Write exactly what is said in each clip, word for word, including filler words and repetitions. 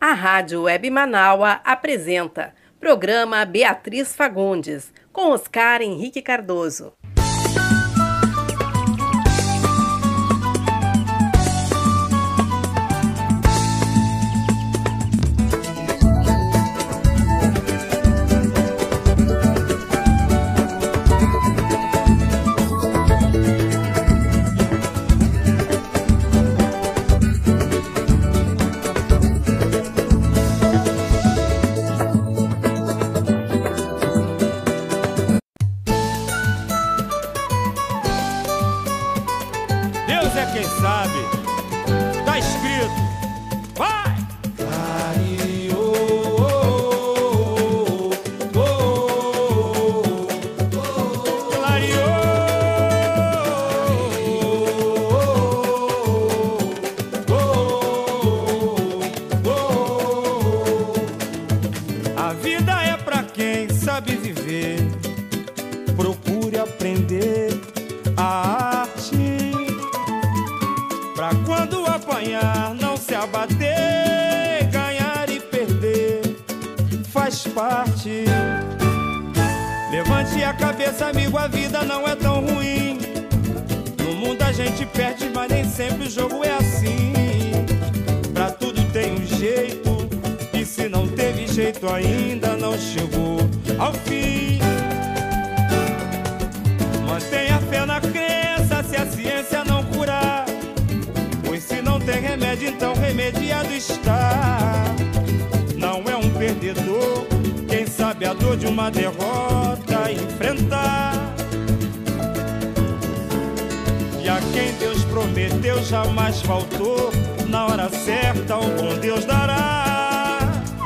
A Rádio Web Manaua apresenta programa Beatriz Fagundes, com Oscar Henrique Cardoso. Quem sabe, tá escrito, vai! Clareou, oh, oh, oh, oh, clareou, oh, oh, oh. A vida é pra quem sabe viver, procure aprender a arte. Pra quando apanhar, não se abater, ganhar e perder faz parte. Levante a cabeça, amigo, a vida não é tão ruim. No mundo a gente perde, mas nem sempre o jogo é assim. Pra tudo tem um jeito, e se não teve jeito ainda, não chegou ao fim. Mantenha fé na crença, se a ciência não curar. Se não tem remédio, então remediado está. Não é um perdedor quem sabe a dor de uma derrota enfrentar. E a quem Deus prometeu jamais faltou, na hora certa o bom Deus dará.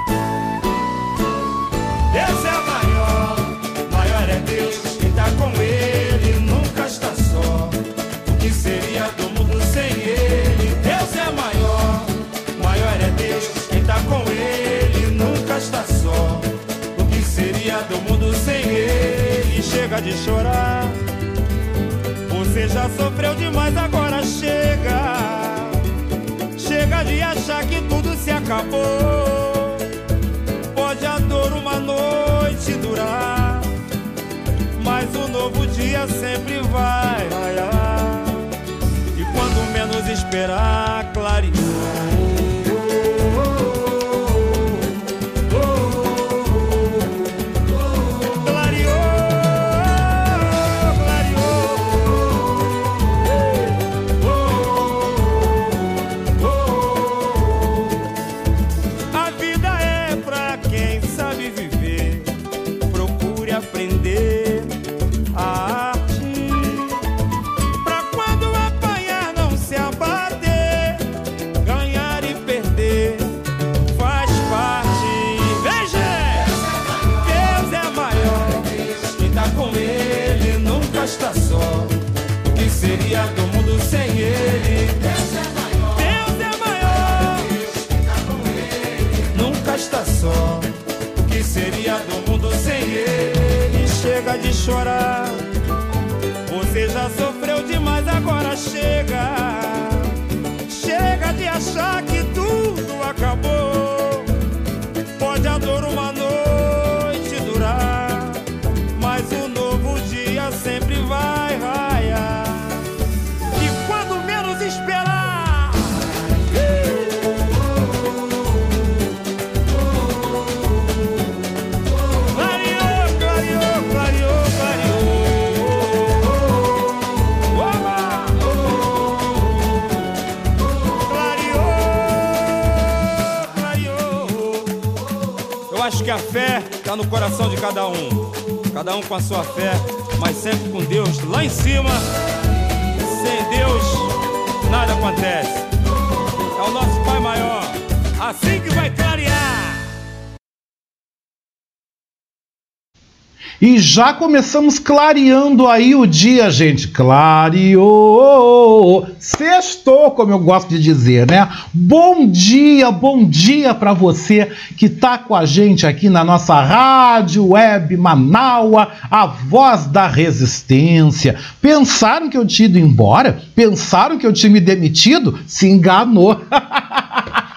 Deus é maior, maior é Deus, quem tá com Ele nunca está só. O que seria do mundo sem Ele? Deus é maior, maior é Deus, quem tá com Ele nunca está só. O que seria do mundo sem Ele? Chega de chorar, você já sofreu demais, agora chega. Chega de achar que tudo se acabou. Pode a dor uma noite durar, mas o novo dia sempre vai raiar. E quando menos esperar, clareou. Seria do mundo sem Ele? Deus é maior, Deus é maior, Deus está com Ele, nunca está só. O que seria do mundo sem Ele? Chega de chorar, você já sofreu demais, agora chega. Chega de achar que tudo acabou. Pode a dor uma noite durar, mas o novo dia sempre vai raiar. Esperar. Clareou, clareou, clareou, clareou. Oba! Clareou, clareou. Eu acho que a fé está no coração de cada um. Cada um com a sua fé, mas sempre com Deus lá em cima. Sem Deus nada acontece. É o nosso Pai Maior, assim que vai clarear. E já começamos clareando aí o dia, gente. Clareou, sextou, como eu gosto de dizer, né? Bom dia, bom dia para você que tá com a gente aqui na nossa Rádio Web Manaua, a voz da resistência. Pensaram que eu tinha ido embora? Pensaram que eu tinha me demitido? Se enganou.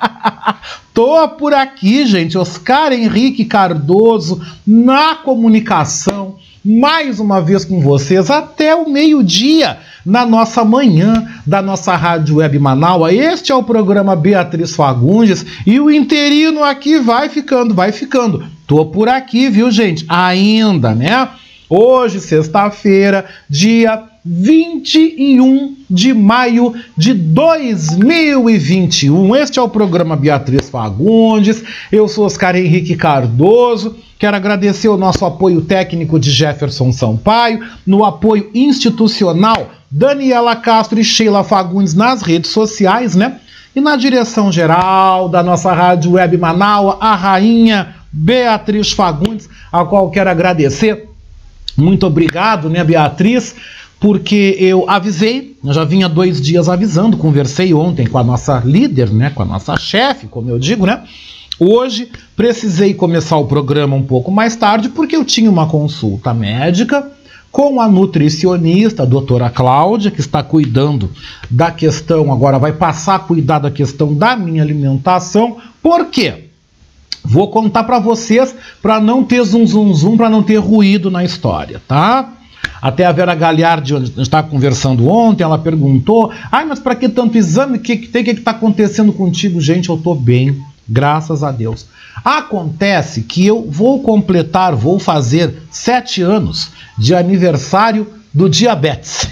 Tô por aqui, gente, Oscar Henrique Cardoso, na comunicação, mais uma vez com vocês, até o meio-dia, na nossa manhã, da nossa Rádio Web Manaua. Este é o programa Beatriz Fagundes, e o interino aqui vai ficando, vai ficando. Tô por aqui, viu, gente? Ainda, né? Hoje, sexta-feira, dia vinte e um de maio de dois mil e vinte e um. Este é o programa Beatriz Fagundes. Eu sou Oscar Henrique Cardoso. Quero agradecer o nosso apoio técnico de Jefferson Sampaio, no apoio institucional Daniela Castro e Sheila Fagundes nas redes sociais, né? E na direção geral da nossa Rádio Web Manaua, a rainha Beatriz Fagundes, a qual quero agradecer. Muito obrigado, né, Beatriz? Porque eu avisei, eu já vinha dois dias avisando, conversei ontem com a nossa líder, né, com a nossa chefe, como eu digo, né? Hoje precisei começar o programa um pouco mais tarde, porque eu tinha uma consulta médica com a nutricionista, a doutora Cláudia, que está cuidando da questão, agora vai passar a cuidar da questão da minha alimentação. Por quê? Vou contar para vocês, para não ter zum zum zum, para não ter ruído na história, tá? Até a Vera Galhardi, onde a gente estava conversando ontem, ela perguntou: ai, mas para que tanto exame? O que que tem? O que está acontecendo contigo? Gente, eu estou bem, graças a Deus. Acontece que eu vou completar, vou fazer sete anos de aniversário do diabetes.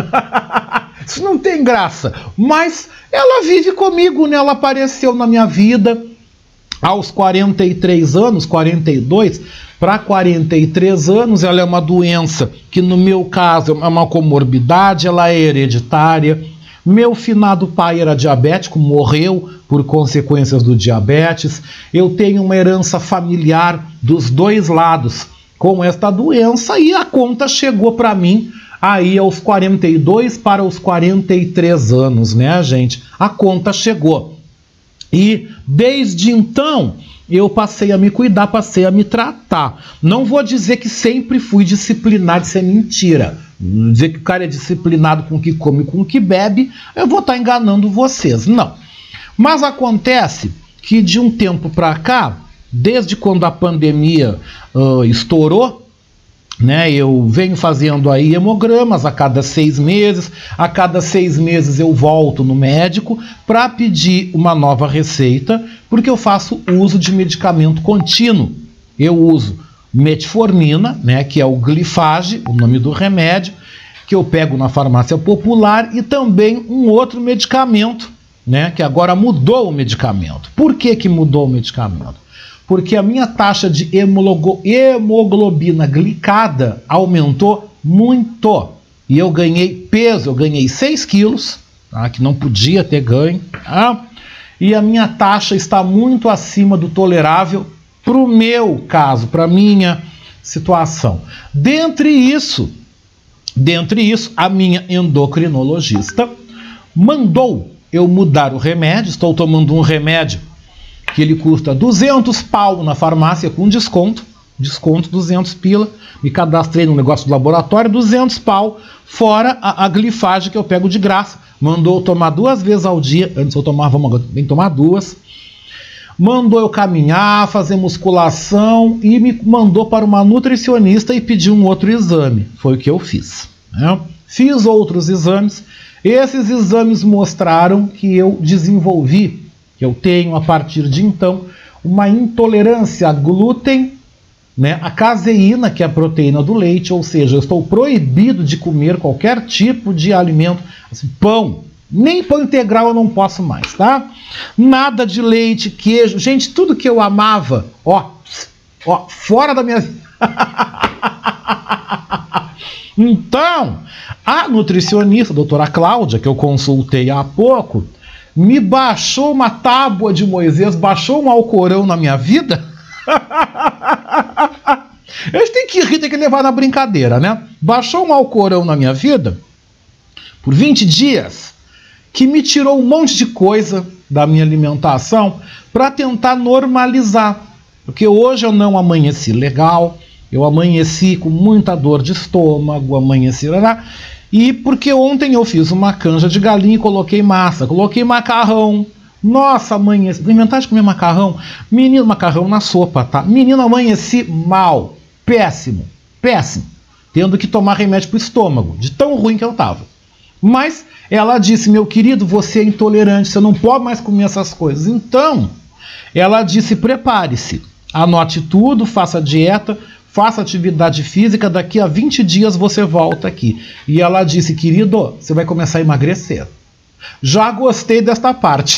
Isso não tem graça, mas ela vive comigo, né? Ela apareceu na minha vida aos quarenta e três anos, quarenta e dois, para quarenta e três anos. Ela é uma doença que, no meu caso, é uma comorbidade, ela é hereditária. Meu finado pai era diabético, morreu por consequências do diabetes. Eu tenho uma herança familiar dos dois lados com esta doença, e a conta chegou para mim aí aos quarenta e dois para os quarenta e três anos, né, gente? A conta chegou. E desde então eu passei a me cuidar, passei a me tratar. Não vou dizer que sempre fui disciplinado, isso é mentira. Dizer que o cara é disciplinado com o que come e com o que bebe, eu vou estar enganando vocês. Não. Mas acontece que de um tempo para cá, desde quando a pandemia uh, estourou, né, eu venho fazendo aí hemogramas a cada seis meses. A cada seis meses eu volto no médico para pedir uma nova receita, porque eu faço uso de medicamento contínuo. Eu uso metformina, né, que é o Glifage, o nome do remédio, que eu pego na farmácia popular, e também um outro medicamento, né, que agora mudou o medicamento. Por que que mudou o medicamento? Porque a minha taxa de hemoglobina glicada aumentou muito. E eu ganhei peso, eu ganhei seis quilos, tá, que não podia ter ganho. Tá? E a minha taxa está muito acima do tolerável para o meu caso, para a minha situação. Dentre isso, dentre isso, a minha endocrinologista mandou eu mudar o remédio. Estou tomando um remédio que ele custa duzentos pau na farmácia com desconto, desconto duzentos pila, me cadastrei no negócio do laboratório, duzentos pau, fora a, a glifagem que eu pego de graça. Mandou eu tomar duas vezes ao dia, antes eu tomava uma, agora tem que tomar duas. Mandou eu caminhar, fazer musculação, e me mandou para uma nutricionista e pediu um outro exame. Foi o que eu fiz, né? Fiz outros exames. Esses exames mostraram que eu desenvolvi, que eu tenho a partir de então, uma intolerância a glúten, né, a caseína, que é a proteína do leite, ou seja, eu estou proibido de comer qualquer tipo de alimento, assim, pão, nem pão integral eu não posso mais, tá? Nada de leite, queijo, gente, tudo que eu amava, ó, ó, fora da minha vida. Então, a nutricionista, a doutora Cláudia, que eu consultei há pouco, me baixou uma tábua de Moisés, baixou um Alcorão na minha vida. A gente tem que rir, tem que levar na brincadeira, né? Baixou um Alcorão na minha vida por vinte dias, que me tirou um monte de coisa da minha alimentação para tentar normalizar. Porque hoje eu não amanheci legal, eu amanheci com muita dor de estômago, amanheci... E porque ontem eu fiz uma canja de galinha e coloquei massa, coloquei macarrão, Nossa, amanheci. Inventar de comer macarrão. Menino, macarrão na sopa, tá? Menino, amanheci mal. Péssimo. Péssimo. Tendo que tomar remédio pro estômago, de tão ruim que eu tava. Mas ela disse, meu querido, você é intolerante, você não pode mais comer essas coisas. Então, ela disse, prepare-se. Anote tudo, faça dieta, faça atividade física, daqui a vinte dias você volta aqui. E ela disse, querido, você vai começar a emagrecer. Já gostei desta parte.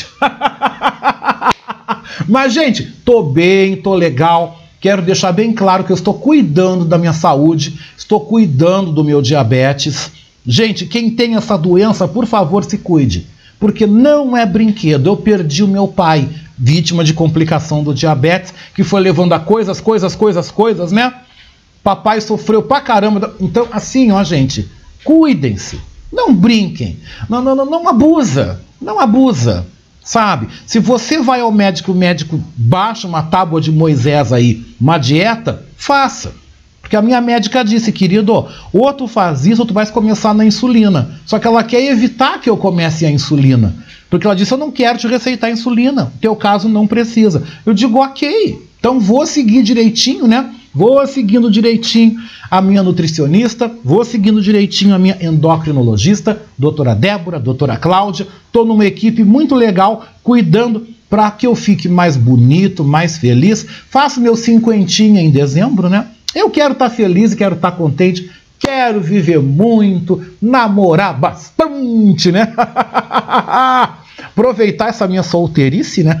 Mas, gente, tô bem, tô legal. Quero deixar bem claro que eu estou cuidando da minha saúde, estou cuidando do meu diabetes. Gente, quem tem essa doença, por favor, se cuide. Porque não é brinquedo. Eu perdi o meu pai, vítima de complicação do diabetes, que foi levando a coisas, coisas, coisas, coisas, né? Papai sofreu pra caramba. Então, assim, ó, gente, cuidem-se. Não brinquem. Não, não, não, não abusa. Não abusa. Sabe? Se você vai ao médico, o médico baixa uma tábua de Moisés aí, uma dieta, faça. Porque a minha médica disse, querido, ou tu faz isso ou tu vais começar na insulina. Só que ela quer evitar que eu comece a insulina. Porque ela disse, eu não quero te receitar insulina. No teu caso não precisa. Eu digo, ok. Então vou seguir direitinho, né? Vou seguindo direitinho a minha nutricionista, vou seguindo direitinho a minha endocrinologista, doutora Débora, doutora Cláudia. Estou numa equipe muito legal, cuidando para que eu fique mais bonito, mais feliz. Faço meu cinquentinha em dezembro, né? Eu quero estar tá feliz e quero estar tá contente. Quero viver muito, namorar bastante, né? Aproveitar essa minha solteirice, né?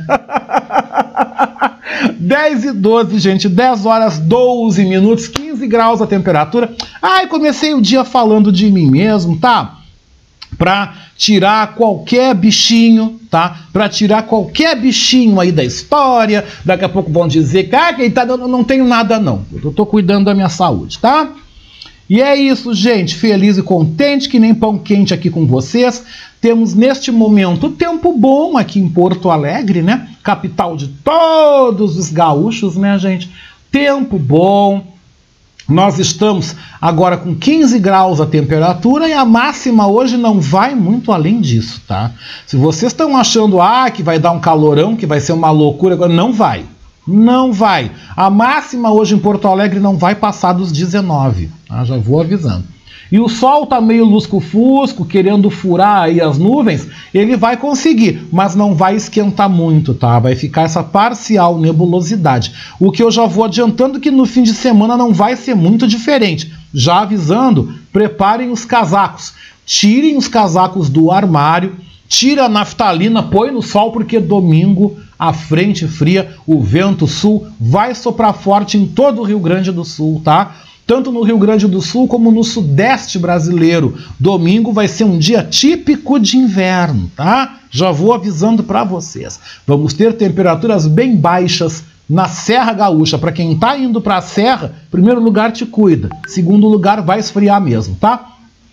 dez e doze, gente, dez horas, doze minutos, quinze graus a temperatura. Ai, comecei o dia falando de mim mesmo, tá? Pra tirar qualquer bichinho, tá? Pra tirar qualquer bichinho aí da história. Daqui a pouco vão dizer que, ah, quem tá, eu não tenho nada não. Eu tô cuidando da minha saúde, tá? E é isso, gente, feliz e contente, que nem pão quente aqui com vocês. Temos neste momento tempo bom aqui em Porto Alegre, né? Capital de todos os gaúchos, né, gente? Tempo bom. Nós estamos agora com quinze graus a temperatura e a máxima hoje não vai muito além disso, tá? Se vocês estão achando, ah, que vai dar um calorão, que vai ser uma loucura, agora não vai. Não vai. A máxima hoje em Porto Alegre não vai passar dos dezenove. Tá? Já vou avisando. E o sol tá meio lusco-fusco, querendo furar aí as nuvens. Ele vai conseguir, mas não vai esquentar muito, tá? Vai ficar essa parcial nebulosidade. O que eu já vou adiantando que no fim de semana não vai ser muito diferente. Já avisando, preparem os casacos. Tirem os casacos do armário. Tira a naftalina, põe no sol, porque domingo a frente fria, o vento sul vai soprar forte em todo o Rio Grande do Sul, tá? Tanto no Rio Grande do Sul como no sudeste brasileiro. Domingo vai ser um dia típico de inverno, tá? Já vou avisando para vocês. Vamos ter temperaturas bem baixas na Serra Gaúcha. Para quem tá indo para a Serra, primeiro lugar te cuida. Segundo lugar vai esfriar mesmo, tá?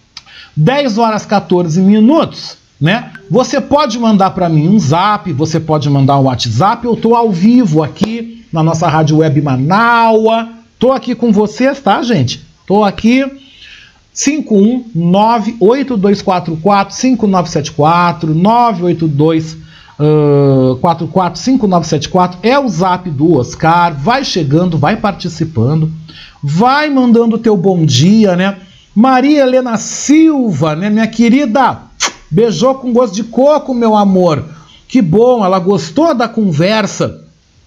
dez horas, quatorze minutos. Né? Você pode mandar para mim um zap, você pode mandar um WhatsApp, eu estou ao vivo aqui na nossa rádio web Manaua, estou aqui com vocês, tá, gente? Estou aqui, cinco um nove oito dois quatro quatro cinco nove sete quatro, nove oito dois quatro quatro cinco nove sete quatro, é o zap do Oscar, vai chegando, vai participando, vai mandando o teu bom dia, né? Maria Helena Silva, né, minha querida, beijou com gosto de coco, meu amor. Que bom, ela gostou da conversa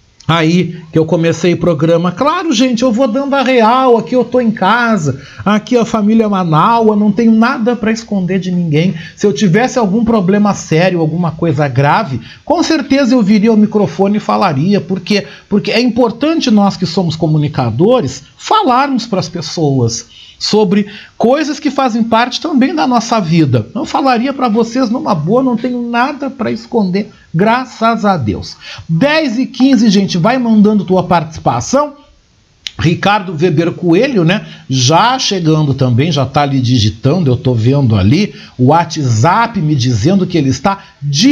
aí que eu comecei o programa. Claro, gente, eu vou dando a real. Aqui eu tô em casa. Aqui a família Manaua. Não tenho nada para esconder de ninguém. Se eu tivesse algum problema sério, alguma coisa grave, com certeza eu viria ao microfone e falaria. Porque, porque é importante nós que somos comunicadores falarmos para as pessoas sobre coisas que fazem parte também da nossa vida. Eu falaria para vocês numa boa, não tenho nada para esconder, graças a Deus. dez e quinze, gente, vai mandando tua participação. Ricardo Weber Coelho, né? Já chegando também, já está ali digitando, eu estou vendo ali o WhatsApp me dizendo que ele está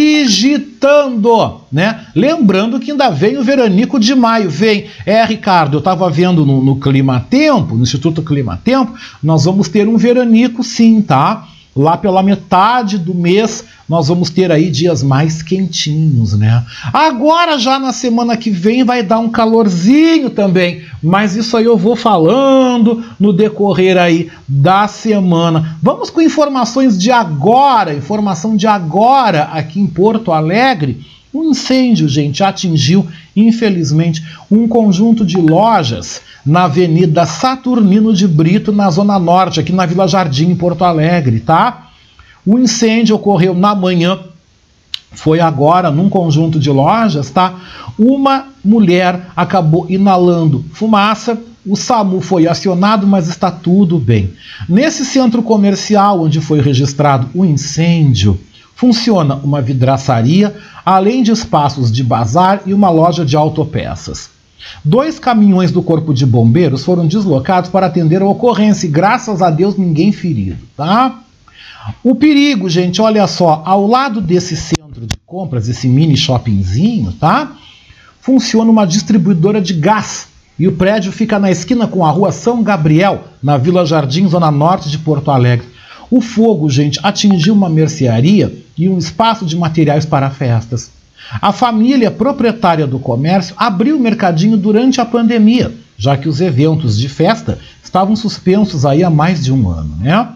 digitando, né? Lembrando que ainda vem o veranico de maio, vem. É, Ricardo, eu estava vendo no, no Clima Tempo, no Instituto Clima Tempo, nós vamos ter um veranico sim, tá? lá pela metade do mês nós vamos ter aí dias mais quentinhos, né? Agora já na semana que vem vai dar um calorzinho também, mas isso aí eu vou falando no decorrer aí da semana. Vamos com informações de agora, informação de agora aqui em Porto Alegre. Um incêndio, gente, atingiu, infelizmente, um conjunto de lojas na Avenida Saturnino de Brito, na Zona Norte, aqui na Vila Jardim, em Porto Alegre, tá? O incêndio ocorreu na manhã, foi agora, num conjunto de lojas, tá? Uma mulher acabou inalando fumaça, o SAMU foi acionado, mas está tudo bem. Nesse centro comercial onde foi registrado o incêndio, funciona uma vidraçaria, além de espaços de bazar e uma loja de autopeças. Dois caminhões do Corpo de Bombeiros foram deslocados para atender a ocorrência e, graças a Deus, ninguém ferido, tá? O perigo, gente, olha só, ao lado desse centro de compras, esse mini shoppingzinho, tá? Funciona uma distribuidora de gás e o prédio fica na esquina com a rua São Gabriel, na Vila Jardim, Zona Norte de Porto Alegre. O fogo, gente, atingiu uma mercearia e um espaço de materiais para festas. A família proprietária do comércio abriu o mercadinho durante a pandemia, já que os eventos de festa estavam suspensos aí há mais de um ano, né?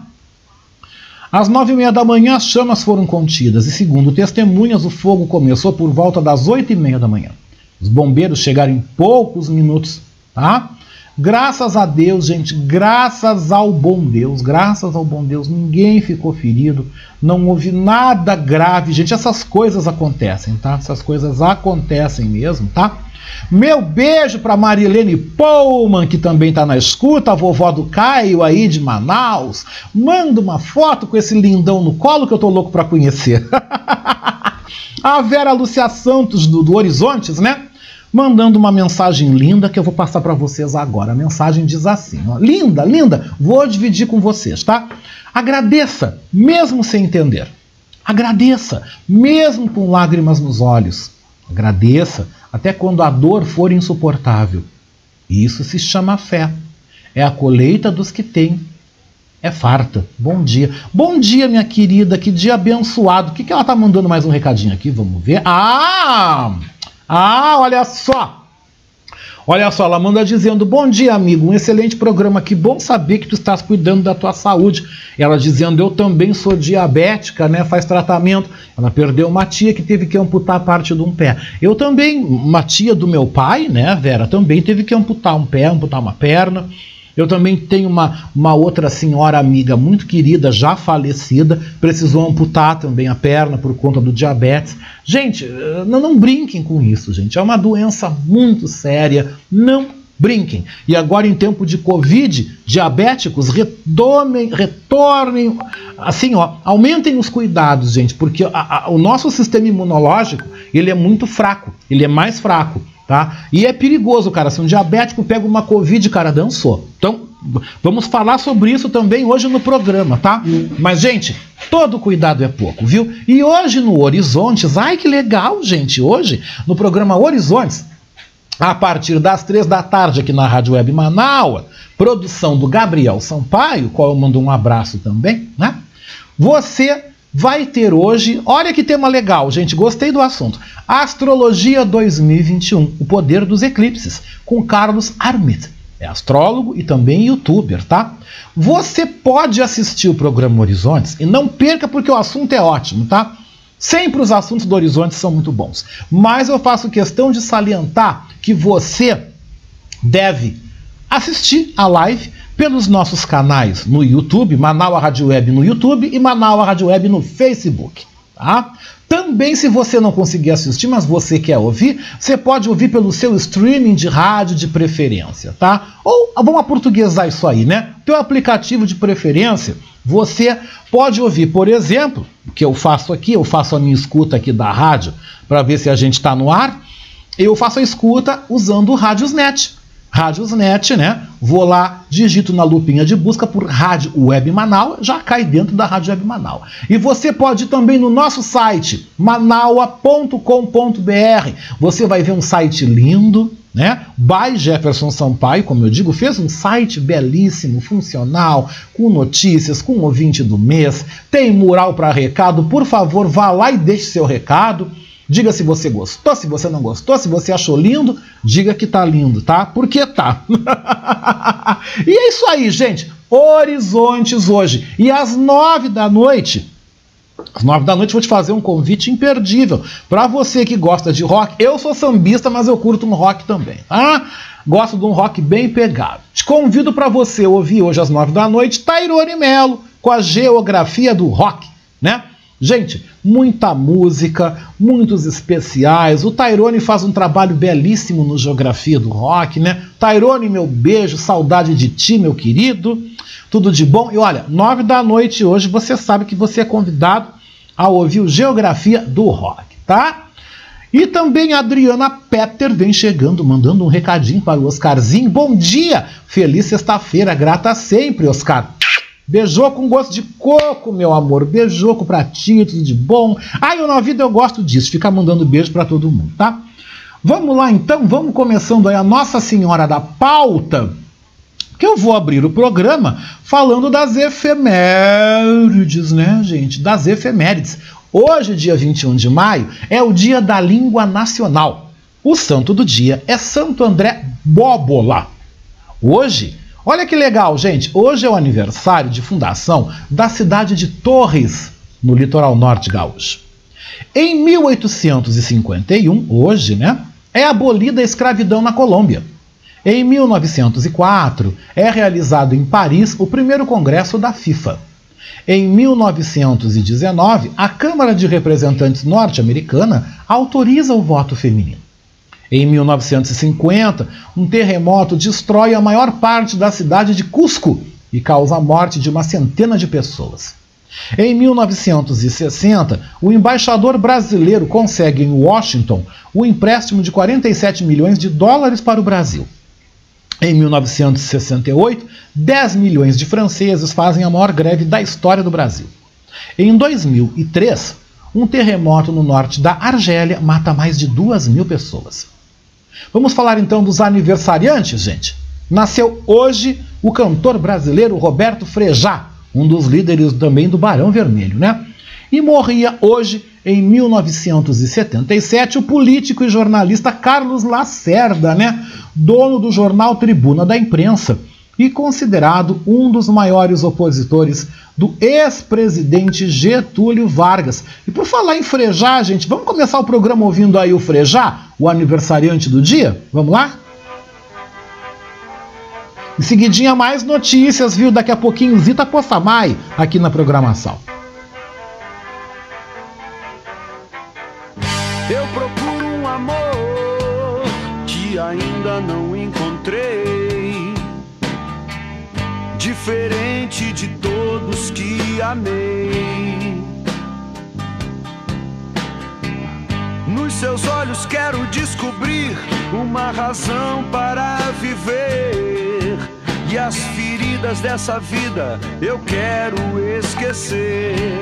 Às nove e meia da manhã, as chamas foram contidas e, segundo testemunhas, o fogo começou por volta das oito e meia da manhã. Os bombeiros chegaram em poucos minutos, tá? Graças a Deus, gente, graças ao bom Deus, graças ao bom Deus, ninguém ficou ferido, não houve nada grave, gente, essas coisas acontecem, tá? Essas coisas acontecem mesmo, tá? Meu beijo para Marilene Pullman, que também tá na escuta, a vovó do Caio aí de Manaus. Manda uma foto com esse lindão no colo que eu tô louco para conhecer. A Vera Lúcia Santos do, do Horizontes, né? Mandando uma mensagem linda que eu vou passar para vocês agora. A mensagem diz assim, ó, linda, linda, vou dividir com vocês, tá? Agradeça, mesmo sem entender. Agradeça, mesmo com lágrimas nos olhos. Agradeça, até quando a dor for insuportável. Isso se chama fé. É a colheita dos que têm. É farta. Bom dia. Bom dia, minha querida, que dia abençoado. O que, que ela tá mandando mais um recadinho aqui? Vamos ver. Ah! Ah, olha só! Olha só, ela manda dizendo, bom dia, amigo, um excelente programa, que bom saber que tu estás cuidando da tua saúde. Ela dizendo, eu também sou diabética, né, faz tratamento. Ela perdeu uma tia que teve que amputar parte de um pé. Eu também, uma tia do meu pai, né, Vera, também teve que amputar um pé, amputar uma perna. Eu também tenho uma, uma outra senhora amiga muito querida, já falecida, precisou amputar também a perna por conta do diabetes. Gente, não, não brinquem com isso, gente. É uma doença muito séria, não brinquem. E agora, em tempo de Covid, diabéticos, retomem, retornem, assim, ó, aumentem os cuidados, gente, porque a, a, o nosso sistema imunológico, ele é muito fraco, ele é mais fraco. Tá? E é perigoso, cara, se um diabético pega uma Covid, cara, dançou. Então, vamos falar sobre isso também hoje no programa, tá? Mas, gente, todo cuidado é pouco, viu? E hoje no Horizontes, ai que legal, gente, hoje no programa Horizontes, a partir das três da tarde aqui na Rádio Web Manaus, produção do Gabriel Sampaio, qual eu mando um abraço também, né? Você vai ter hoje, olha que tema legal, gente, gostei do assunto. Astrologia dois mil e vinte e um, o poder dos eclipses, com Carlos Armit. É astrólogo e também youtuber, tá? Você pode assistir o programa Horizontes e não perca porque o assunto é ótimo, tá? Sempre os assuntos do Horizonte são muito bons. Mas eu faço questão de salientar que você deve assistir a live pelos nossos canais no YouTube, Manaus Rádio Web no YouTube e Manaus Rádio Web no Facebook, tá? Também, se você não conseguir assistir, mas você quer ouvir, você pode ouvir pelo seu streaming de rádio de preferência, tá? Ou, vamos aportuguesar isso aí, né? Teu aplicativo de preferência, você pode ouvir, por exemplo, o que eu faço aqui, eu faço a minha escuta aqui da rádio, para ver se a gente está no ar, eu faço a escuta usando o Rádiosnet. Rádiosnet, né? Vou lá, digito na lupinha de busca por Rádio Web Manaus, já cai dentro da Rádio Web Manaus. E você pode ir também no nosso site, manaua ponto com ponto br. Você vai ver um site lindo, né? By Jefferson Sampaio, como eu digo, fez um site belíssimo, funcional, com notícias, com ouvinte do mês, tem mural para recado. Por favor, vá lá e deixe seu recado. Diga se você gostou, se você não gostou, se você achou lindo, diga que tá lindo, tá? Porque tá. E é isso aí, gente. Horizontes hoje. E às nove da noite... Às nove da noite eu vou te fazer um convite imperdível para você que gosta de rock. Eu sou sambista, mas eu curto um rock também, tá? Gosto de um rock bem pegado. Te convido para você ouvir hoje às nove da noite Tairone Mello com a geografia do rock, né? Gente, muita música, muitos especiais. O Tairone faz um trabalho belíssimo no Geografia do Rock, né? Tairone, meu beijo, saudade de ti, meu querido. Tudo de bom. E olha, nove da noite hoje você sabe que você é convidado a ouvir o Geografia do Rock, tá? E também a Adriana Petter vem chegando, mandando um recadinho para o Oscarzinho. Bom dia! Feliz sexta-feira, grata sempre, Oscar. Beijou com gosto de coco, meu amor. Beijoco pra ti, tudo de bom. Ai, eu na vida eu gosto disso, ficar mandando beijo pra todo mundo, tá? Vamos lá então, vamos começando aí a Nossa Senhora da Pauta, que eu vou abrir o programa falando das efemérides, né, gente? Das efemérides. Hoje, dia vinte e um de maio, é o dia da língua nacional. O santo do dia é Santo André Bóbola. Hoje... Olha que legal, gente. Hoje é o aniversário de fundação da cidade de Torres, no litoral norte gaúcho. Em mil oitocentos e cinquenta e um, hoje, né, é abolida a escravidão na Colômbia. Em mil novecentos e quatro, é realizado em Paris o primeiro congresso da FIFA. Em mil novecentos e dezenove, a Câmara de Representantes norte-americana autoriza o voto feminino. Em mil novecentos e cinquenta, um terremoto destrói a maior parte da cidade de Cusco e causa a morte de uma centena de pessoas. Em mil novecentos e sessenta, o embaixador brasileiro consegue em Washington o empréstimo de quarenta e sete milhões de dólares para o Brasil. Em mil novecentos e sessenta e oito, dez milhões de franceses fazem a maior greve da história do Brasil. Em dois mil e três, um terremoto no norte da Argélia mata mais de duas mil pessoas. Vamos falar então dos aniversariantes, gente. Nasceu hoje o cantor brasileiro Roberto Frejá, um dos líderes também do Barão Vermelho, né? E morria hoje, em mil novecentos e setenta e sete, o político e jornalista Carlos Lacerda, né? Dono do jornal Tribuna da Imprensa e considerado um dos maiores opositores do ex-presidente Getúlio Vargas. E por falar em Frejá, gente, vamos começar o programa ouvindo aí o Frejá, o aniversariante do dia? Vamos lá? Em seguidinha mais notícias, viu? Daqui a pouquinho Zita Possamay aqui na programação. Eu procuro um amor que ainda não encontrei, diferente de todos que amei. Nos seus olhos quero descobrir uma razão para viver, e as feridas dessa vida eu quero esquecer.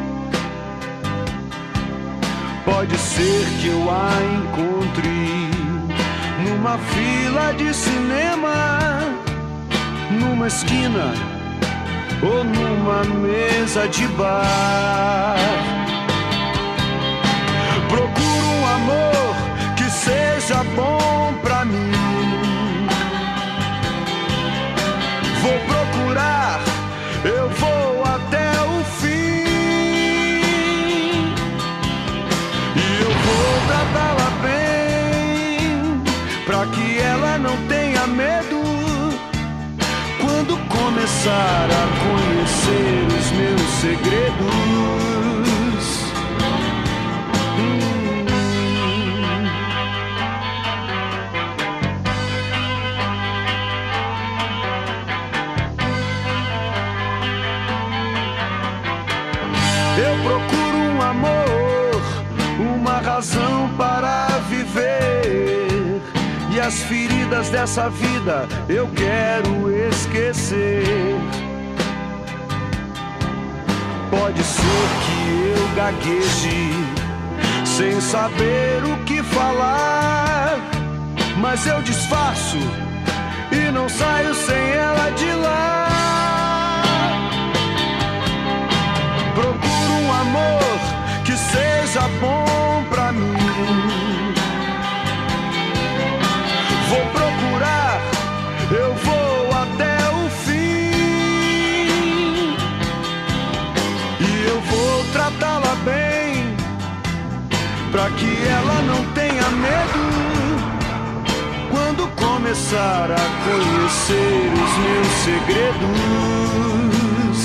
Pode ser que eu a encontre numa fila de cinema, numa esquina ou numa mesa de bar. Procuro um amor que seja bom pra mim. Vou procurar, eu vou até o fim, e eu vou tratá-la bem, pra que ela não tenha medo quando começar a conhecer os meus segredos. Hum. Eu procuro um amor, uma razão para viver, e as feridas dessa vida eu quero esquecer. Pode ser que eu gagueje sem saber o que falar, mas eu disfarço e não saio sem ela de lá. Procuro um amor que seja bom pra mim. Vou procurar, eu vou até o fim. E eu vou tratá-la bem, pra que ela não tenha medo quando começar a conhecer os meus segredos.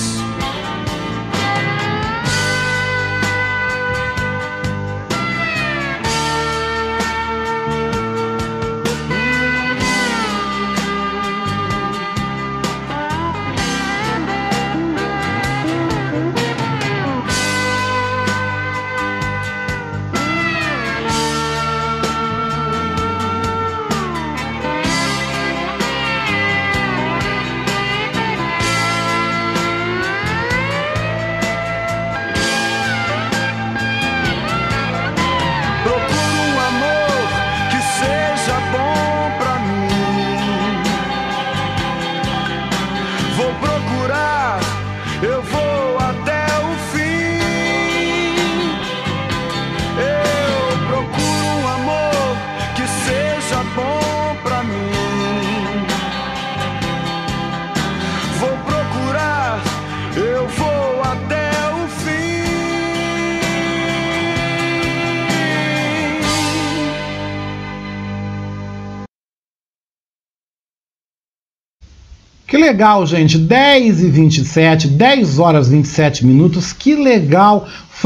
Que legal, gente, dez e vinte e sete, dez horas e vinte e sete minutos, que legal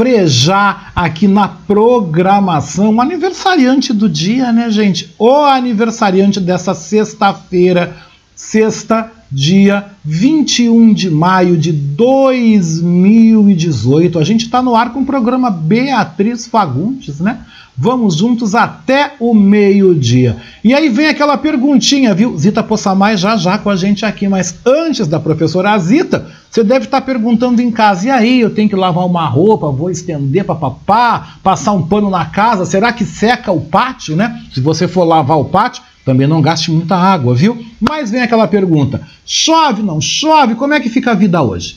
frejar aqui na programação o aniversariante do dia, né, gente? O aniversariante dessa sexta-feira, sexta, dia vinte e um de maio de dois mil e dezoito. A gente está no ar com o programa Beatriz Fagundes, né? Vamos juntos até o meio-dia. E aí vem aquela perguntinha, viu? Zita Possamay já já com a gente aqui, mas antes da professora Zita, você deve estar perguntando em casa, e aí, eu tenho que lavar uma roupa, vou estender para papá, passar um pano na casa, será que seca o pátio, né? Se você for lavar o pátio, também não gaste muita água, viu? Mas vem aquela pergunta, chove, não chove, como é que fica a vida hoje?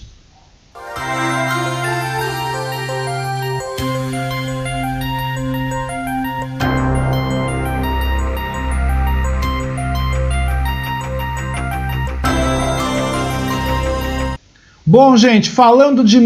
Bom, gente, falando de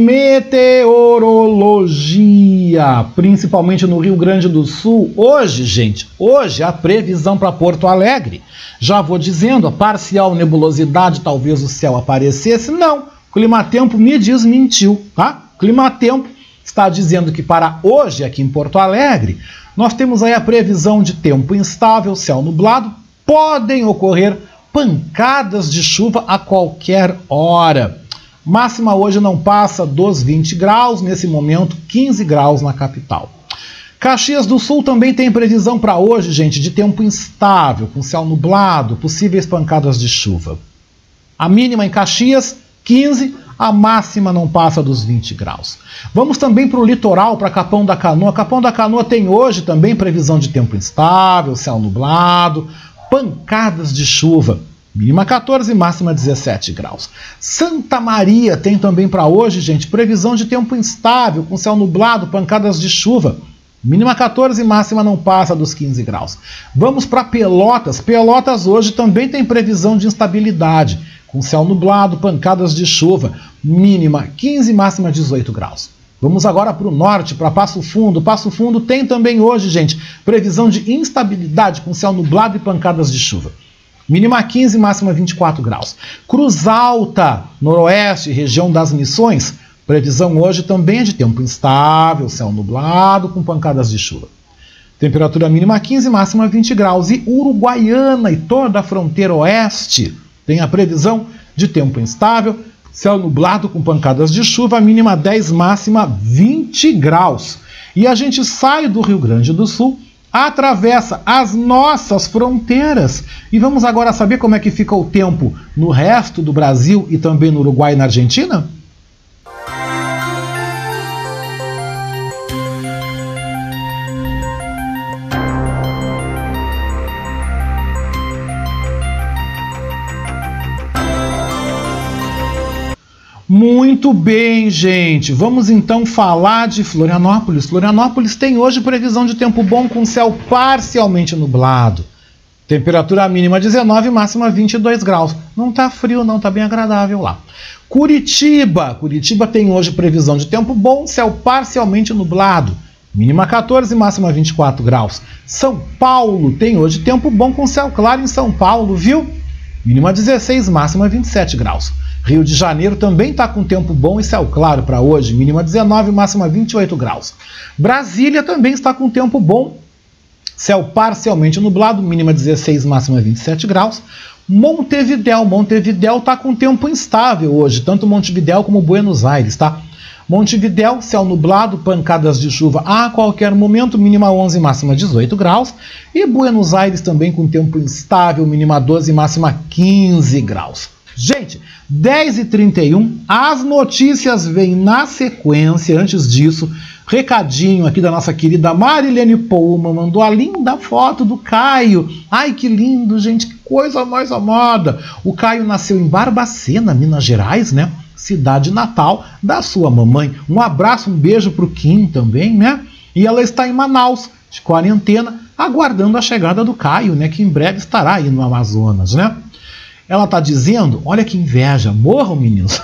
meteorologia, principalmente no Rio Grande do Sul, hoje, gente, hoje a previsão para Porto Alegre, já vou dizendo, a parcial nebulosidade, talvez o céu aparecesse, não, Climatempo me desmentiu, tá? Climatempo está dizendo que para hoje, aqui em Porto Alegre, nós temos aí a previsão de tempo instável, céu nublado, podem ocorrer pancadas de chuva a qualquer hora. Máxima hoje não passa dos vinte graus, nesse momento quinze graus na capital. Caxias do Sul também tem previsão para hoje, gente, de tempo instável, com céu nublado, possíveis pancadas de chuva. A mínima em Caxias, quinze, a máxima não passa dos vinte graus. Vamos também para o litoral, para Capão da Canoa. Capão da Canoa tem hoje também previsão de tempo instável, céu nublado, pancadas de chuva. Mínima quatorze, máxima dezessete graus. Santa Maria tem também para hoje, gente, previsão de tempo instável, com céu nublado, pancadas de chuva. Mínima quatorze, máxima não passa dos quinze graus. Vamos para Pelotas. Pelotas hoje também tem previsão de instabilidade, com céu nublado, pancadas de chuva. Mínima quinze, máxima dezoito graus. Vamos agora para o norte, para Passo Fundo. Passo Fundo tem também hoje, gente, previsão de instabilidade, com céu nublado e pancadas de chuva. Mínima quinze, máxima vinte e quatro graus. Cruz Alta, noroeste, região das Missões, previsão hoje também é de tempo instável, céu nublado, com pancadas de chuva. Temperatura mínima quinze, máxima vinte graus. E Uruguaiana e toda a fronteira oeste tem a previsão de tempo instável, céu nublado com pancadas de chuva, mínima dez, máxima vinte graus. E a gente sai do Rio Grande do Sul, atravessa as nossas fronteiras. E vamos agora saber como é que fica o tempo no resto do Brasil e também no Uruguai e na Argentina? Muito bem, gente. Vamos então falar de Florianópolis. Florianópolis tem hoje previsão de tempo bom com céu parcialmente nublado. Temperatura mínima dezenove, máxima vinte e dois graus. Não está frio, não, está bem agradável lá. Curitiba. Curitiba tem hoje previsão de tempo bom, céu parcialmente nublado. Mínima quatorze, máxima vinte e quatro graus. São Paulo tem hoje tempo bom com céu claro em São Paulo, viu? Mínima dezesseis, máxima vinte e sete graus. Rio de Janeiro também está com tempo bom e céu claro para hoje. Mínima dezenove, máxima vinte e oito graus. Brasília também está com tempo bom. Céu parcialmente nublado, mínima dezesseis, máxima vinte e sete graus. Montevidéu. Montevidéu está com tempo instável hoje, tanto Montevidéu como Buenos Aires, tá? Montevidéu, céu nublado, pancadas de chuva a qualquer momento, mínima onze, máxima dezoito graus. E Buenos Aires também com tempo instável, mínima doze, máxima quinze graus. Gente, dez e trinta e um, as notícias vêm na sequência. Antes disso, recadinho aqui da nossa querida Marilene Pouma, mandou a linda foto do Caio. Ai, que lindo, gente, que coisa mais amada. O Caio nasceu em Barbacena, Minas Gerais, né? Cidade natal da sua mamãe. Um abraço, um beijo pro Kim também, né? E ela está em Manaus, de quarentena, aguardando a chegada do Caio, né? Que em breve estará aí no Amazonas, né? Ela está dizendo, olha que inveja, morram, meninos.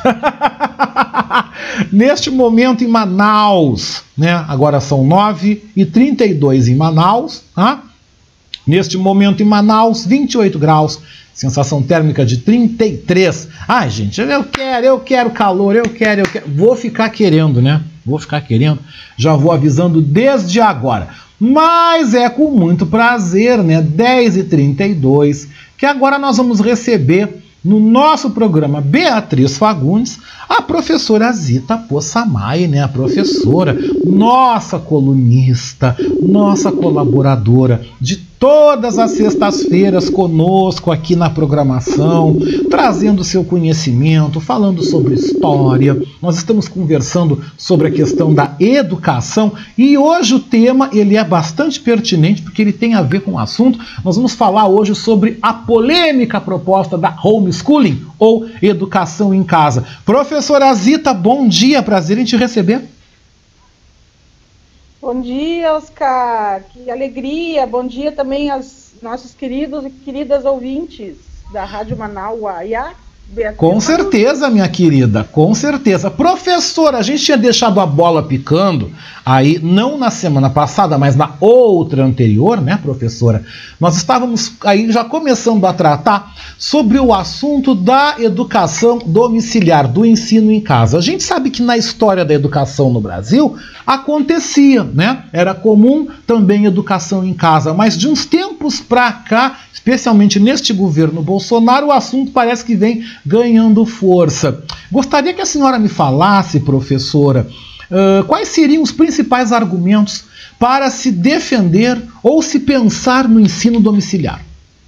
Neste momento em Manaus, né? Agora são nove e trinta e dois em Manaus, tá? Neste momento em Manaus, vinte e oito graus, sensação térmica de trinta e três. Ai, gente, eu quero, eu quero calor, eu quero, eu quero. Vou ficar querendo, né? Vou ficar querendo. Já vou avisando desde agora. Mas é com muito prazer, né? dez e trinta e dois, que agora nós vamos receber no nosso programa Beatriz Fagundes a professora Zita Possamay, né? A professora, nossa colunista, nossa colaboradora de todas as sextas-feiras conosco aqui na programação, trazendo seu conhecimento, falando sobre história. Nós estamos conversando sobre a questão da educação e hoje o tema ele é bastante pertinente porque ele tem a ver com o assunto. Nós vamos falar hoje sobre a polêmica proposta da homeschooling ou educação em casa. Professora Zita, bom dia, prazer em te receber. Bom dia, Oscar, que alegria, bom dia também aos nossos queridos e queridas ouvintes da Rádio Manauá. E a Beatriz com certeza, minha querida, com certeza. Professora, a gente tinha deixado a bola picando aí, não na semana passada, mas na outra anterior, né, professora? Nós estávamos aí já começando a tratar sobre o assunto da educação domiciliar, do ensino em casa. A gente sabe que na história da educação no Brasil acontecia, né? Era comum também educação em casa, mas de uns tempos para cá, especialmente neste governo Bolsonaro, o assunto parece que vem ganhando força. Gostaria que a senhora me falasse, professora, uh, quais seriam os principais argumentos para se defender ou se pensar no ensino domiciliar?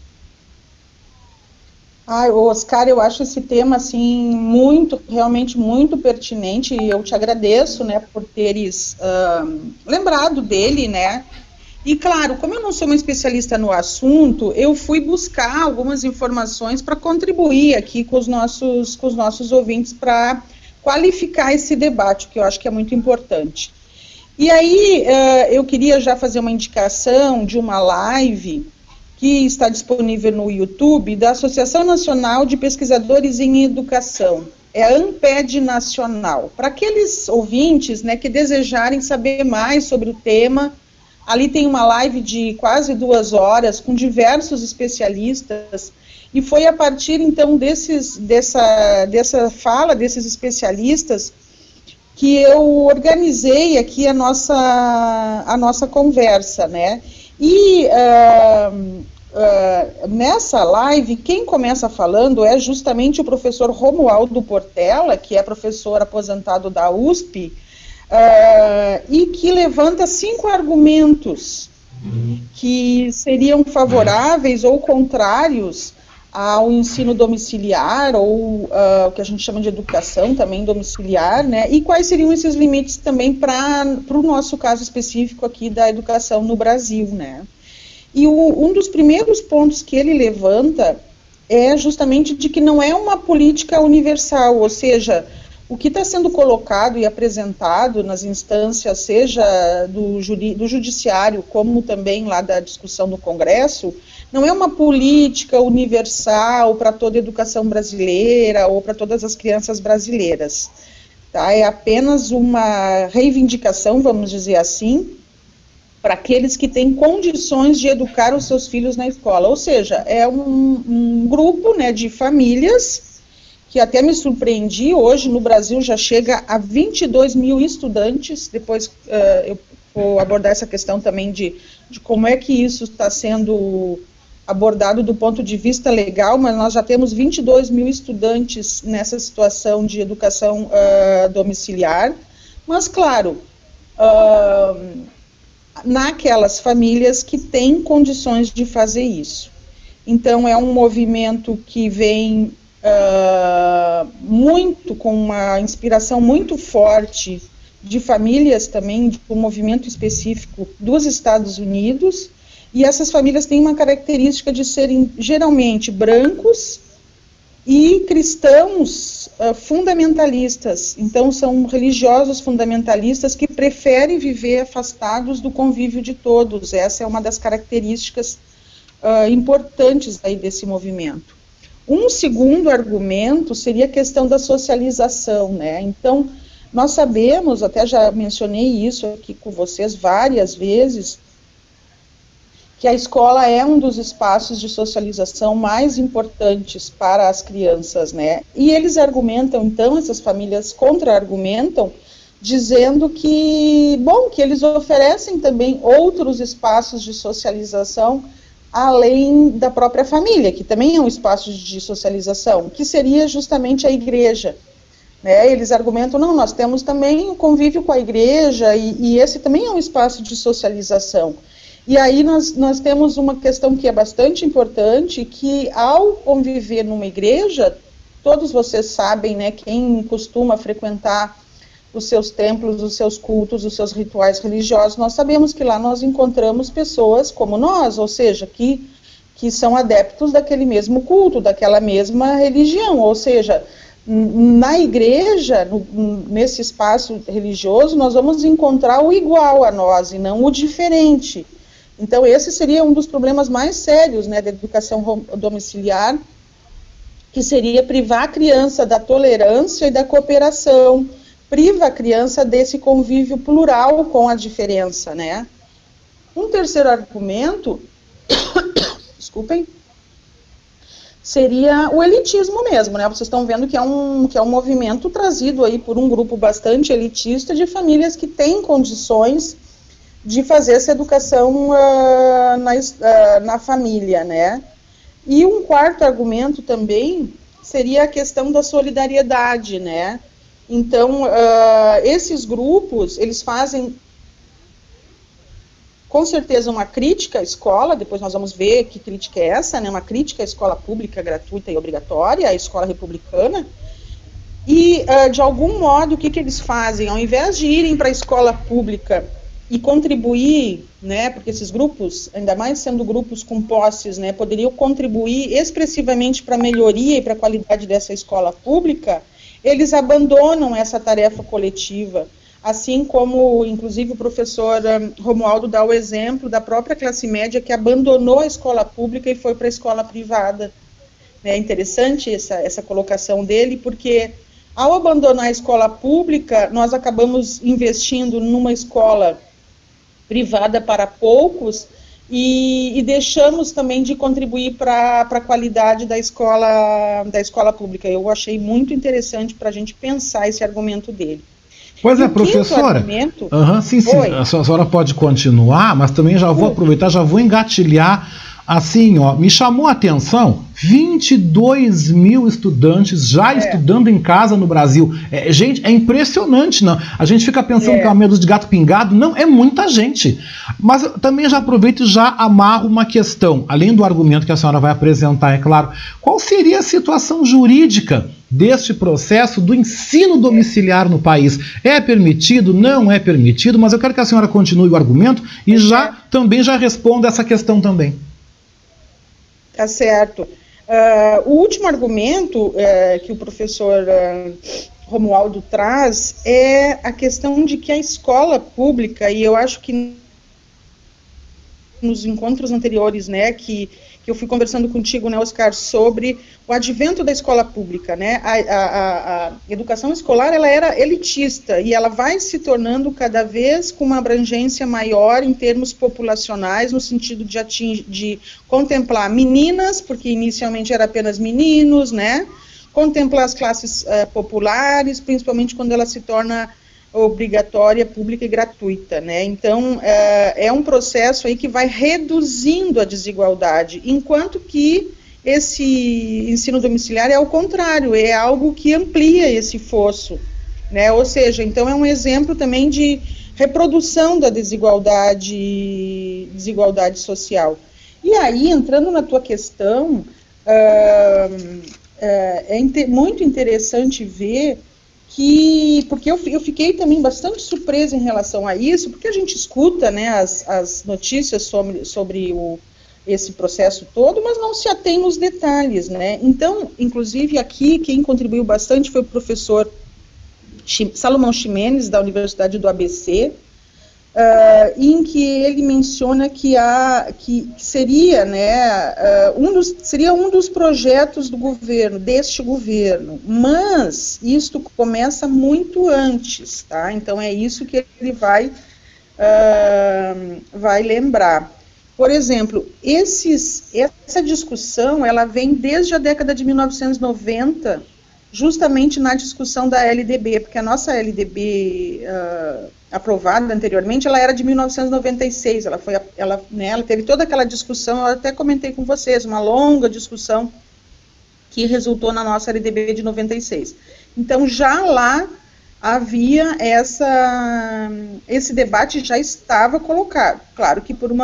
Ai, Oscar, eu acho esse tema, assim, muito, realmente muito pertinente, e eu te agradeço, né, por teres uh, lembrado dele, né, e claro, como eu não sou uma especialista no assunto, eu fui buscar algumas informações para contribuir aqui com os nossos, com os nossos ouvintes para qualificar esse debate, que eu acho que é muito importante. E aí, uh, eu queria já fazer uma indicação de uma live que está disponível no YouTube, da Associação Nacional de Pesquisadores em Educação, é a ANPED Nacional. Para aqueles ouvintes, né, que desejarem saber mais sobre o tema, ali tem uma live de quase duas horas, com diversos especialistas, e foi a partir, então, desses, dessa, dessa fala desses especialistas que eu organizei aqui a nossa, a nossa conversa, né? E uh, uh, nessa live, quem começa falando é justamente o professor Romualdo Portela, que é professor aposentado da U S P, uh, e que levanta cinco argumentos que seriam favoráveis ou contrários ao ensino domiciliar, ou uh, o que a gente chama de educação também domiciliar, né, e quais seriam esses limites também para o nosso caso específico aqui da educação no Brasil, né. E o, um dos primeiros pontos que ele levanta é justamente de que não é uma política universal, ou seja, O que está sendo colocado e apresentado nas instâncias, seja do, juri, do judiciário, como também lá da discussão do Congresso, não é uma política universal para toda a educação brasileira ou para todas as crianças brasileiras. Tá? É apenas uma reivindicação, vamos dizer assim, para aqueles que têm condições de educar os seus filhos na escola. Ou seja, é um, um grupo, né, de famílias que até me surpreendi, hoje no Brasil já chega a vinte e dois mil estudantes, depois uh, eu vou abordar essa questão também de, de como é que isso está sendo abordado do ponto de vista legal, mas nós já temos vinte e dois mil estudantes nessa situação de educação uh, domiciliar, mas claro, uh, naquelas famílias que têm condições de fazer isso. Então é um movimento que vem Uh, muito, com uma inspiração muito forte de famílias também, de um movimento específico dos Estados Unidos, e essas famílias têm uma característica de serem geralmente brancos e cristãos uh, fundamentalistas. Então são religiosos fundamentalistas que preferem viver afastados do convívio de todos. Essa é uma das características uh, importantes aí desse movimento. Um segundo argumento seria a questão da socialização, né? Então, nós sabemos, até já mencionei isso aqui com vocês várias vezes, que a escola é um dos espaços de socialização mais importantes para as crianças, né? E eles argumentam, então, essas famílias contra-argumentam, dizendo que, bom, que eles oferecem também outros espaços de socialização além da própria família, que também é um espaço de socialização, que seria justamente a igreja. Né? Eles argumentam, não, nós temos também o convívio com a igreja, e, e esse também é um espaço de socialização. E aí nós, nós temos uma questão que é bastante importante, que ao conviver numa igreja, todos vocês sabem, né, quem costuma frequentar os seus templos, os seus cultos, os seus rituais religiosos, nós sabemos que lá nós encontramos pessoas como nós, ou seja, que, que são adeptos daquele mesmo culto, daquela mesma religião, ou seja, na igreja, no, nesse espaço religioso, nós vamos encontrar o igual a nós e não o diferente. Então esse seria um dos problemas mais sérios, né, da educação domiciliar, que seria privar a criança da tolerância e da cooperação, priva a criança desse convívio plural com a diferença, né? Um terceiro argumento, desculpem, seria o elitismo mesmo, né? Vocês estão vendo que é um, que é um movimento trazido aí por um grupo bastante elitista de famílias que têm condições de fazer essa educação uh, na, uh, na família, né? E um quarto argumento também seria a questão da solidariedade, né? Então, uh, esses grupos, eles fazem, com certeza, uma crítica à escola, depois nós vamos ver que crítica é essa, né, uma crítica à escola pública, gratuita e obrigatória, à escola republicana, e, uh, de algum modo, o que, que eles fazem? Ao invés de irem para a escola pública e contribuir, né, porque esses grupos, ainda mais sendo grupos com posses, né, poderiam contribuir expressivamente para a melhoria e para a qualidade dessa escola pública, eles abandonam essa tarefa coletiva, assim como, inclusive, o professor um, Romualdo dá o exemplo da própria classe média que abandonou a escola pública e foi para a escola privada. É interessante essa, essa colocação dele, porque ao abandonar a escola pública, nós acabamos investindo numa escola privada para poucos, E, e deixamos também de contribuir para a qualidade da escola, da escola pública. Eu achei muito interessante para a gente pensar esse argumento dele. Pois e é, professora. Argumento... Uhum, sim, sim. Oi. A senhora pode continuar, mas também já vou Oi. aproveitar, já vou engatilhar. Assim, ó, me chamou a atenção, vinte e dois mil estudantes já é. estudando em casa no Brasil. É, gente, é impressionante, não? A gente fica pensando é. que é uma meia dúzia de gato pingado. Não, é muita gente. Mas eu também já aproveito e já amarro uma questão, além do argumento que a senhora vai apresentar, é claro. Qual seria a situação jurídica deste processo do ensino domiciliar no país? É permitido? Não é permitido? Mas eu quero que a senhora continue o argumento e já também já responda essa questão também. Tá certo. Uh, o último argumento uh, que o professor uh, Romualdo traz é a questão de que a escola pública, e eu acho que nos encontros anteriores, né, que, que eu fui conversando contigo, né, Oscar, sobre o advento da escola pública, né, a, a, a educação escolar, ela era elitista, e ela vai se tornando cada vez com uma abrangência maior em termos populacionais, no sentido de, atingir, de contemplar meninas, porque inicialmente era apenas meninos, né, contemplar as classes uh, populares, principalmente quando ela se torna obrigatória, pública e gratuita, né? Então, uh, é um processo aí que vai reduzindo a desigualdade, enquanto que esse ensino domiciliar é ao contrário, é algo que amplia esse fosso, né? Ou seja, então é um exemplo também de reprodução da desigualdade, desigualdade social. E aí, entrando na tua questão, uh, é muito interessante ver que, porque eu, eu fiquei também bastante surpresa em relação a isso, porque a gente escuta, né, as, as notícias sobre, sobre o, esse processo todo, mas não se atém nos detalhes, né. Então, inclusive aqui, quem contribuiu bastante foi o professor Salomão Ximenes, da Universidade do A B C, Uh, em que ele menciona que, há, que seria, né, uh, um dos, seria um dos projetos do governo, deste governo, mas isto começa muito antes, tá? Então é isso que ele vai, uh, vai lembrar. Por exemplo, esses, essa discussão, ela vem desde a década de mil novecentos e noventa, justamente na discussão da L D B, porque a nossa L D B uh, aprovada anteriormente, ela era de mil novecentos e noventa e seis, ela, foi, ela, né, ela teve toda aquela discussão, eu até comentei com vocês, uma longa discussão que resultou na nossa L D B de noventa e seis. Então, já lá havia essa, esse debate já estava colocado, claro que por uma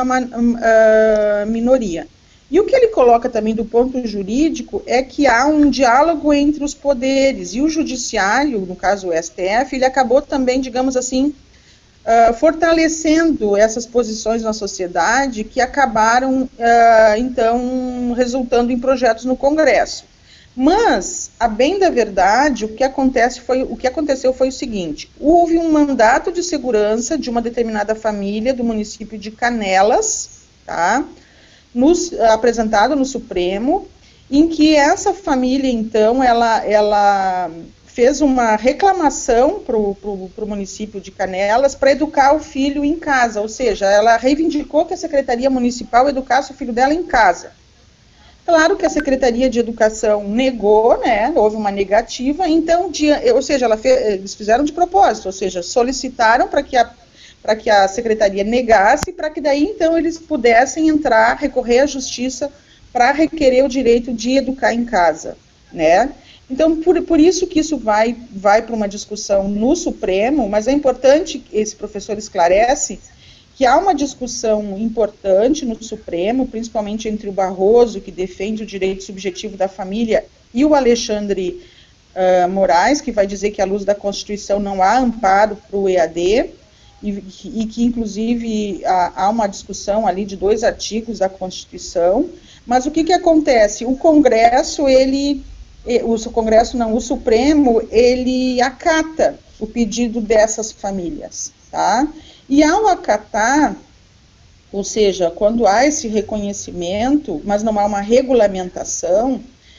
uh, minoria. E o que ele coloca também do ponto jurídico é que há um diálogo entre os poderes, e o judiciário, no caso o S T F, ele acabou também, digamos assim, uh, fortalecendo essas posições na sociedade que acabaram, uh, então, resultando em projetos no Congresso. Mas, a bem da verdade, o que, acontece foi, o que aconteceu foi o seguinte: houve um mandato de segurança de uma determinada família do município de Canelas, tá? Nos, apresentado no Supremo, em que essa família, então, ela, ela fez uma reclamação para o município de Canelas para educar o filho em casa, ou seja, ela reivindicou que a Secretaria Municipal educasse o filho dela em casa. Claro que a Secretaria de Educação negou, né, houve uma negativa, então, de, ou seja, ela fez, eles fizeram de propósito, ou seja, solicitaram para que a para que a secretaria negasse, para que daí, então, eles pudessem entrar, recorrer à justiça para requerer o direito de educar em casa, né? Então, por, por isso que isso vai, vai para uma discussão no Supremo, mas é importante, esse professor esclarece, que há uma discussão importante no Supremo, principalmente entre o Barroso, que defende o direito subjetivo da família, e o Alexandre uh, Moraes, que vai dizer que, à luz da Constituição, não há amparo para o E A D, E, e que, inclusive, há, há uma discussão ali de dois artigos da Constituição, mas o que que acontece? O Congresso, ele, o Congresso não, o Supremo, ele acata o pedido dessas famílias, tá? E ao acatar, ou seja, quando há esse reconhecimento, mas não há uma regulamentação,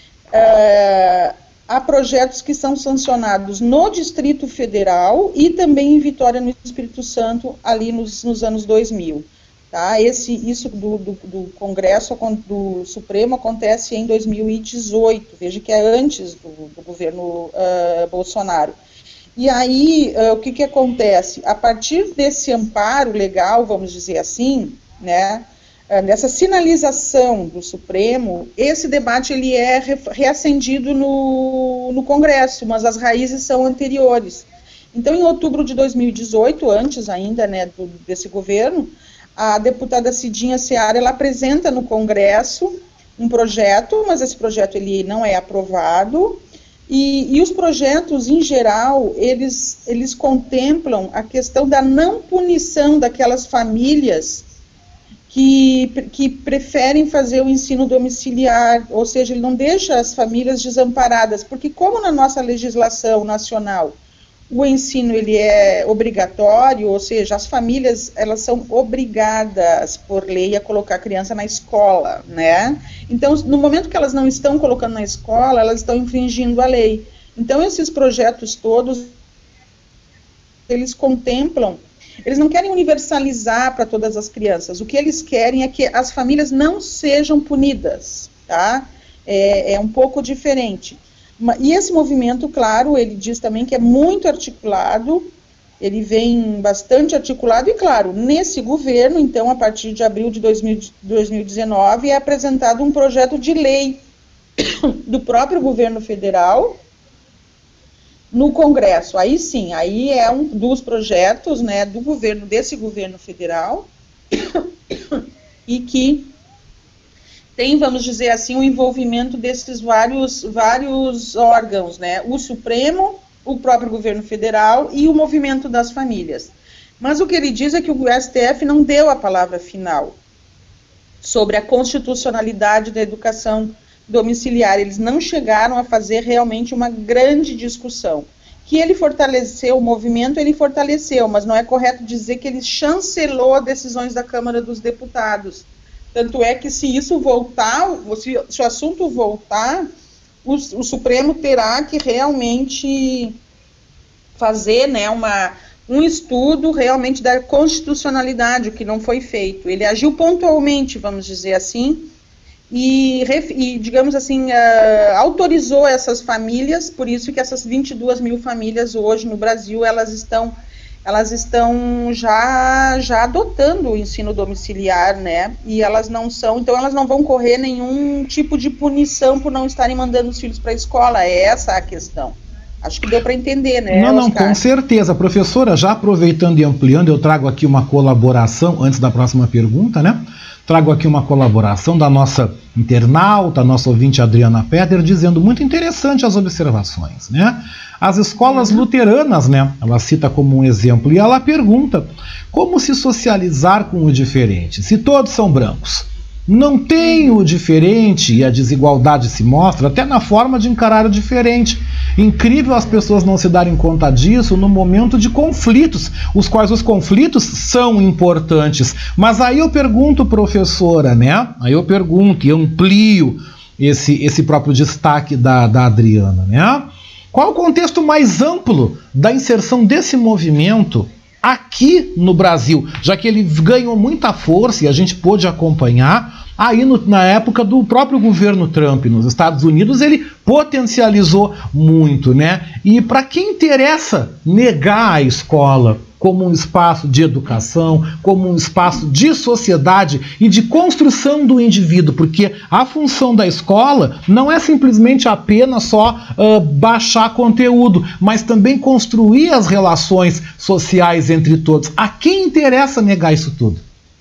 é, há projetos que são sancionados no Distrito Federal e também em Vitória, no Espírito Santo, ali nos, nos anos dois mil. Tá? Esse, isso do, do, do Congresso, do Supremo, acontece em dois mil e dezoito, veja que é antes do, do governo uh, Bolsonaro. E aí, uh, o que que acontece? A partir desse amparo legal, vamos dizer assim, né, nessa sinalização do Supremo, esse debate ele é reacendido no, no Congresso, mas as raízes são anteriores. Então, em outubro de dois mil e dezoito, antes ainda, né, do, desse governo, a deputada Cidinha Seara, ela apresenta no Congresso um projeto, mas esse projeto ele não é aprovado, e, e os projetos, em geral, eles, eles contemplam a questão da não punição daquelas famílias que, que preferem fazer o ensino domiciliar, ou seja, ele não deixa as famílias desamparadas, porque como na nossa legislação nacional o ensino ele é obrigatório, ou seja, as famílias elas são obrigadas por lei a colocar a criança na escola, né? Então, no momento que elas não estão colocando na escola, elas estão infringindo a lei. Então, esses projetos todos, eles contemplam, eles não querem universalizar para todas as crianças, o que eles querem é que as famílias não sejam punidas, tá? É, é um pouco diferente. E esse movimento, claro, ele diz também que é muito articulado, ele vem bastante articulado, e claro, nesse governo, então, a partir de abril de dois mil e dezenove, é apresentado um projeto de lei do próprio governo federal no Congresso. Aí sim, aí é um dos projetos, né, do governo, desse governo federal, e que tem, vamos dizer assim, o envolvimento desses vários, vários órgãos, né, o Supremo, o próprio governo federal e o movimento das famílias. Mas o que ele diz é que o S T F não deu a palavra final sobre a constitucionalidade da educação domiciliar. Eles não chegaram a fazer realmente uma grande discussão. Que ele fortaleceu o movimento, ele fortaleceu, mas não é correto dizer que ele chancelou decisões da Câmara dos Deputados. Tanto é que se isso voltar, se, se o assunto voltar, o, o Supremo terá que realmente fazer, né, uma, um estudo realmente da constitucionalidade, o que não foi feito. Ele agiu pontualmente, vamos dizer assim, e, e digamos assim, uh, autorizou essas famílias, por isso que essas vinte e duas mil famílias hoje no Brasil, elas estão... elas estão já, já adotando o ensino domiciliar, né, e elas não são, então elas não vão correr nenhum tipo de punição por não estarem mandando os filhos para a escola, é essa a questão. Acho que deu para entender, né, Não, não, Oscar? Com certeza. Professora, já aproveitando e ampliando, eu trago aqui uma colaboração, antes da próxima pergunta, né, trago aqui uma colaboração da nossa internauta, nossa ouvinte Adriana Peder, dizendo muito interessante as observações, né? As escolas luteranas, né, ela cita como um exemplo, e ela pergunta, como se socializar com o diferente, se todos são brancos? Não tem o diferente, e a desigualdade se mostra até na forma de encarar o diferente. Incrível as pessoas não se darem conta disso no momento de conflitos, os quais os conflitos são importantes. Mas aí eu pergunto, professora, né, aí eu pergunto e amplio esse, esse próprio destaque da, da Adriana, né? Qual o contexto mais amplo da inserção desse movimento aqui no Brasil, já que ele ganhou muita força e a gente pôde acompanhar aí no, na época do próprio governo Trump nos Estados Unidos, ele potencializou muito, né? E para quem interessa negar a escola como um espaço de educação, como um espaço de sociedade e de construção do indivíduo, porque a função da escola não é simplesmente apenas só uh, baixar conteúdo, mas também construir as relações sociais entre todos. A quem interessa negar isso tudo?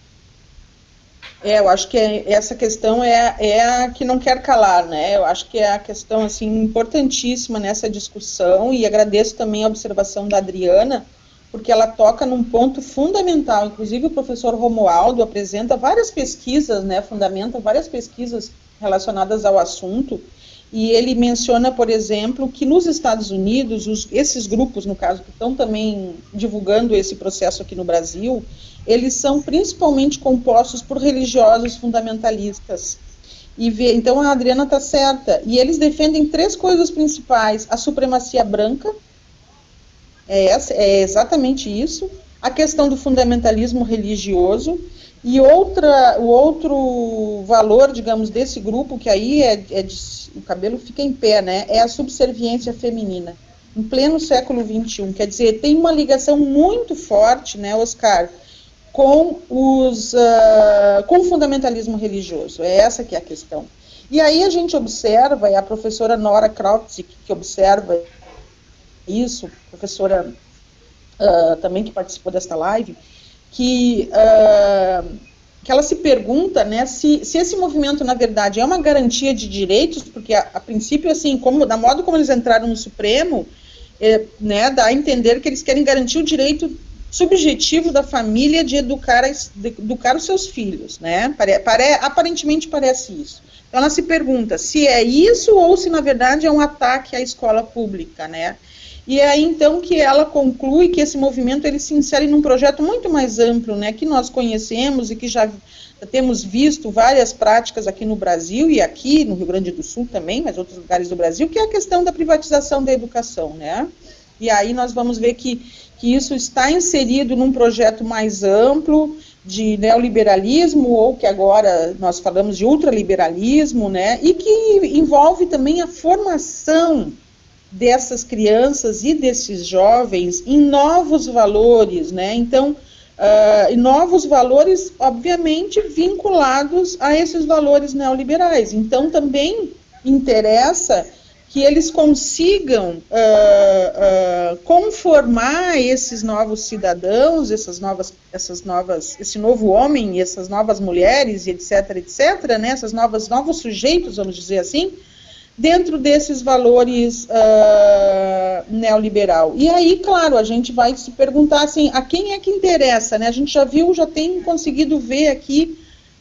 É, eu acho que é, essa questão é, é a que não quer calar, né? Eu acho que é a questão assim, importantíssima nessa discussão, e agradeço também a observação da Adriana, porque ela toca num ponto fundamental. Inclusive o professor Romualdo apresenta várias pesquisas, né, fundamenta várias pesquisas relacionadas ao assunto, e ele menciona, por exemplo, que nos Estados Unidos, os, esses grupos, no caso, que estão também divulgando esse processo aqui no Brasil, eles são principalmente compostos por religiosos fundamentalistas. E vê, então a Adriana está certa, e eles defendem três coisas principais: a supremacia branca, É, é exatamente isso, a questão do fundamentalismo religioso, e outra, o outro valor, digamos, desse grupo, que aí é, é de, o cabelo fica em pé, né, é a subserviência feminina, em pleno século vinte e um, quer dizer, tem uma ligação muito forte, né, Oscar, com, os, uh, com o fundamentalismo religioso, é essa que é a questão. E aí a gente observa, é a professora Nora Krautzik que observa isso, professora uh, também que participou desta live, que, uh, que ela se pergunta, né, se, se esse movimento, na verdade, é uma garantia de direitos, porque a, a princípio, assim, como, da modo como eles entraram no Supremo, é, né, dá a entender que eles querem garantir o direito subjetivo da família de educar, de educar os seus filhos, né? Pare, pare, aparentemente parece isso. Então ela se pergunta se é isso ou se na verdade é um ataque à escola pública, né? E é aí então que ela conclui que esse movimento ele se insere num projeto muito mais amplo, né? Que nós conhecemos e que já temos visto várias práticas aqui no Brasil e aqui no Rio Grande do Sul também, mas outros lugares do Brasil, que é a questão da privatização da educação, né? E aí nós vamos ver que, que isso está inserido num projeto mais amplo de neoliberalismo, ou que agora nós falamos de ultraliberalismo, né? E que envolve também a formação dessas crianças e desses jovens em novos valores, né? Então, Uh, e novos valores, obviamente, vinculados a esses valores neoliberais. Então, também interessa que eles consigam uh, uh, conformar esses novos cidadãos, essas novas, essas novas, esse novo homem, essas novas mulheres, etc, etc, né, essas novas, novos sujeitos, vamos dizer assim, dentro desses valores uh, neoliberal. E aí, claro, a gente vai se perguntar assim, a quem é que interessa, né? A gente já viu, já tem conseguido ver aqui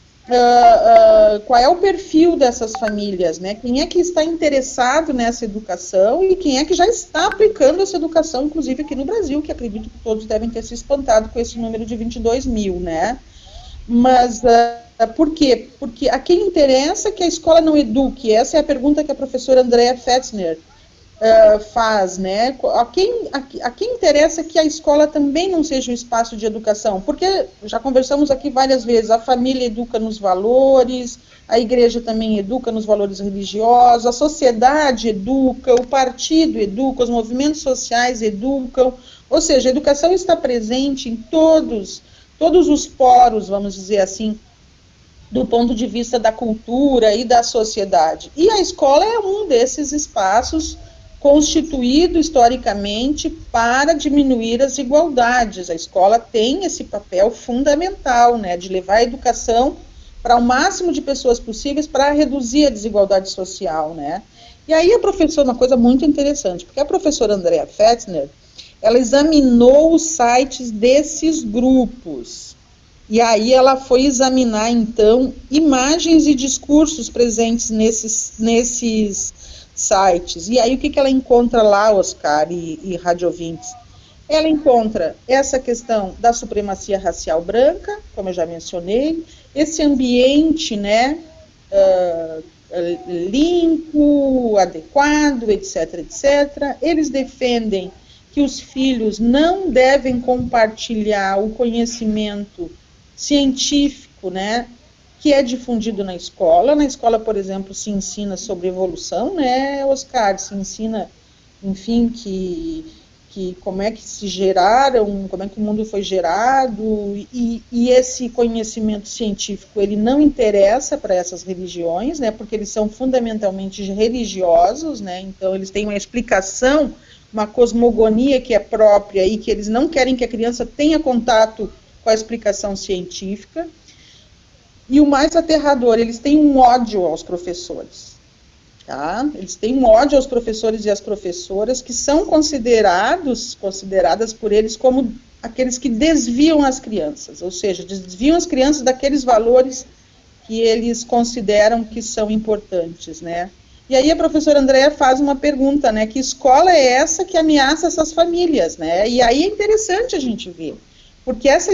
uh, uh, qual é o perfil dessas famílias, né? Quem é que está interessado nessa educação e quem é que já está aplicando essa educação, inclusive aqui no Brasil, que acredito que todos devem ter se espantado com esse número de vinte e dois mil, né? Mas... Uh, Por quê? Porque a quem interessa que a escola não eduque? Essa é a pergunta que a professora Andrea Fetzner uh, faz, né? A quem, a, a quem interessa que a escola também não seja um espaço de educação? Porque, já conversamos aqui várias vezes, a família educa nos valores, a igreja também educa nos valores religiosos, a sociedade educa, o partido educa, os movimentos sociais educam, ou seja, a educação está presente em todos, todos os poros, vamos dizer assim, do ponto de vista da cultura e da sociedade. E a escola é um desses espaços constituído historicamente para diminuir as desigualdades. A escola tem esse papel fundamental, né, de levar a educação para o máximo de pessoas possíveis para reduzir a desigualdade social, né. E aí a professora, uma coisa muito interessante, porque a professora Andrea Fetzner, ela examinou os sites desses grupos. E aí ela foi examinar, então, imagens e discursos presentes nesses, nesses sites. E aí o que, que ela encontra lá, Oscar e, e rádio ouvintes? Ela encontra essa questão da supremacia racial branca, como eu já mencionei, esse ambiente, né, uh, limpo, adequado, etc, etcétera. Eles defendem que os filhos não devem compartilhar o conhecimento científico, né, que é difundido na escola. Na escola, por exemplo, se ensina sobre evolução, né, Oscar? Se ensina, enfim, que, que como é que se geraram, como é que o mundo foi gerado, e, e esse conhecimento científico, ele não interessa para essas religiões, né, porque eles são fundamentalmente religiosos, né, então eles têm uma explicação, uma cosmogonia que é própria e que eles não querem que a criança tenha contato com a explicação científica. E o mais aterrador, eles têm um ódio aos professores, tá? Eles têm um ódio aos professores e às professoras que são considerados, consideradas por eles como aqueles que desviam as crianças, ou seja, desviam as crianças daqueles valores que eles consideram que são importantes, né? E aí a professora Andrea faz uma pergunta, né? Que escola é essa que ameaça essas famílias, né? E aí é interessante a gente ver, porque essa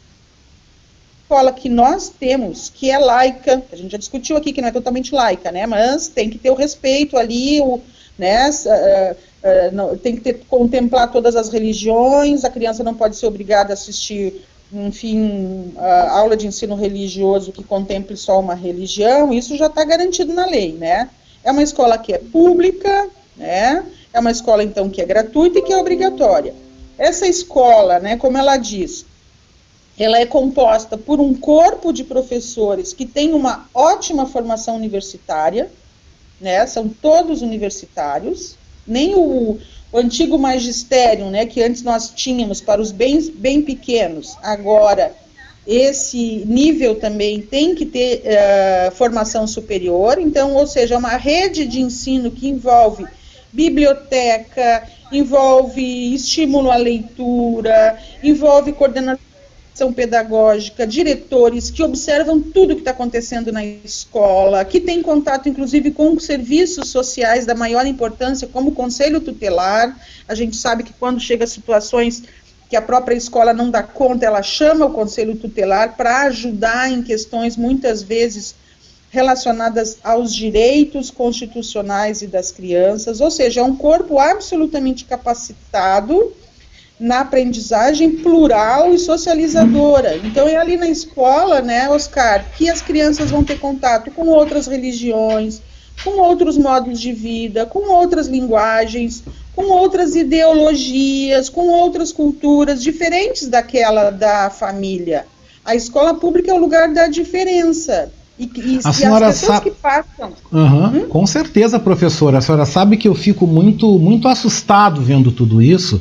escola que nós temos, que é laica, a gente já discutiu aqui que não é totalmente laica, né, mas tem que ter o respeito ali, o, né, uh, uh, não, tem que ter, contemplar todas as religiões, a criança não pode ser obrigada a assistir, enfim, a aula de ensino religioso que contemple só uma religião, isso já está garantido na lei, né. É uma escola que é pública, né, é uma escola, então, que é gratuita e que é obrigatória. Essa escola, né, como ela diz, ela é composta por um corpo de professores que tem uma ótima formação universitária, né, são todos universitários, nem o, o antigo magistério, né, que antes nós tínhamos para os bem, bem pequenos, agora esse nível também tem que ter uh, formação superior, então, ou seja, é uma rede de ensino que envolve biblioteca, envolve estímulo à leitura, envolve coordenação pedagógica, diretores que observam tudo que está acontecendo na escola, que tem contato, inclusive, com serviços sociais da maior importância, como o Conselho Tutelar. A gente sabe que quando chega a situações que a própria escola não dá conta, ela chama o Conselho Tutelar para ajudar em questões, muitas vezes, relacionadas aos direitos constitucionais e das crianças, ou seja, é um corpo absolutamente capacitado na aprendizagem plural e socializadora. Então é ali na escola, né, Oscar, que as crianças vão ter contato com outras religiões, com outros modos de vida, com outras linguagens, com outras ideologias, com outras culturas diferentes daquela da família. A escola pública é o lugar da diferença. E, e, a e senhora as pessoas sabe... que passam. Uhum, hum? Com certeza, professora. A senhora sabe que eu fico muito, muito assustado vendo tudo isso.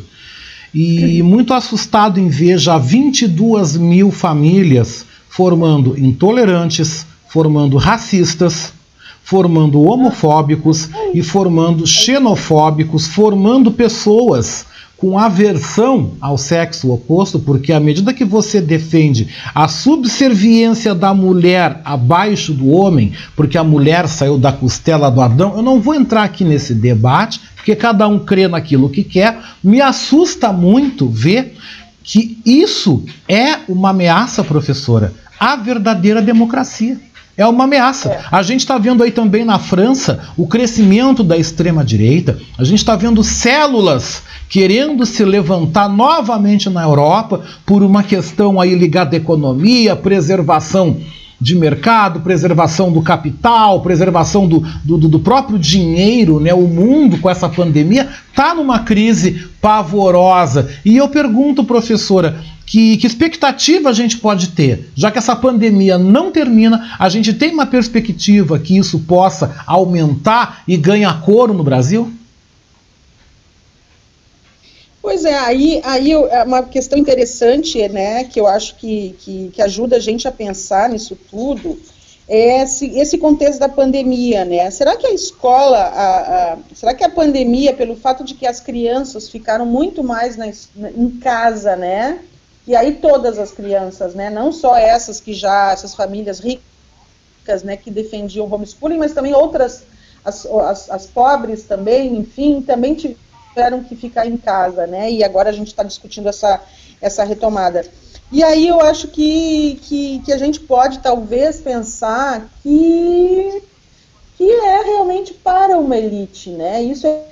E muito assustado em ver já vinte e duas mil famílias formando intolerantes, formando racistas, formando homofóbicos e formando xenofóbicos, formando pessoas com aversão ao sexo oposto, porque à medida que você defende a subserviência da mulher abaixo do homem, porque a mulher saiu da costela do Adão, eu não vou entrar aqui nesse debate, porque cada um crê naquilo que quer. Me assusta muito ver que isso é uma ameaça, professora, à verdadeira democracia. É uma ameaça. É. A gente está vendo aí também na França o crescimento da extrema-direita, a gente está vendo células querendo se levantar novamente na Europa por uma questão aí ligada à economia, preservação de mercado, preservação do capital, preservação do, do, do próprio dinheiro, né? O mundo com essa pandemia está numa crise pavorosa. E eu pergunto, professora, que, que expectativa a gente pode ter? Já que essa pandemia não termina, a gente tem uma perspectiva que isso possa aumentar e ganhar coro no Brasil? Pois é, aí, aí é uma questão interessante, né, que eu acho que, que, que ajuda a gente a pensar nisso tudo, é esse, esse contexto da pandemia, né? Será que a escola, a, a, será que a pandemia, pelo fato de que as crianças ficaram muito mais na, em casa, né, e aí todas as crianças, né, não só essas que já, essas famílias ricas, né, que defendiam o homeschooling, mas também outras, as, as, as pobres também, enfim, também tiveram tiveram que ficar em casa, né, e agora a gente está discutindo essa, essa retomada. E aí eu acho que, que, que a gente pode talvez pensar que, que é realmente para uma elite, né, isso é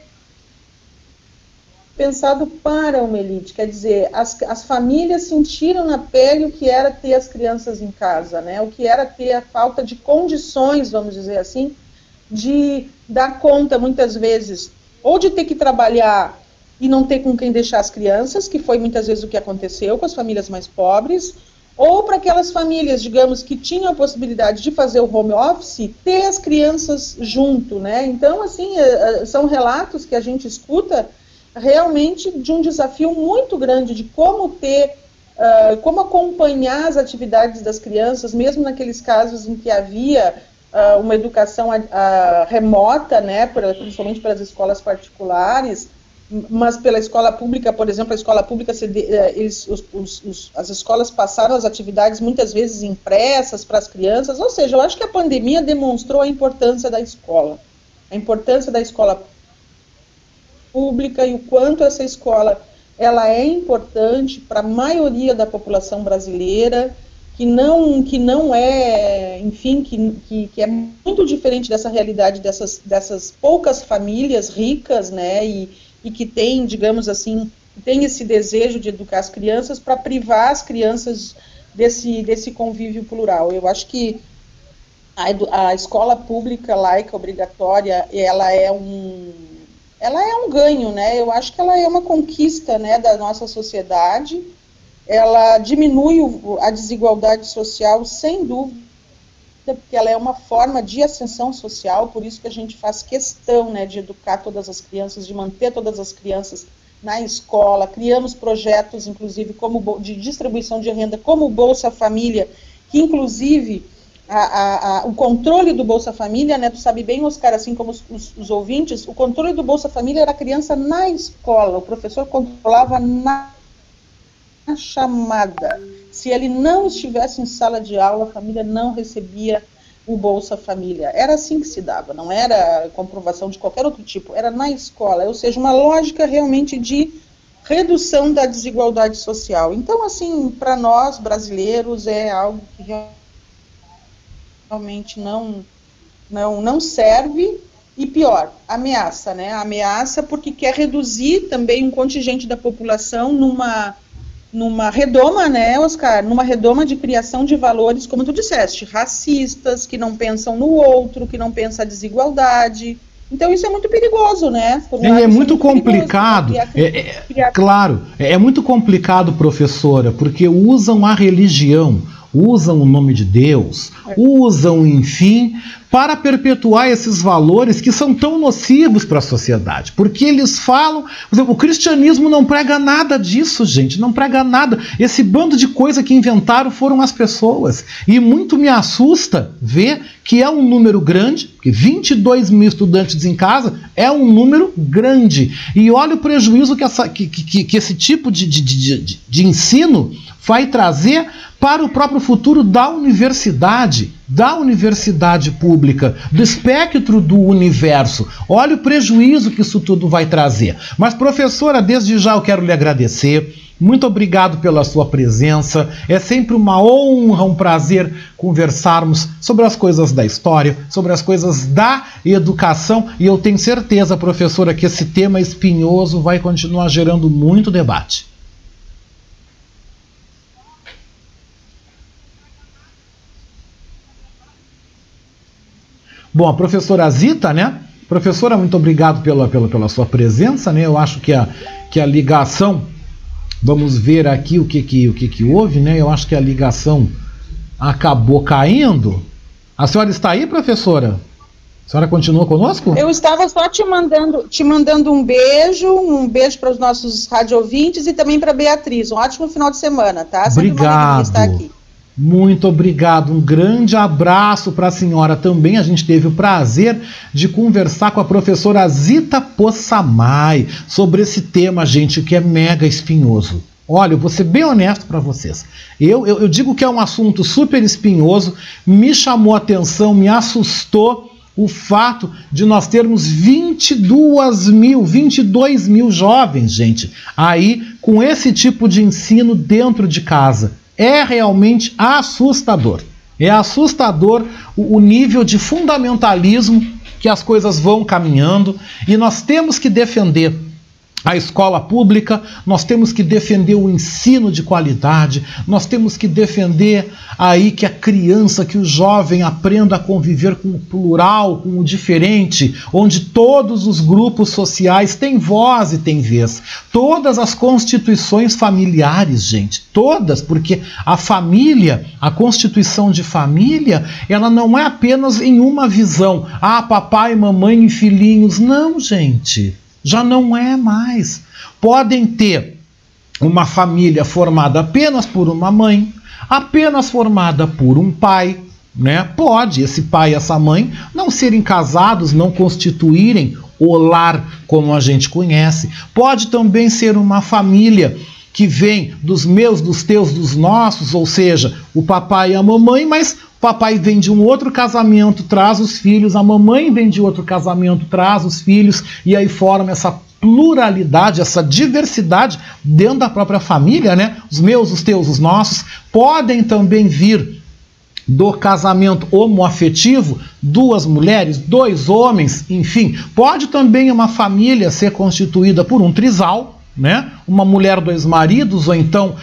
pensado para uma elite, quer dizer, as, as famílias sentiram na pele o que era ter as crianças em casa, né, o que era ter a falta de condições, vamos dizer assim, de dar conta muitas vezes ou de ter que trabalhar e não ter com quem deixar as crianças, que foi muitas vezes o que aconteceu com as famílias mais pobres, ou para aquelas famílias, digamos, que tinham a possibilidade de fazer o home office, ter as crianças junto, né? Então, assim, são relatos que a gente escuta realmente de um desafio muito grande de como ter, uh, como acompanhar as atividades das crianças, mesmo naqueles casos em que havia Uh, uma educação uh, remota, né, pra, principalmente pelas escolas particulares, mas pela escola pública, por exemplo, a escola pública, se de, uh, eles, os, os, os, as escolas passaram as atividades muitas vezes impressas para as crianças, ou seja, eu acho que a pandemia demonstrou a importância da escola, a importância da escola pública e o quanto essa escola ela é importante para a maioria da população brasileira, que não, que não é, enfim, que, que, que é muito diferente dessa realidade dessas, dessas poucas famílias ricas, né, e, e que tem, digamos assim, tem esse desejo de educar as crianças para privar as crianças desse, desse convívio plural. Eu acho que a, a escola pública laica obrigatória, ela é um, ela é um ganho, né, eu acho que ela é uma conquista, né, da nossa sociedade. Ela diminui o, a desigualdade social, sem dúvida, porque ela é uma forma de ascensão social, por isso que a gente faz questão, né, de educar todas as crianças, de manter todas as crianças na escola. Criamos projetos, inclusive, como de distribuição de renda, como o Bolsa Família, que, inclusive, a, a, a, o controle do Bolsa Família, né, tu sabe bem, Oscar, assim como os, os, os ouvintes, o controle do Bolsa Família era a criança na escola, o professor controlava na, na chamada. Se ele não estivesse em sala de aula, a família não recebia o Bolsa Família. Era assim que se dava, não era comprovação de qualquer outro tipo, era na escola, ou seja, uma lógica realmente de redução da desigualdade social. Então, assim, para nós brasileiros é algo que realmente não, não, não serve, e pior, ameaça, né? Ameaça porque quer reduzir também um contingente da população numa, numa redoma, né, Oscar? Numa redoma de criação de valores, como tu disseste, racistas, que não pensam no outro, que não pensam a desigualdade. Então isso é muito perigoso, né? É, é muito complicado, é, é, é, claro, é muito complicado, professora, porque usam a religião, usam o nome de Deus, é. usam, enfim, para perpetuar esses valores que são tão nocivos para a sociedade. Porque eles falam... Por exemplo, o cristianismo não prega nada disso, gente. Não prega nada. Esse bando de coisa que inventaram foram as pessoas. E muito me assusta ver que é um número grande, porque vinte e dois mil estudantes em casa é um número grande. E olha o prejuízo que, essa, que, que, que esse tipo de, de, de, de ensino vai trazer para o próprio futuro da universidade, da universidade pública, do espectro do universo. Olha o prejuízo que isso tudo vai trazer. Mas, professora, desde já eu quero lhe agradecer. Muito obrigado pela sua presença. É sempre uma honra, um prazer conversarmos sobre as coisas da história, sobre as coisas da educação. E eu tenho certeza, professora, que esse tema espinhoso vai continuar gerando muito debate. Bom, a professora Zita, né? Professora, muito obrigado pela, pela, pela sua presença, né? Eu acho que a, que a ligação, vamos ver aqui o que, que, o que, que houve, né? Eu acho que a ligação acabou caindo. A senhora está aí, professora? A senhora continua conosco? Eu estava só te mandando, te mandando um beijo, um beijo para os nossos rádio ouvintes e também para a Beatriz. Um ótimo final de semana, tá? Sempre obrigado. Uma alegria estar aqui. Muito obrigado, um grande abraço para a senhora também. A gente teve o prazer de conversar com a professora Zita Possamay sobre esse tema, gente, que é mega espinhoso. Olha, eu vou ser bem honesto para vocês. Eu, eu, eu digo que é um assunto super espinhoso, me chamou a atenção, me assustou o fato de nós termos vinte e dois mil, vinte e dois mil jovens, gente, aí com esse tipo de ensino dentro de casa. É realmente assustador. É assustador o, o nível de fundamentalismo que as coisas vão caminhando, e nós temos que defender a escola pública, nós temos que defender o ensino de qualidade, nós temos que defender aí que a criança, que o jovem aprenda a conviver com o plural, com o diferente, onde todos os grupos sociais têm voz e têm vez. Todas as constituições familiares, gente, todas, porque a família, a constituição de família, ela não é apenas em uma visão, ah, papai, mamãe e filhinhos, não, gente. Já não é mais. Podem ter uma família formada apenas por uma mãe, apenas formada por um pai, né? Pode esse pai e essa mãe não serem casados, não constituírem o lar como a gente conhece. Pode também ser uma família que vem dos meus, dos teus, dos nossos, ou seja, o papai e a mamãe, mas o papai vem de um outro casamento, traz os filhos, a mamãe vem de outro casamento, traz os filhos, e aí forma essa pluralidade, essa diversidade dentro da própria família, né? Os meus, os teus, os nossos. Podem também vir do casamento homoafetivo, duas mulheres, dois homens, enfim. Pode também uma família ser constituída por um trisal, né? Uma mulher, dois maridos, ou então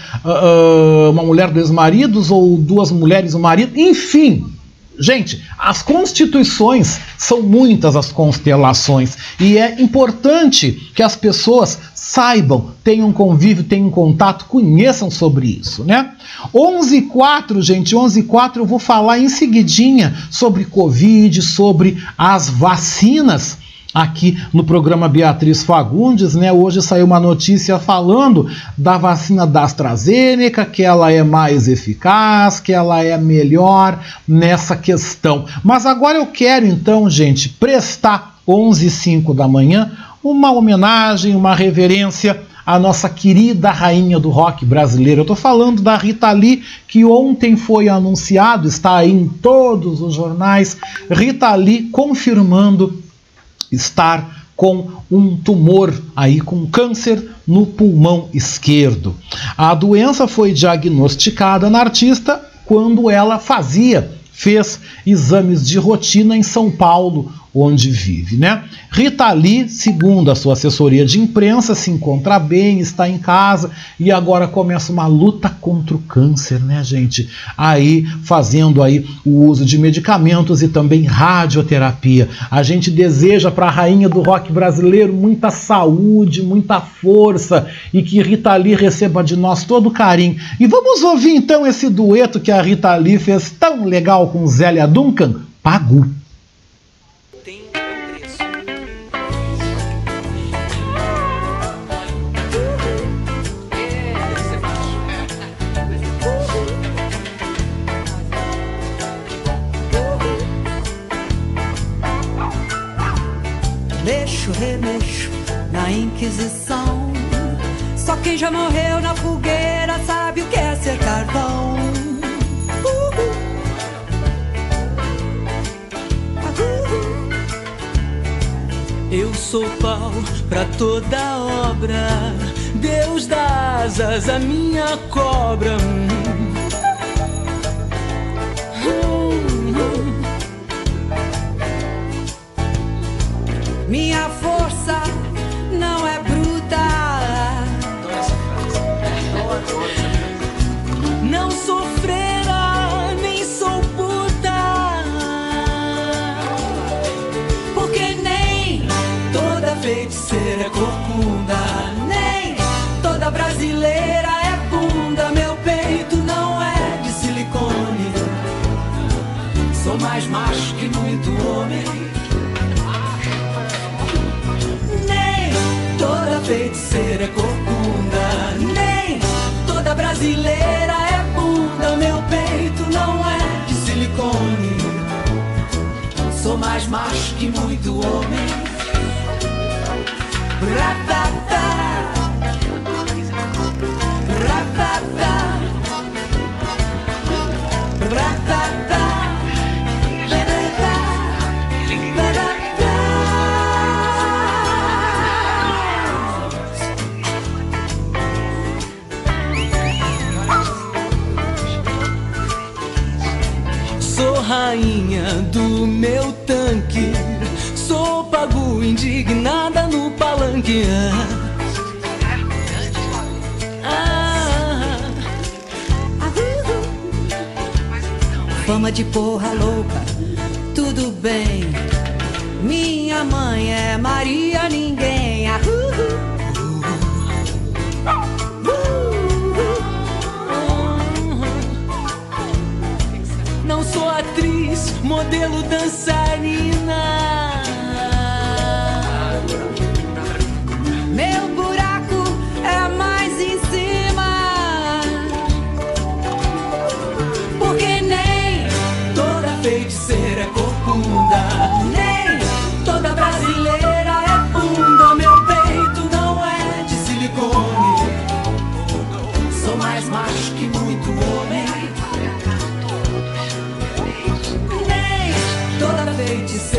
uh, uma mulher, dois maridos, ou duas mulheres, um marido, enfim. Gente, as constituições são muitas, as constelações, e é importante que as pessoas saibam, tenham convívio, tenham contato, conheçam sobre isso, né? onze e quatro, gente, onze e quatro eu vou falar em seguidinha sobre Covid, sobre as vacinas. aqui no programa Beatriz Fagundes, né? Hoje saiu uma notícia falando da vacina da AstraZeneca, que ela é mais eficaz, que ela é melhor nessa questão. Mas agora eu quero então, gente, prestar onze e cinco da manhã uma homenagem, uma reverência à nossa querida rainha do rock brasileiro. Eu estou falando da Rita Lee, que ontem foi anunciado, está aí em todos os jornais, Rita Lee confirmando estar com um tumor aí, com câncer no pulmão esquerdo. A doença foi diagnosticada na artista quando ela fazia, fez exames de rotina em São Paulo, onde vive, né? Rita Lee, segundo a sua assessoria de imprensa, se encontra bem, está em casa e agora começa uma luta contra o câncer, né, gente? Aí, fazendo aí o uso de medicamentos e também radioterapia. A gente deseja para a rainha do rock brasileiro muita saúde, muita força e que Rita Lee receba de nós todo o carinho. E vamos ouvir então esse dueto que a Rita Lee fez tão legal com Zélia Duncan, Pagu. Mexo, remexo na Inquisição. Só quem já morreu na fogueira sabe o que é ser carvão. Uhul. Uhul. Eu sou pau pra toda obra, Deus dá asas à minha cobra. Minha força não é bruta, não sou freira, nem sou puta, porque nem toda feiticeira é corcunda, nem toda brasileira é bunda. Meu peito não é de silicone, sou mais macho que muito homem. Toda feiticeira é corcunda, nem toda brasileira é bunda. Meu peito não é de silicone, sou mais macho que muito homem. Ratata, ratata, ratata. Rainha do meu tanque, sou Pagu indignada no palanque. Ah, ah, fama de porra louca, tudo bem. Minha mãe é Maria Ninguém. Ah, não sou atriz, modelo, dançarina. Meu buraco é mais em cima, porque nem toda feiticeira é corcunda, nem toda brasileira é bunda. Meu peito não é de silicone, sou mais macho que muito homem. Toda feiticeira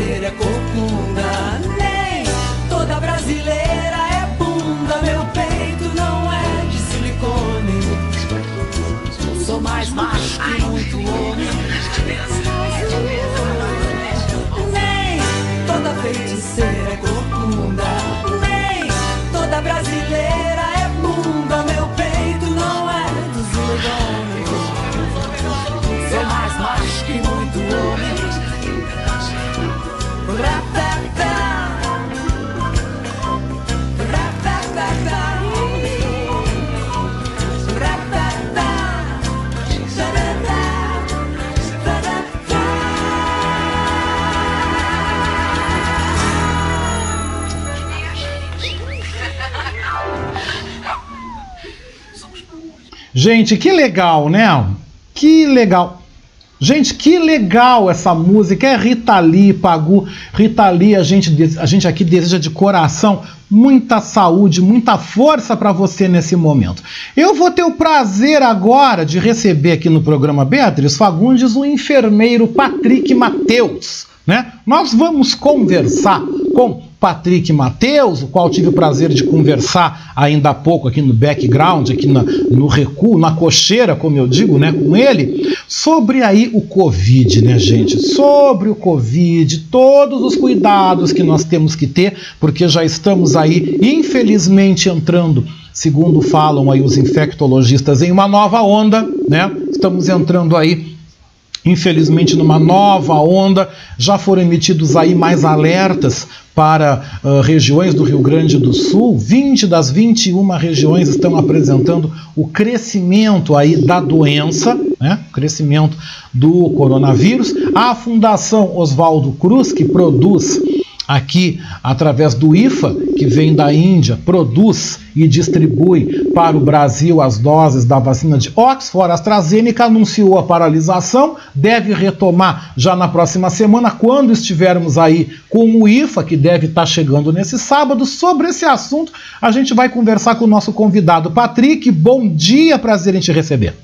Gente, que legal, né? Que legal. Gente, que legal essa música. É Rita Lee, Pagu. Rita Lee, a gente, a gente aqui deseja de coração muita saúde, muita força para você nesse momento. Eu vou ter o prazer agora de receber aqui no programa Beatriz Fagundes o enfermeiro Patrick Mateus, né? Nós vamos conversar com Patrick Mateus, o qual tive o prazer de conversar ainda há pouco aqui no background, aqui na, no recuo, na cocheira, como eu digo, né, com ele, sobre aí o Covid, né, gente? Sobre o Covid, todos os cuidados que nós temos que ter, porque já estamos aí, infelizmente, entrando, segundo falam aí os infectologistas, em uma nova onda, né? Estamos entrando aí, infelizmente, numa nova onda. Já foram emitidos aí mais alertas para uh, regiões do Rio Grande do Sul. vinte das vinte e uma regiões estão apresentando o crescimento aí da doença, né? Crescimento do coronavírus. A Fundação Oswaldo Cruz, que produz aqui, através do I F A, que vem da Índia, produz e distribui para o Brasil as doses da vacina de Oxford AstraZeneca, anunciou a paralisação, deve retomar já na próxima semana, quando estivermos aí com o I F A, que deve estar chegando nesse sábado. Sobre esse assunto, a gente vai conversar com o nosso convidado. Patrick, bom dia, prazer em te receber.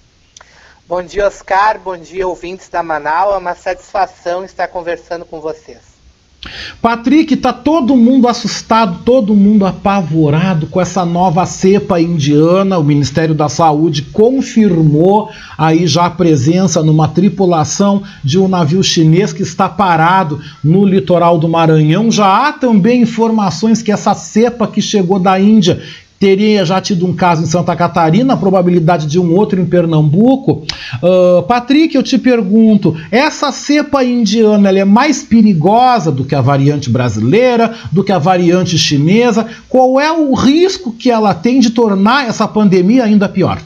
Bom dia, Oscar, bom dia, ouvintes da Manaus, é uma satisfação estar conversando com vocês. Patrick, tá todo mundo assustado, todo mundo apavorado com essa nova cepa indiana. O Ministério da Saúde confirmou aí já a presença numa tripulação de um navio chinês que está parado no litoral do Maranhão. Já há também informações que essa cepa que chegou da Índia teria já tido um caso em Santa Catarina, a probabilidade de um outro em Pernambuco. Uh, Patrick, eu te pergunto, essa cepa indiana, ela é mais perigosa do que a variante brasileira, do que a variante chinesa? Qual é o risco que ela tem de tornar essa pandemia ainda pior?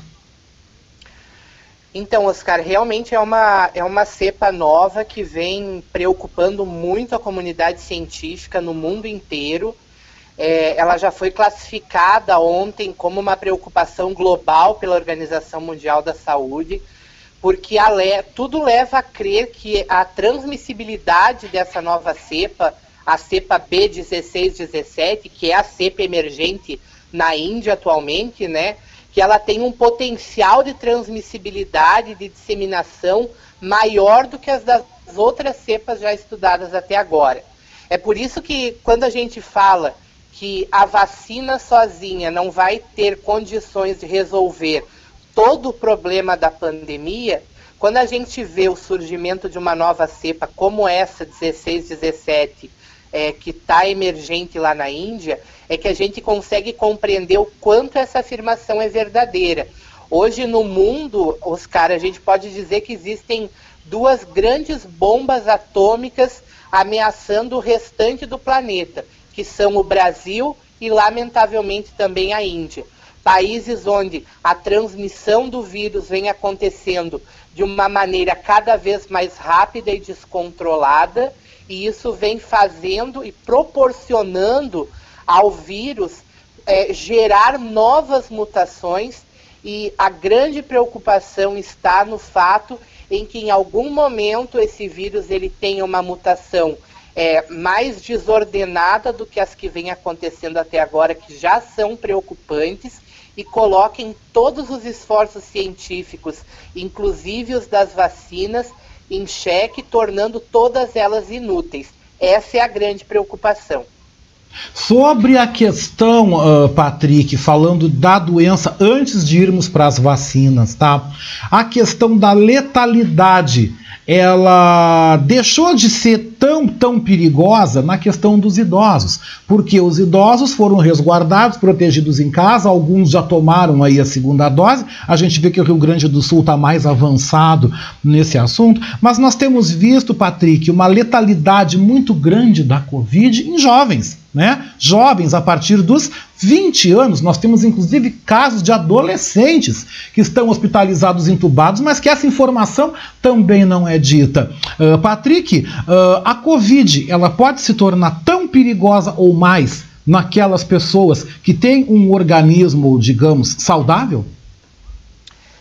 Então, Oscar, realmente é uma, é uma cepa nova que vem preocupando muito a comunidade científica no mundo inteiro. É, ela já foi classificada ontem como uma preocupação global pela Organização Mundial da Saúde, porque a le- tudo leva a crer que a transmissibilidade dessa nova cepa, a cepa B dezesseis dezessete, que é a cepa emergente na Índia atualmente, né, que ela tem um potencial de transmissibilidade, de disseminação maior do que as das outras cepas já estudadas até agora. É por isso que quando a gente fala que a vacina sozinha não vai ter condições de resolver todo o problema da pandemia, quando a gente vê o surgimento de uma nova cepa como essa, dezesseis dezessete, é, que está emergente lá na Índia, é que a gente consegue compreender o quanto essa afirmação é verdadeira. Hoje no mundo, Oscar, a gente pode dizer que existem duas grandes bombas atômicas ameaçando o restante do planeta, que são o Brasil e, lamentavelmente, também a Índia. Países onde a transmissão do vírus vem acontecendo de uma maneira cada vez mais rápida e descontrolada, e isso vem fazendo e proporcionando ao vírus é, gerar novas mutações, e a grande preocupação está no fato em que, em algum momento, esse vírus ele tenha uma mutação É, mais desordenada do que as que vêm acontecendo até agora, que já são preocupantes, e coloquem todos os esforços científicos, inclusive os das vacinas, em xeque, tornando todas elas inúteis. Essa é a grande preocupação. Sobre a questão, uh, Patrick, falando da doença, antes de irmos para as vacinas, tá? A questão da letalidade, ela deixou de ser tão, tão perigosa na questão dos idosos, porque os idosos foram resguardados, protegidos em casa, alguns já tomaram aí a segunda dose. A gente vê que o Rio Grande do Sul está mais avançado nesse assunto, mas nós temos visto, Patrick, uma letalidade muito grande da Covid em jovens, né? Jovens a partir dos vinte anos. Nós temos inclusive casos de adolescentes que estão hospitalizados, entubados, mas que essa informação também não é dita. Uh, Patrick, uh, a Covid, ela pode se tornar tão perigosa ou mais naquelas pessoas que têm um organismo, digamos, saudável?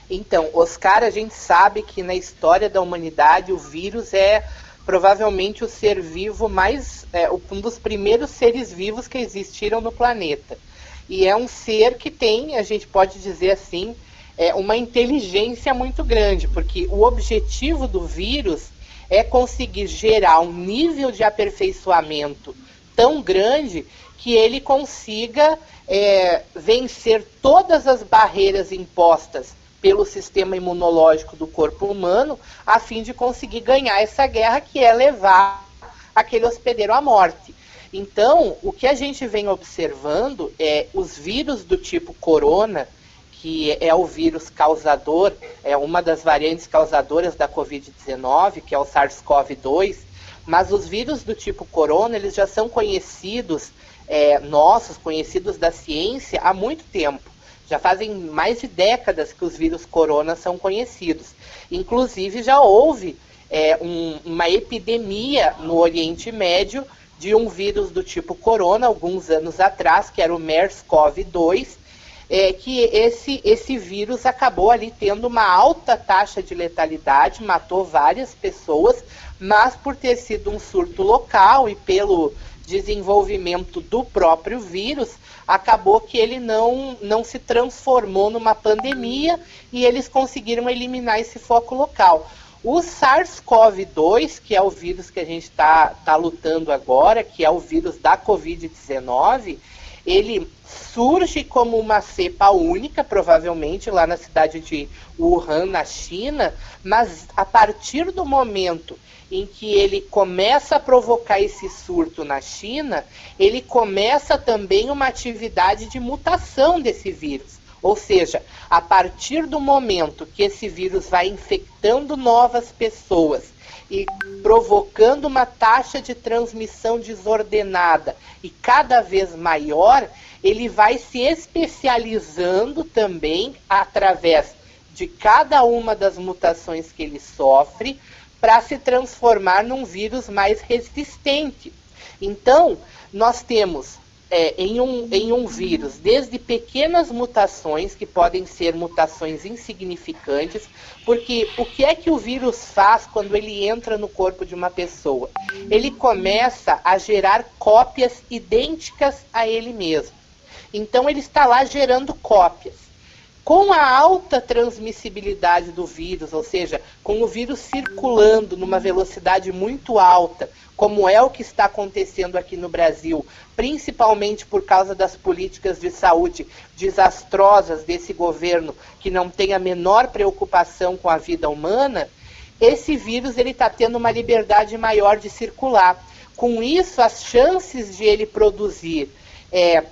Então, Oscar, a gente sabe que na história da humanidade o vírus é provavelmente o ser vivo mais, é, um dos primeiros seres vivos que existiram no planeta. E é um ser que tem, a gente pode dizer assim, é, uma inteligência muito grande, porque o objetivo do vírus é conseguir gerar um nível de aperfeiçoamento tão grande que ele consiga é, vencer todas as barreiras impostas pelo sistema imunológico do corpo humano, a fim de conseguir ganhar essa guerra, que é levar aquele hospedeiro à morte. Então, o que a gente vem observando é os vírus do tipo corona, que é o vírus causador, é uma das variantes causadoras da covid dezenove, que é o SARS-CoV dois, mas os vírus do tipo corona, eles já são conhecidos, é, nossos, conhecidos da ciência há muito tempo. Já fazem mais de décadas que os vírus corona são conhecidos. Inclusive, já houve é, um, uma epidemia no Oriente Médio de um vírus do tipo corona, alguns anos atrás, que era o MERS-CoV dois, é, que esse, esse vírus acabou ali tendo uma alta taxa de letalidade, matou várias pessoas, mas por ter sido um surto local e pelo desenvolvimento do próprio vírus, acabou que ele não, não se transformou numa pandemia e eles conseguiram eliminar esse foco local. O SARS-CoV dois, que é o vírus que a gente está tá lutando agora, que é o vírus da covid dezenove, ele surge como uma cepa única, provavelmente, lá na cidade de Wuhan, na China, mas a partir do momento em que ele começa a provocar esse surto na China, ele começa também uma atividade de mutação desse vírus. Ou seja, a partir do momento que esse vírus vai infectando novas pessoas e provocando uma taxa de transmissão desordenada e cada vez maior, ele vai se especializando também através de cada uma das mutações que ele sofre, para se transformar num vírus mais resistente. Então, nós temos é, em, um, em um vírus, desde pequenas mutações, que podem ser mutações insignificantes, porque o que é que o vírus faz quando ele entra no corpo de uma pessoa? Ele começa a gerar cópias idênticas a ele mesmo. Então, ele está lá gerando cópias. Com a alta transmissibilidade do vírus, ou seja, com o vírus circulando numa velocidade muito alta, como é o que está acontecendo aqui no Brasil, principalmente por causa das políticas de saúde desastrosas desse governo, que não tem a menor preocupação com a vida humana, esse vírus ele está tendo uma liberdade maior de circular. Com isso, as chances de ele produzir é,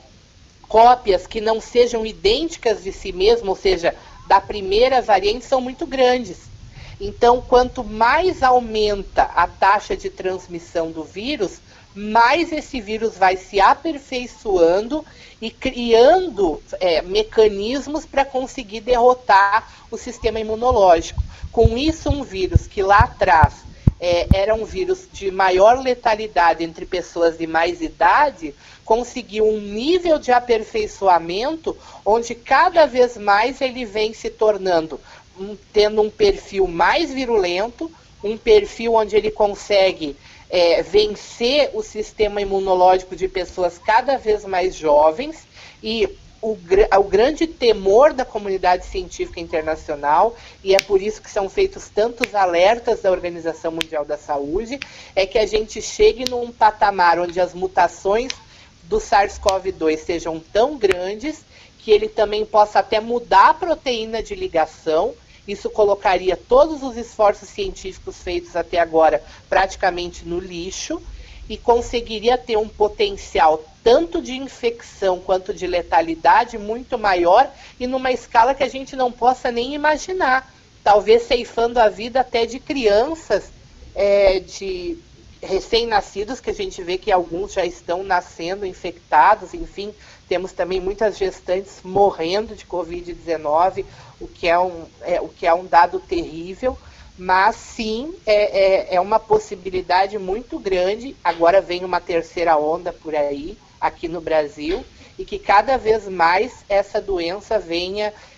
cópias que não sejam idênticas de si mesmo, ou seja, da primeira variante, são muito grandes. Então, quanto mais aumenta a taxa de transmissão do vírus, mais esse vírus vai se aperfeiçoando e criando é, mecanismos para conseguir derrotar o sistema imunológico. Com isso, um vírus que lá atrás é, era um vírus de maior letalidade entre pessoas de mais idade, conseguiu um nível de aperfeiçoamento onde cada vez mais ele vem se tornando, um, tendo um perfil mais virulento, um perfil onde ele consegue é, vencer o sistema imunológico de pessoas cada vez mais jovens, e o, o grande temor da comunidade científica internacional, e é por isso que são feitos tantos alertas da Organização Mundial da Saúde, é que a gente chegue num patamar onde as mutações do SARS-CoV dois sejam tão grandes que ele também possa até mudar a proteína de ligação. Isso colocaria todos os esforços científicos feitos até agora praticamente no lixo e conseguiria ter um potencial tanto de infecção quanto de letalidade muito maior e numa escala que a gente não possa nem imaginar. Talvez ceifando a vida até de crianças, é, de recém-nascidos, que a gente vê que alguns já estão nascendo infectados, enfim, temos também muitas gestantes morrendo de covid dezenove, o que é um, é, o que é um dado terrível, mas sim, é, é, é uma possibilidade muito grande. Agora vem uma terceira onda por aí, aqui no Brasil, e que cada vez mais essa doença venha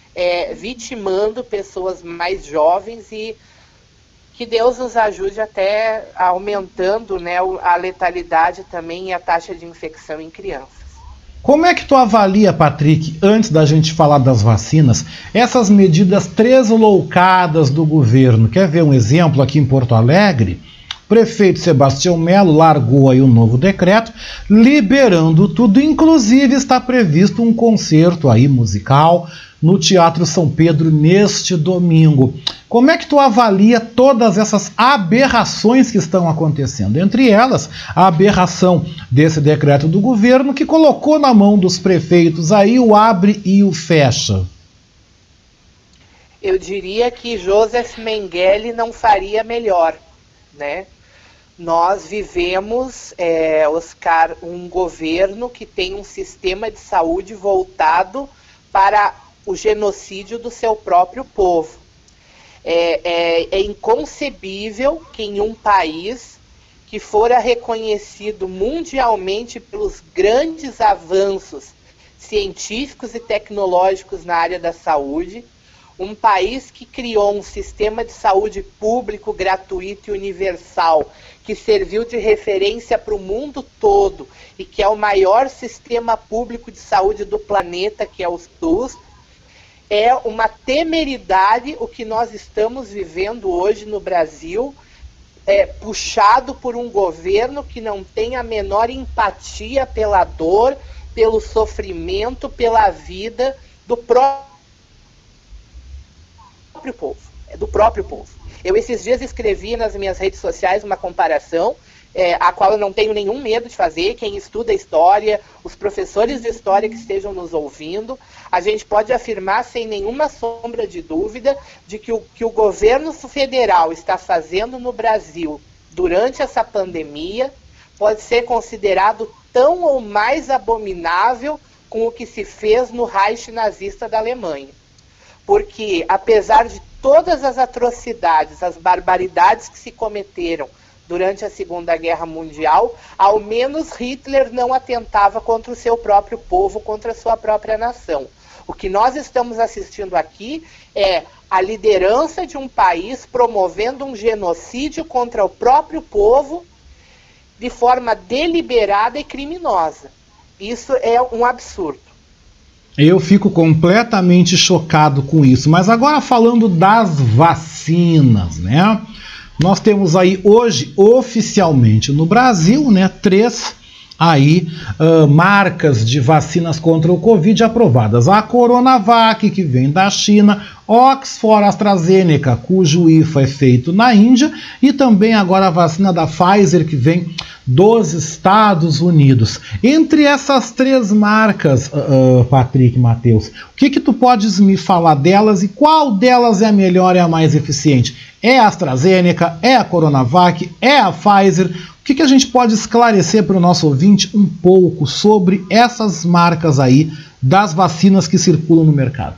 é, vitimando pessoas mais jovens, e que Deus nos ajude até aumentando, né, a letalidade também e a taxa de infecção em crianças. Como é que tu avalia, Patrick, antes da gente falar das vacinas, essas medidas tresloucadas do governo? Quer ver um exemplo aqui em Porto Alegre? O prefeito Sebastião Melo largou aí um novo decreto, liberando tudo, inclusive está previsto um concerto aí musical no Teatro São Pedro neste domingo. Como é que tu avalia todas essas aberrações que estão acontecendo? Entre elas, a aberração desse decreto do governo que colocou na mão dos prefeitos aí o abre e o fecha. Eu diria que Joseph Mengele não faria melhor, né? Nós vivemos, é, Oscar, um governo que tem um sistema de saúde voltado para o genocídio do seu próprio povo. É, é, é inconcebível que em um país que fora reconhecido mundialmente pelos grandes avanços científicos e tecnológicos na área da saúde, um país que criou um sistema de saúde público, gratuito e universal, que serviu de referência para o mundo todo e que é o maior sistema público de saúde do planeta, que é o SUS, é uma temeridade o que nós estamos vivendo hoje no Brasil, é, puxado por um governo que não tem a menor empatia pela dor, pelo sofrimento, pela vida do próprio povo, é do próprio povo. Eu esses dias escrevi nas minhas redes sociais uma comparação, É, a qual eu não tenho nenhum medo de fazer. Quem estuda história, os professores de história que estejam nos ouvindo, a gente pode afirmar sem nenhuma sombra de dúvida de que o que o governo federal está fazendo no Brasil durante essa pandemia pode ser considerado tão ou mais abominável com o que se fez no Reich nazista da Alemanha. Porque, apesar de todas as atrocidades, as barbaridades que se cometeram durante a Segunda Guerra Mundial, ao menos Hitler não atentava contra o seu próprio povo, contra a sua própria nação. O que nós estamos assistindo aqui é a liderança de um país promovendo um genocídio contra o próprio povo de forma deliberada e criminosa. Isso é um absurdo. Eu fico completamente chocado com isso. Mas agora falando das vacinas, né? Nós temos aí hoje, oficialmente no Brasil, né, três aí, uh, marcas de vacinas contra o Covid aprovadas. A Coronavac, que vem da China, Oxford AstraZeneca, cujo I F A é feito na Índia, e também agora a vacina da Pfizer, que vem dos Estados Unidos. Entre essas três marcas, uh, Patrick, Matheus, o que que tu podes me falar delas e qual delas é a melhor e a mais eficiente? É a AstraZeneca? É a Coronavac? É a Pfizer? O que que a gente pode esclarecer para o nosso ouvinte um pouco sobre essas marcas aí das vacinas que circulam no mercado?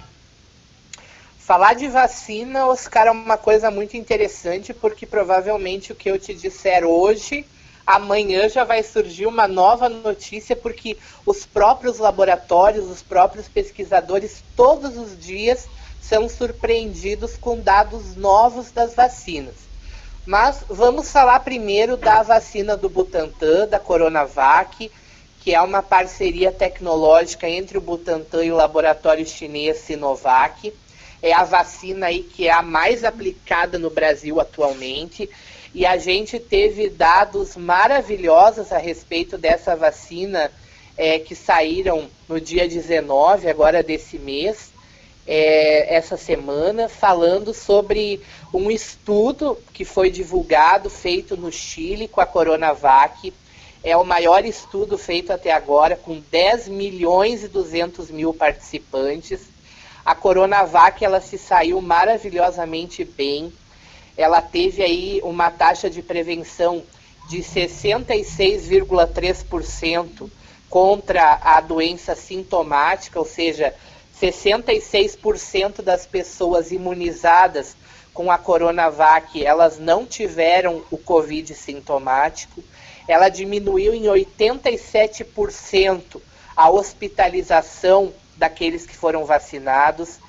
Falar de vacina, Oscar, é uma coisa muito interessante, porque provavelmente o que eu te disser hoje, amanhã já vai surgir uma nova notícia, porque os próprios laboratórios, os próprios pesquisadores, todos os dias são surpreendidos com dados novos das vacinas. Mas vamos falar primeiro da vacina do Butantan, da Coronavac, que é uma parceria tecnológica entre o Butantan e o laboratório chinês Sinovac. É a vacina aí que é a mais aplicada no Brasil atualmente. E a gente teve dados maravilhosos a respeito dessa vacina é, que saíram no dia dezenove, agora desse mês, é, essa semana, falando sobre um estudo que foi divulgado, feito no Chile com a Coronavac. É o maior estudo feito até agora, com dez milhões e duzentos mil participantes. A Coronavac, ela se saiu maravilhosamente bem. Ela teve aí uma taxa de prevenção de sessenta e seis vírgula três por cento contra a doença sintomática, ou seja, sessenta e seis por cento das pessoas imunizadas com a Coronavac, elas não tiveram o Covid sintomático. Ela diminuiu em oitenta e sete por cento a hospitalização daqueles que foram vacinados.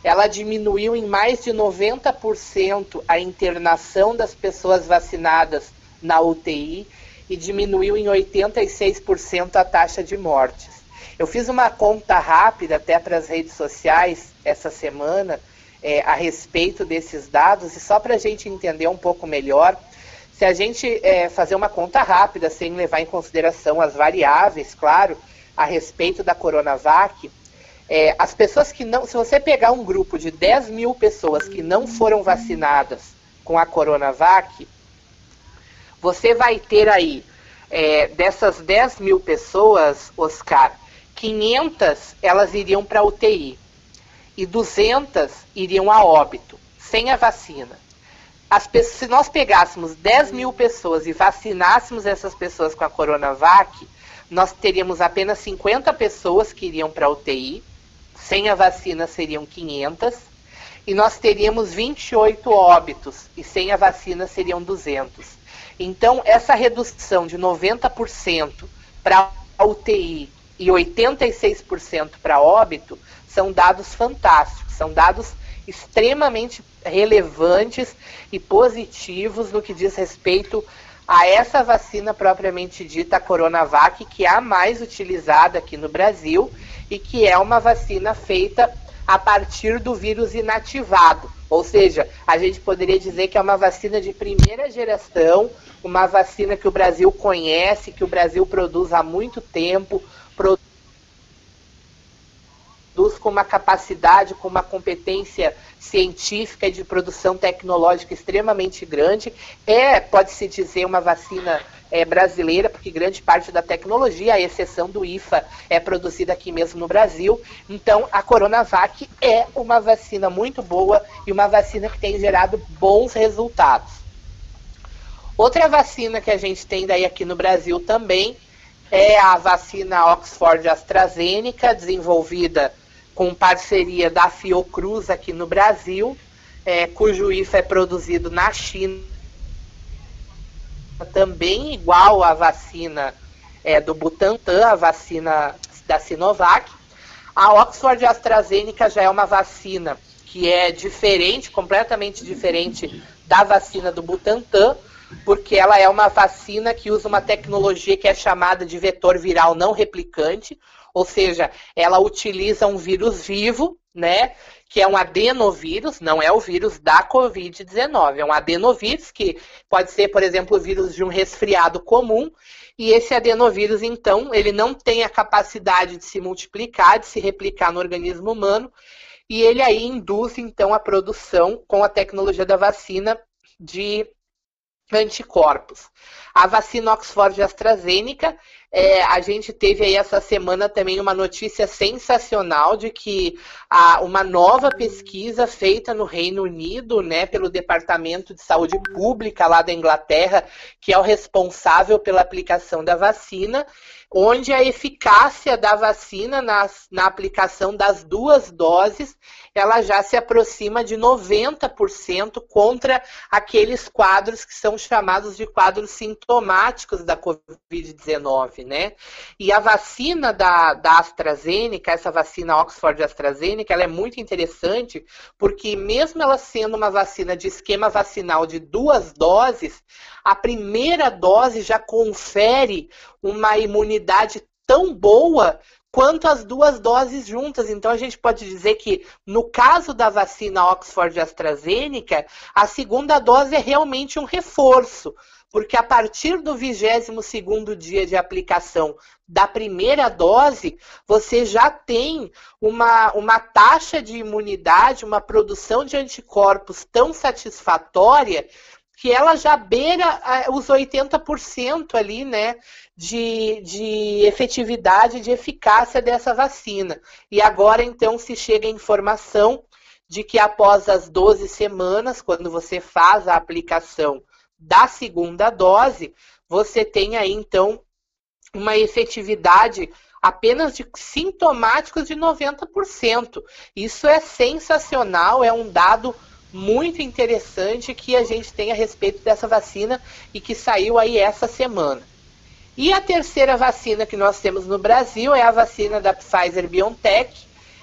ela diminuiu em mais de noventa por cento a internação das pessoas vacinadas na U T I e diminuiu em oitenta e seis por cento a taxa de mortes. Eu fiz uma conta rápida até para as redes sociais essa semana é, a respeito desses dados, e só para a gente entender um pouco melhor, se a gente é, fazer uma conta rápida, sem levar em consideração as variáveis, claro, a respeito da Coronavac, é, as pessoas que não, se você pegar um grupo de dez mil pessoas que não foram vacinadas com a Coronavac, você vai ter aí, é, dessas dez mil pessoas, Oscar, quinhentas elas iriam para a U T I e duzentas iriam a óbito, sem a vacina. As pessoas, se nós pegássemos dez mil pessoas e vacinássemos essas pessoas com a Coronavac, nós teríamos apenas cinquenta pessoas que iriam para a U T I, sem a vacina seriam quinhentas, e nós teríamos vinte e oito óbitos, e sem a vacina seriam duzentos. Então, essa redução de noventa por cento para a U T I e oitenta e seis por cento para óbito são dados fantásticos, são dados extremamente relevantes e positivos no que diz respeito a essa vacina propriamente dita, a Coronavac, que é a mais utilizada aqui no Brasil e que é uma vacina feita a partir do vírus inativado. Ou seja, a gente poderia dizer que é uma vacina de primeira geração, uma vacina que o Brasil conhece, que o Brasil produz há muito tempo, produz com uma capacidade, com uma competência científica e de produção tecnológica extremamente grande. É, pode-se dizer, uma vacina é, brasileira, porque grande parte da tecnologia, à exceção do I F A, é produzida aqui mesmo no Brasil. Então, a Coronavac é uma vacina muito boa e uma vacina que tem gerado bons resultados. Outra vacina que a gente tem daí aqui no Brasil também é a vacina Oxford AstraZeneca, desenvolvida com parceria da Fiocruz aqui no Brasil, é, cujo I F A é produzido na China, também igual à vacina é, do Butantan, a vacina da Sinovac. A Oxford AstraZeneca já é uma vacina que é diferente, completamente diferente da vacina do Butantan, porque ela é uma vacina que usa uma tecnologia que é chamada de vetor viral não replicante, ou seja, ela utiliza um vírus vivo, né, que é um adenovírus, não é o vírus da covid dezenove, é um adenovírus que pode ser, por exemplo, o vírus de um resfriado comum, e esse adenovírus, então, ele não tem a capacidade de se multiplicar, de se replicar no organismo humano, e ele aí induz, então, a produção, com a tecnologia da vacina, de anticorpos. A vacina Oxford AstraZeneca, é, a gente teve aí essa semana também uma notícia sensacional de que a, uma nova pesquisa feita no Reino Unido, né, pelo Departamento de Saúde Pública lá da Inglaterra, que é o responsável pela aplicação da vacina, onde a eficácia da vacina nas, na aplicação das duas doses, ela já se aproxima de noventa por cento contra aqueles quadros que são chamados de quadros sintomáticos da covid dezenove, né? E a vacina da, da AstraZeneca, essa vacina Oxford AstraZeneca, ela é muito interessante, porque mesmo ela sendo uma vacina de esquema vacinal de duas doses, a primeira dose já confere uma imunidade tão boa quanto as duas doses juntas. Então, a gente pode dizer que, no caso da vacina Oxford AstraZeneca, a segunda dose é realmente um reforço, porque a partir do vigésimo segundo dia de aplicação da primeira dose, você já tem uma, uma taxa de imunidade, uma produção de anticorpos tão satisfatória que ela já beira os oitenta por cento ali, né, de, de efetividade, de eficácia dessa vacina. E agora, então, se chega a informação de que após as doze semanas, quando você faz a aplicação da segunda dose, você tem aí, então, uma efetividade apenas de sintomáticos de noventa por cento. Isso é sensacional, é um dado muito interessante que a gente tem a respeito dessa vacina e que saiu aí essa semana. E a terceira vacina que nós temos no Brasil é a vacina da Pfizer-BioNTech.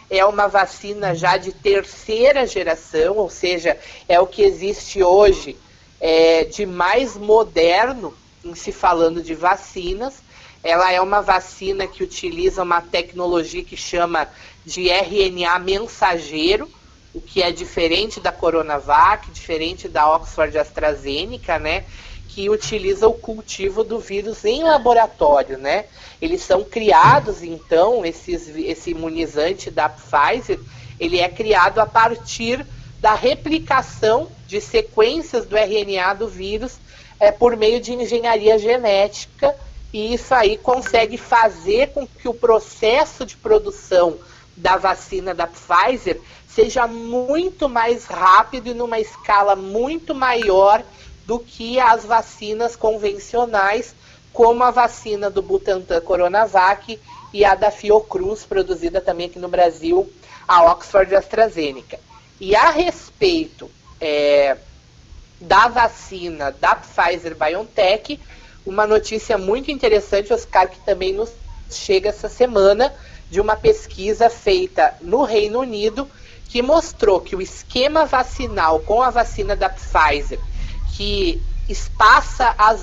é uma vacina já de terceira geração, ou seja, é o que existe hoje é, de mais moderno em se falando de vacinas. Ela é uma vacina que utiliza uma tecnologia que chama de R N A mensageiro, o que é diferente da Coronavac, diferente da Oxford AstraZeneca, né? Que utiliza o cultivo do vírus em laboratório, né? Eles são criados, então, esses, esse imunizante da Pfizer, ele é criado a partir da replicação de sequências do R N A do vírus é, por meio de engenharia genética, e isso aí consegue fazer com que o processo de produção da vacina da Pfizer seja muito mais rápido e numa escala muito maior do que as vacinas convencionais, como a vacina do Butantan Coronavac e a da Fiocruz, produzida também aqui no Brasil, a Oxford AstraZeneca. E a respeito é, da vacina da Pfizer-BioNTech, uma notícia muito interessante, Oscar, que também nos chega essa semana, de uma pesquisa feita no Reino Unido, que mostrou que o esquema vacinal com a vacina da Pfizer, que espaça as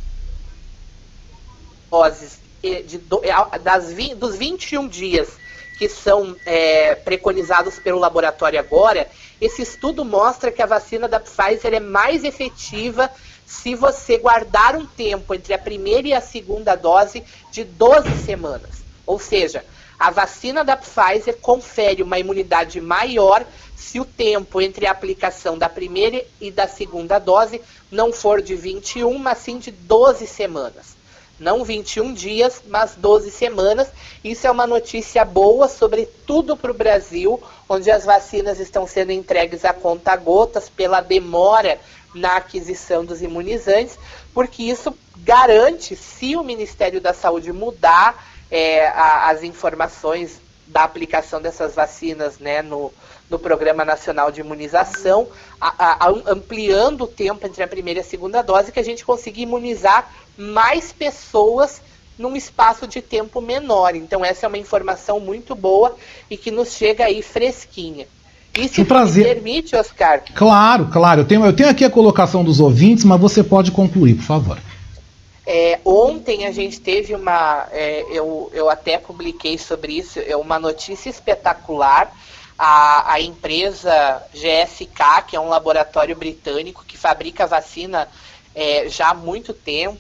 doses de, das, dos vinte e um dias que são é, preconizados pelo laboratório agora, esse estudo mostra que a vacina da Pfizer é mais efetiva se você guardar um tempo entre a primeira e a segunda dose de doze semanas. Ou seja, a vacina da Pfizer confere uma imunidade maior se o tempo entre a aplicação da primeira e da segunda dose não for de vinte e um, mas sim de doze semanas. Não vinte e um dias, mas doze semanas. Isso é uma notícia boa, sobretudo para o Brasil, onde as vacinas estão sendo entregues a conta-gotas pela demora na aquisição dos imunizantes, porque isso garante, se o Ministério da Saúde mudar é, a, as informações da aplicação dessas vacinas, né, no, no Programa Nacional de Imunização, a, a, ampliando o tempo entre a primeira e a segunda dose, que a gente consiga imunizar mais pessoas num espaço de tempo menor. Então essa é uma informação muito boa e que nos chega aí fresquinha. E se um me permite, Oscar? Claro, claro. Eu tenho, eu tenho aqui a colocação dos ouvintes, mas você pode concluir, por favor. É, ontem a gente teve uma, é, eu, eu até publiquei sobre isso, é uma notícia espetacular. A, a empresa G S K, que é um laboratório britânico que fabrica vacina é, já há muito tempo.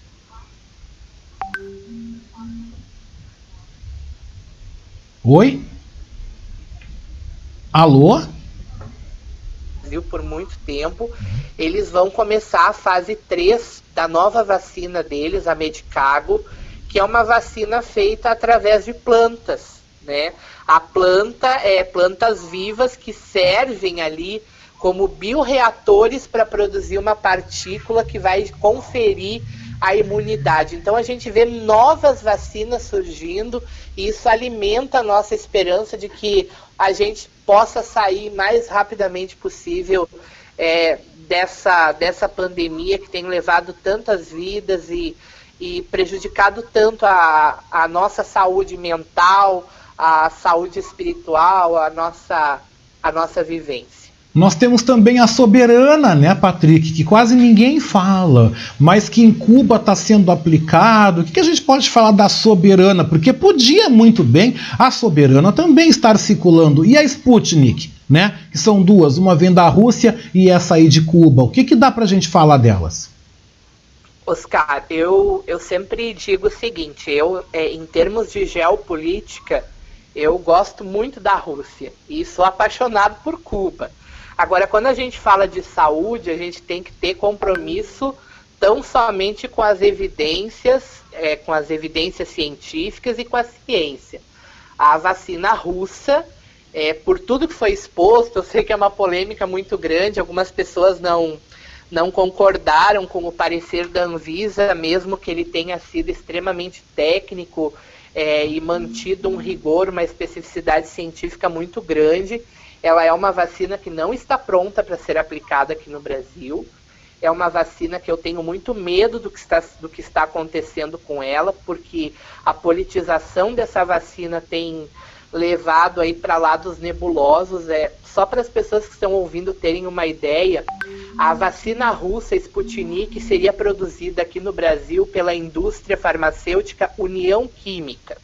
Oi? Alô? Por muito tempo, eles vão começar a fase três da nova vacina deles, a Medicago, que é uma vacina feita através de plantas, né? A planta é plantas vivas que servem ali como bioreatores para produzir uma partícula que vai conferir a imunidade. Então a gente vê novas vacinas surgindo e isso alimenta a nossa esperança de que a gente possa sair mais rapidamente possível é, dessa, dessa pandemia que tem levado tantas vidas e, e prejudicado tanto a, a nossa saúde mental, a saúde espiritual, a nossa, a nossa vivência. Nós temos também a Soberana, né, Patrick, que quase ninguém fala, mas que em Cuba está sendo aplicado. O que, que a gente pode falar da Soberana? Porque podia muito bem a Soberana também estar circulando. E a Sputnik, né, que são duas, uma vem da Rússia e essa aí de Cuba. O que, que dá para a gente falar delas? Oscar, eu, eu sempre digo o seguinte, eu, é, em termos de geopolítica, eu gosto muito da Rússia e sou apaixonado por Cuba. Agora, quando a gente fala de saúde, a gente tem que ter compromisso tão somente com as evidências, é, com as evidências científicas e com a ciência. A vacina russa, é, por tudo que foi exposto, eu sei que é uma polêmica muito grande, algumas pessoas não, não concordaram com o parecer da Anvisa, mesmo que ele tenha sido extremamente técnico é, e mantido um rigor, uma especificidade científica muito grande. Ela é uma vacina que não está pronta para ser aplicada aqui no Brasil. É uma vacina que eu tenho muito medo do que, está, do que está acontecendo com ela, porque a politização dessa vacina tem levado aí para lados nebulosos. É, só para as pessoas que estão ouvindo terem uma ideia, a vacina russa Sputnik seria produzida aqui no Brasil pela indústria farmacêutica União Química.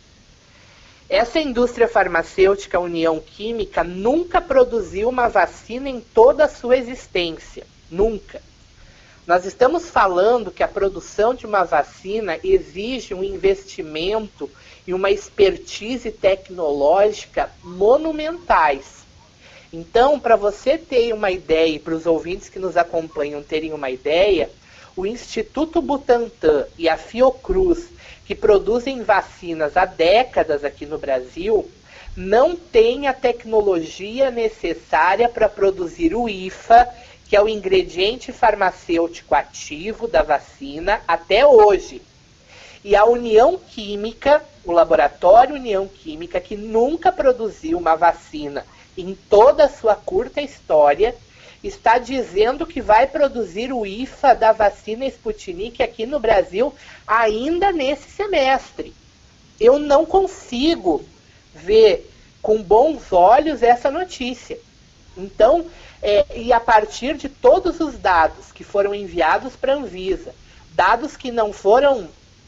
Essa indústria farmacêutica União Química nunca produziu uma vacina em toda a sua existência. Nunca. Nós estamos falando que a produção de uma vacina exige um investimento e uma expertise tecnológica monumentais. Então, para você ter uma ideia, e para os ouvintes que nos acompanham terem uma ideia, o Instituto Butantan e a Fiocruz, que produzem vacinas há décadas aqui no Brasil, não têm a tecnologia necessária para produzir o I F A, que é o ingrediente farmacêutico ativo da vacina, até hoje. E a União Química, o laboratório União Química, que nunca produziu uma vacina em toda a sua curta história, está dizendo que vai produzir o I F A da vacina Sputnik aqui no Brasil ainda nesse semestre. Eu não consigo ver com bons olhos essa notícia. Então, é, e a partir de todos os dados que foram enviados para a Anvisa, dados que não foram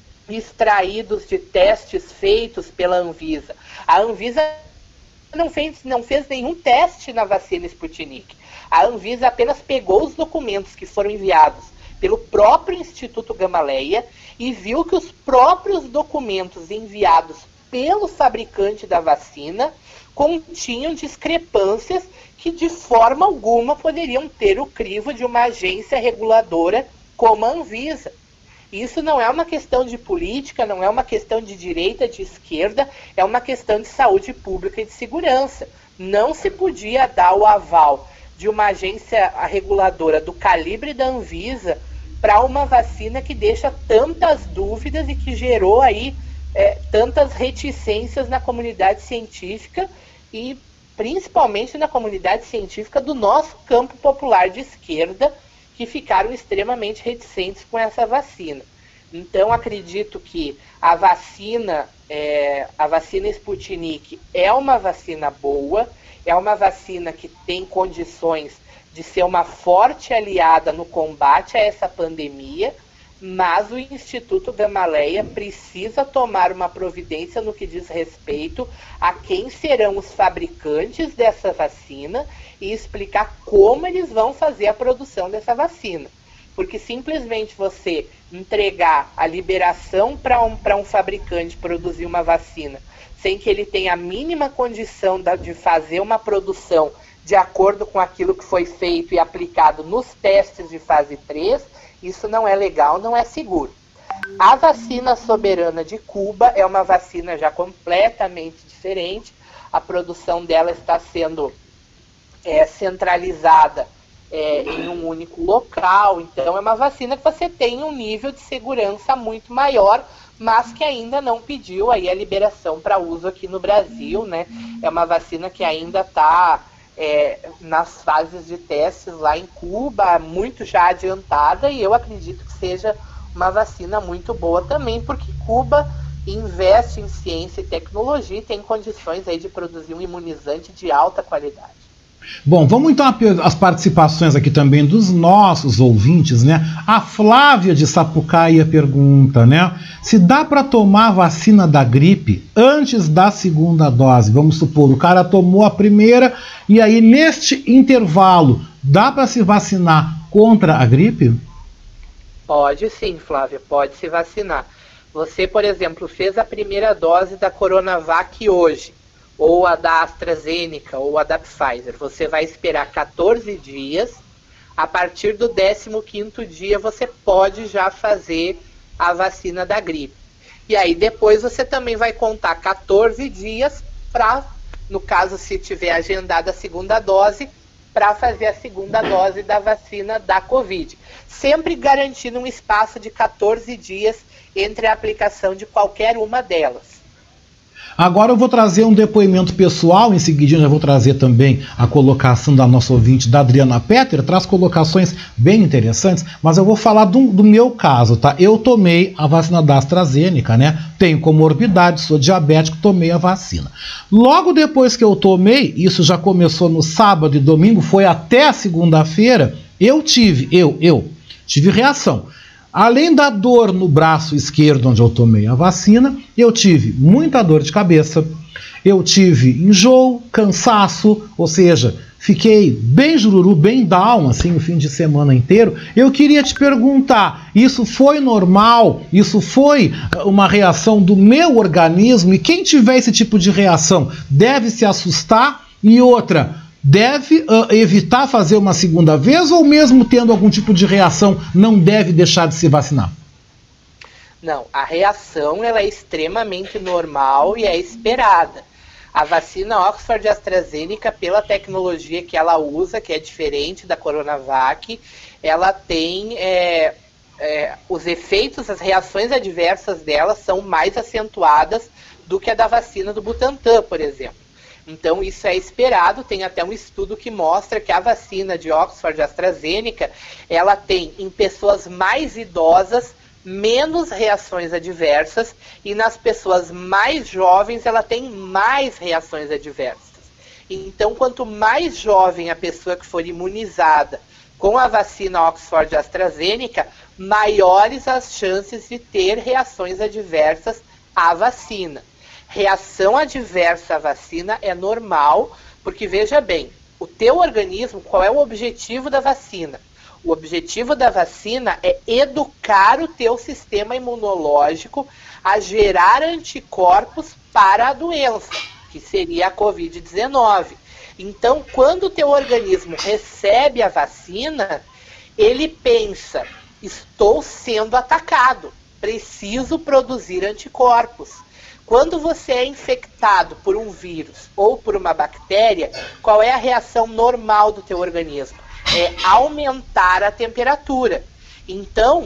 extraídos de testes feitos pela Anvisa, a Anvisa não fez, não fez nenhum teste na vacina Sputnik. A Anvisa apenas pegou os documentos que foram enviados pelo próprio Instituto Gamaleya e viu que os próprios documentos enviados pelo fabricante da vacina continham discrepâncias que de forma alguma poderiam ter o crivo de uma agência reguladora como a Anvisa. Isso não é uma questão de política, não é uma questão de direita, de esquerda, é uma questão de saúde pública e de segurança. Não se podia dar o aval de uma agência reguladora do calibre da Anvisa para uma vacina que deixa tantas dúvidas e que gerou aí é, tantas reticências na comunidade científica e principalmente na comunidade científica do nosso campo popular de esquerda, que ficaram extremamente reticentes com essa vacina. Então, acredito que a vacina, é, a vacina Sputnik é uma vacina boa, é uma vacina que tem condições de ser uma forte aliada no combate a essa pandemia, mas o Instituto Gamaleya precisa tomar uma providência no que diz respeito a quem serão os fabricantes dessa vacina e explicar como eles vão fazer a produção dessa vacina. Porque simplesmente você entregar a liberação para um, para um fabricante produzir uma vacina sem que ele tenha a mínima condição de fazer uma produção de acordo com aquilo que foi feito e aplicado nos testes de fase três, isso não é legal, não é seguro. A vacina soberana de Cuba é uma vacina já completamente diferente. A produção dela está sendo é, centralizada é, em um único local. Então é uma vacina que você tem um nível de segurança muito maior, mas que ainda não pediu aí a liberação para uso aqui no Brasil, né? É uma vacina que ainda está É, nas fases de testes lá em Cuba, muito já adiantada, e eu acredito que seja uma vacina muito boa também, porque Cuba investe em ciência e tecnologia e tem condições aí de produzir um imunizante de alta qualidade. Bom, vamos então às participações aqui também dos nossos ouvintes, né? A Flávia de Sapucaia pergunta, né? Se dá para tomar a vacina da gripe antes da segunda dose. Vamos supor, o cara tomou a primeira e aí neste intervalo dá para se vacinar contra a gripe? Pode sim, Flávia, pode se vacinar. Você, por exemplo, fez a primeira dose da Coronavac hoje, ou a da AstraZeneca, ou a da Pfizer. Você vai esperar quatorze dias, a partir do décimo quinto dia você pode já fazer a vacina da gripe. E aí depois você também vai contar quatorze dias para, no caso se tiver agendada a segunda dose, para fazer a segunda dose da vacina da Covid. Sempre garantindo um espaço de quatorze dias entre a aplicação de qualquer uma delas. Agora eu vou trazer um depoimento pessoal, em seguida eu vou trazer também a colocação da nossa ouvinte, da Adriana Petter, traz colocações bem interessantes, mas eu vou falar do, do meu caso, tá? Eu tomei a vacina da AstraZeneca, né? Tenho comorbidade, sou diabético, tomei a vacina. Logo depois que eu tomei, isso já começou no sábado e domingo, foi até a segunda-feira, eu tive, eu, eu, tive reação. Além da dor no braço esquerdo, onde eu tomei a vacina, eu tive muita dor de cabeça, eu tive enjoo, cansaço, ou seja, fiquei bem jururu, bem down, assim, o fim de semana inteiro. Eu queria te perguntar, isso foi normal? Isso foi uma reação do meu organismo? E quem tiver esse tipo de reação deve se assustar? E outra, deve uh, evitar fazer uma segunda vez ou mesmo tendo algum tipo de reação não deve deixar de se vacinar? Não, a reação ela é extremamente normal e é esperada. A vacina Oxford AstraZeneca, pela tecnologia que ela usa, que é diferente da Coronavac, ela tem é, é, os efeitos, as reações adversas dela são mais acentuadas do que a da vacina do Butantan, por exemplo. Então isso é esperado, tem até um estudo que mostra que a vacina de Oxford AstraZeneca, ela tem em pessoas mais idosas menos reações adversas e nas pessoas mais jovens ela tem mais reações adversas. Então quanto mais jovem a pessoa que for imunizada com a vacina Oxford AstraZeneca, maiores as chances de ter reações adversas à vacina. Reação adversa à vacina é normal, porque veja bem, o teu organismo, qual é o objetivo da vacina? O objetivo da vacina é educar o teu sistema imunológico a gerar anticorpos para a doença, que seria a covid dezenove. Então, quando o teu organismo recebe a vacina, ele pensa, estou sendo atacado, preciso produzir anticorpos. Quando você é infectado por um vírus ou por uma bactéria, qual é a reação normal do teu organismo? É aumentar a temperatura. Então,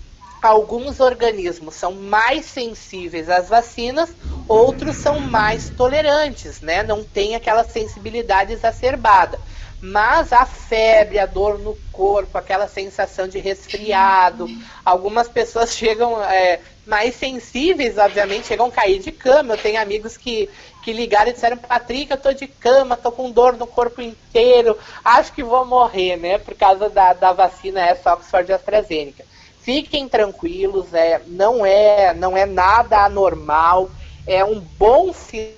alguns organismos são mais sensíveis às vacinas, outros são mais tolerantes, né? Não tem aquela sensibilidade exacerbada. Mas a febre, a dor no corpo, aquela sensação de resfriado, algumas pessoas chegam é, mais sensíveis, obviamente, chegam a cair de cama. Eu tenho amigos que, que ligaram e disseram, Patrick, eu tô de cama, tô com dor no corpo inteiro, acho que vou morrer, né, por causa da, da vacina essa Oxford AstraZeneca. Fiquem tranquilos, é, não, é, não é nada anormal, é um bom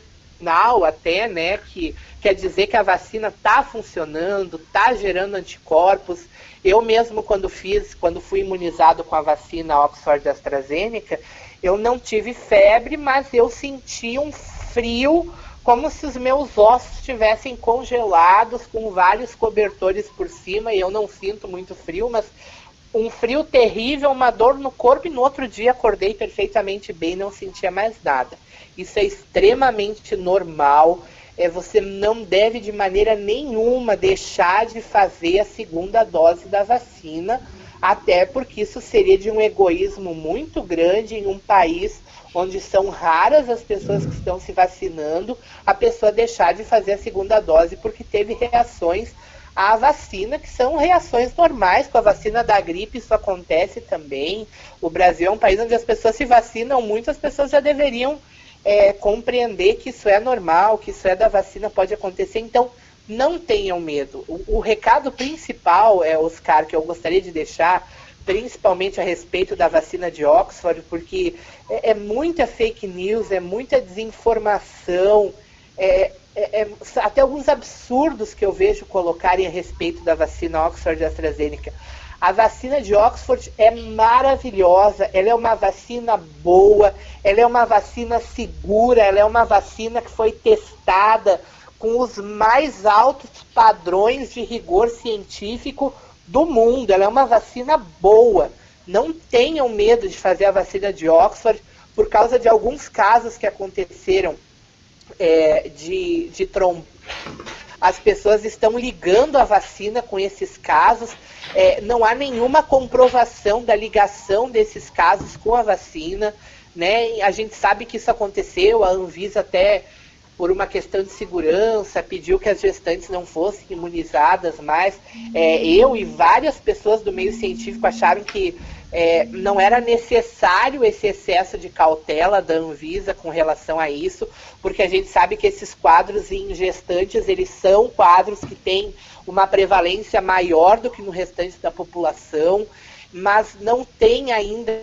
sinal até, né, que quer dizer que a vacina está funcionando, está gerando anticorpos. Eu mesmo, quando fiz, quando fui imunizado com a vacina Oxford AstraZeneca, eu não tive febre, mas eu senti um frio, como se os meus ossos estivessem congelados, com vários cobertores por cima, e eu não sinto muito frio, mas um frio terrível, uma dor no corpo, e no outro dia acordei perfeitamente bem, não sentia mais nada. Isso é extremamente normal. É, você não deve de maneira nenhuma deixar de fazer a segunda dose da vacina, até porque isso seria de um egoísmo muito grande em um país onde são raras as pessoas que estão se vacinando, a pessoa deixar de fazer a segunda dose porque teve reações à vacina, que são reações normais. Com a vacina da gripe isso acontece também. O Brasil é um país onde as pessoas se vacinam muito, as pessoas já deveriam É, compreender que isso é normal, que isso é da vacina, pode acontecer. Então, não tenham medo. O, o recado principal, é, Oscar, que eu gostaria de deixar, principalmente a respeito da vacina de Oxford, porque é, é muita fake news, é muita desinformação, é, é, é, até alguns absurdos que eu vejo colocarem a respeito da vacina Oxford AstraZeneca. A vacina de Oxford é maravilhosa, ela é uma vacina boa, ela é uma vacina segura, ela é uma vacina que foi testada com os mais altos padrões de rigor científico do mundo. Ela é uma vacina boa. Não tenham medo de fazer a vacina de Oxford por causa de alguns casos que aconteceram é, de, de trombose. As pessoas estão ligando a vacina com esses casos. É, não há nenhuma comprovação da ligação desses casos com a vacina. né? A gente sabe que isso aconteceu, a Anvisa até, por uma questão de segurança, pediu que as gestantes não fossem imunizadas, mas é, eu e várias pessoas do meio científico acharam que é, não era necessário esse excesso de cautela da Anvisa com relação a isso, porque a gente sabe que esses quadros em gestantes, eles são quadros que têm uma prevalência maior do que no restante da população, mas não tem ainda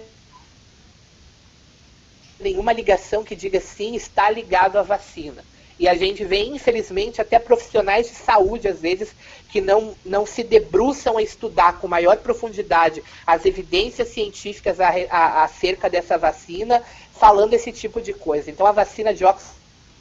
nenhuma ligação que diga sim, está ligado à vacina. E a gente vê, infelizmente, até profissionais de saúde, às vezes, que não, não se debruçam a estudar com maior profundidade as evidências científicas a, a, acerca dessa vacina, falando esse tipo de coisa. Então, a vacina de Oxford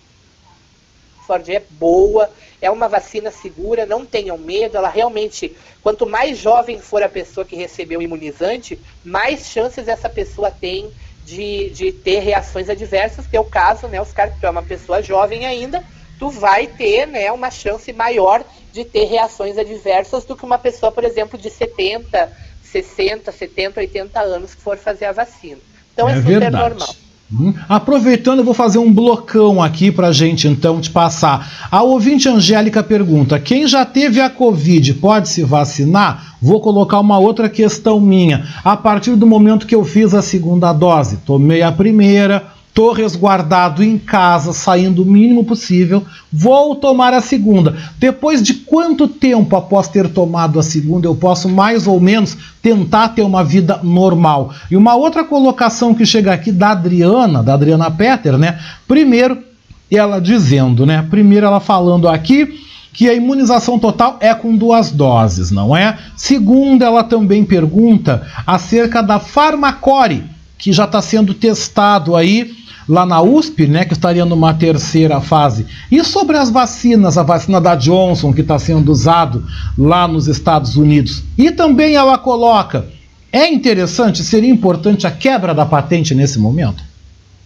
é boa, é uma vacina segura, não tenham medo, ela realmente, quanto mais jovem for a pessoa que recebeu o imunizante, mais chances essa pessoa tem De, de ter reações adversas, que é o caso, né, Oscar, que tu é uma pessoa jovem ainda, tu vai ter, né, uma chance maior de ter reações adversas do que uma pessoa, por exemplo, de setenta, sessenta, setenta, oitenta anos que for fazer a vacina. Então é, é super verdade. Normal. Hum. Aproveitando, eu vou fazer um blocão aqui pra gente, então, te passar. A ouvinte Angélica pergunta: quem já teve a Covid pode se vacinar? Vou colocar uma outra questão minha. A partir do momento que eu fiz a segunda dose, tomei a primeira, tô resguardado em casa, saindo o mínimo possível, vou tomar a segunda. Depois de quanto tempo após ter tomado a segunda eu posso mais ou menos tentar ter uma vida normal? E uma outra colocação que chega aqui da Adriana, da Adriana Petter, né? Primeiro, ela dizendo, né? Primeiro ela falando aqui que a imunização total é com duas doses, não é? Segundo, ela também pergunta acerca da Farmacore, que já está sendo testado aí lá na U S P, né, que estaria numa terceira fase. E sobre as vacinas, a vacina da Johnson, que está sendo usado lá nos Estados Unidos. E também ela coloca, é interessante, seria importante a quebra da patente nesse momento?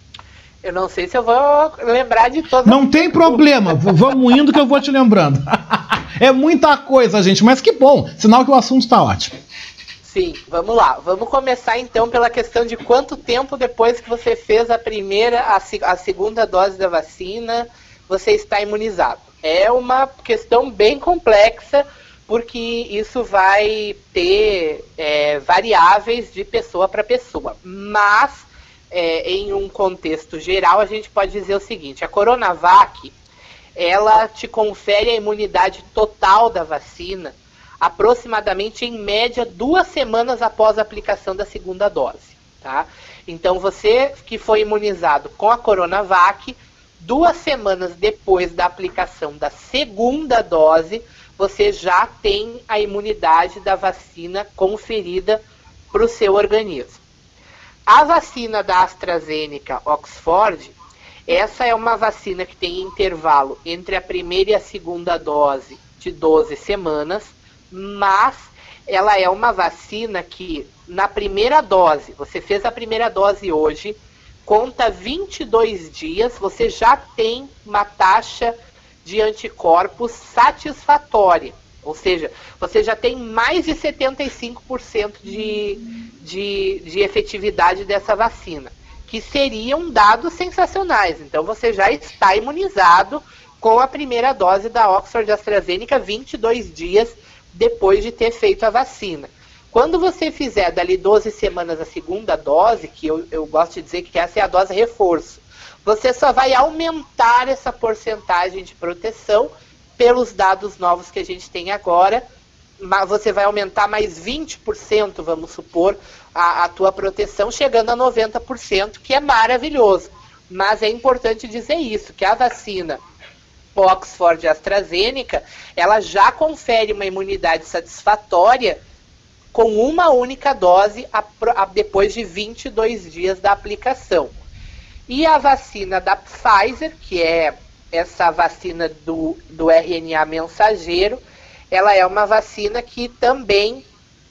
Eu não sei se eu vou lembrar de todas. Não tem problema, vamos indo que eu vou te lembrando. É muita coisa, gente, mas que bom, sinal que o assunto está ótimo. Sim, vamos lá. Vamos começar então pela questão de quanto tempo depois que você fez a primeira, a, a segunda dose da vacina, você está imunizado. É uma questão bem complexa, porque isso vai ter é, variáveis de pessoa para pessoa. Mas, é, em um contexto geral, a gente pode dizer o seguinte: a Coronavac, ela te confere a imunidade total da vacina aproximadamente, em média, duas semanas após a aplicação da segunda dose, tá? Então, você que foi imunizado com a Coronavac, duas semanas depois da aplicação da segunda dose, você já tem a imunidade da vacina conferida para o seu organismo. A vacina da AstraZeneca Oxford, essa é uma vacina que tem intervalo entre a primeira e a segunda dose de doze semanas, mas ela é uma vacina que, na primeira dose, você fez a primeira dose hoje, conta vinte e dois dias, você já tem uma taxa de anticorpos satisfatória. Ou seja, você já tem mais de setenta e cinco por cento de, de, de efetividade dessa vacina, que seriam dados sensacionais. Então, você já está imunizado com a primeira dose da Oxford AstraZeneca vinte e dois dias depois de ter feito a vacina. Quando você fizer dali doze semanas a segunda dose, que eu, eu gosto de dizer que essa é a dose reforço, você só vai aumentar essa porcentagem de proteção pelos dados novos que a gente tem agora, mas você vai aumentar mais vinte por cento, vamos supor, a, a tua proteção, chegando a noventa por cento, que é maravilhoso. Mas é importante dizer isso, que a vacina Oxford AstraZeneca, ela já confere uma imunidade satisfatória com uma única dose a, a, depois de vinte e dois dias da aplicação. E a vacina da Pfizer, que é essa vacina do, do R N A mensageiro, ela é uma vacina que também,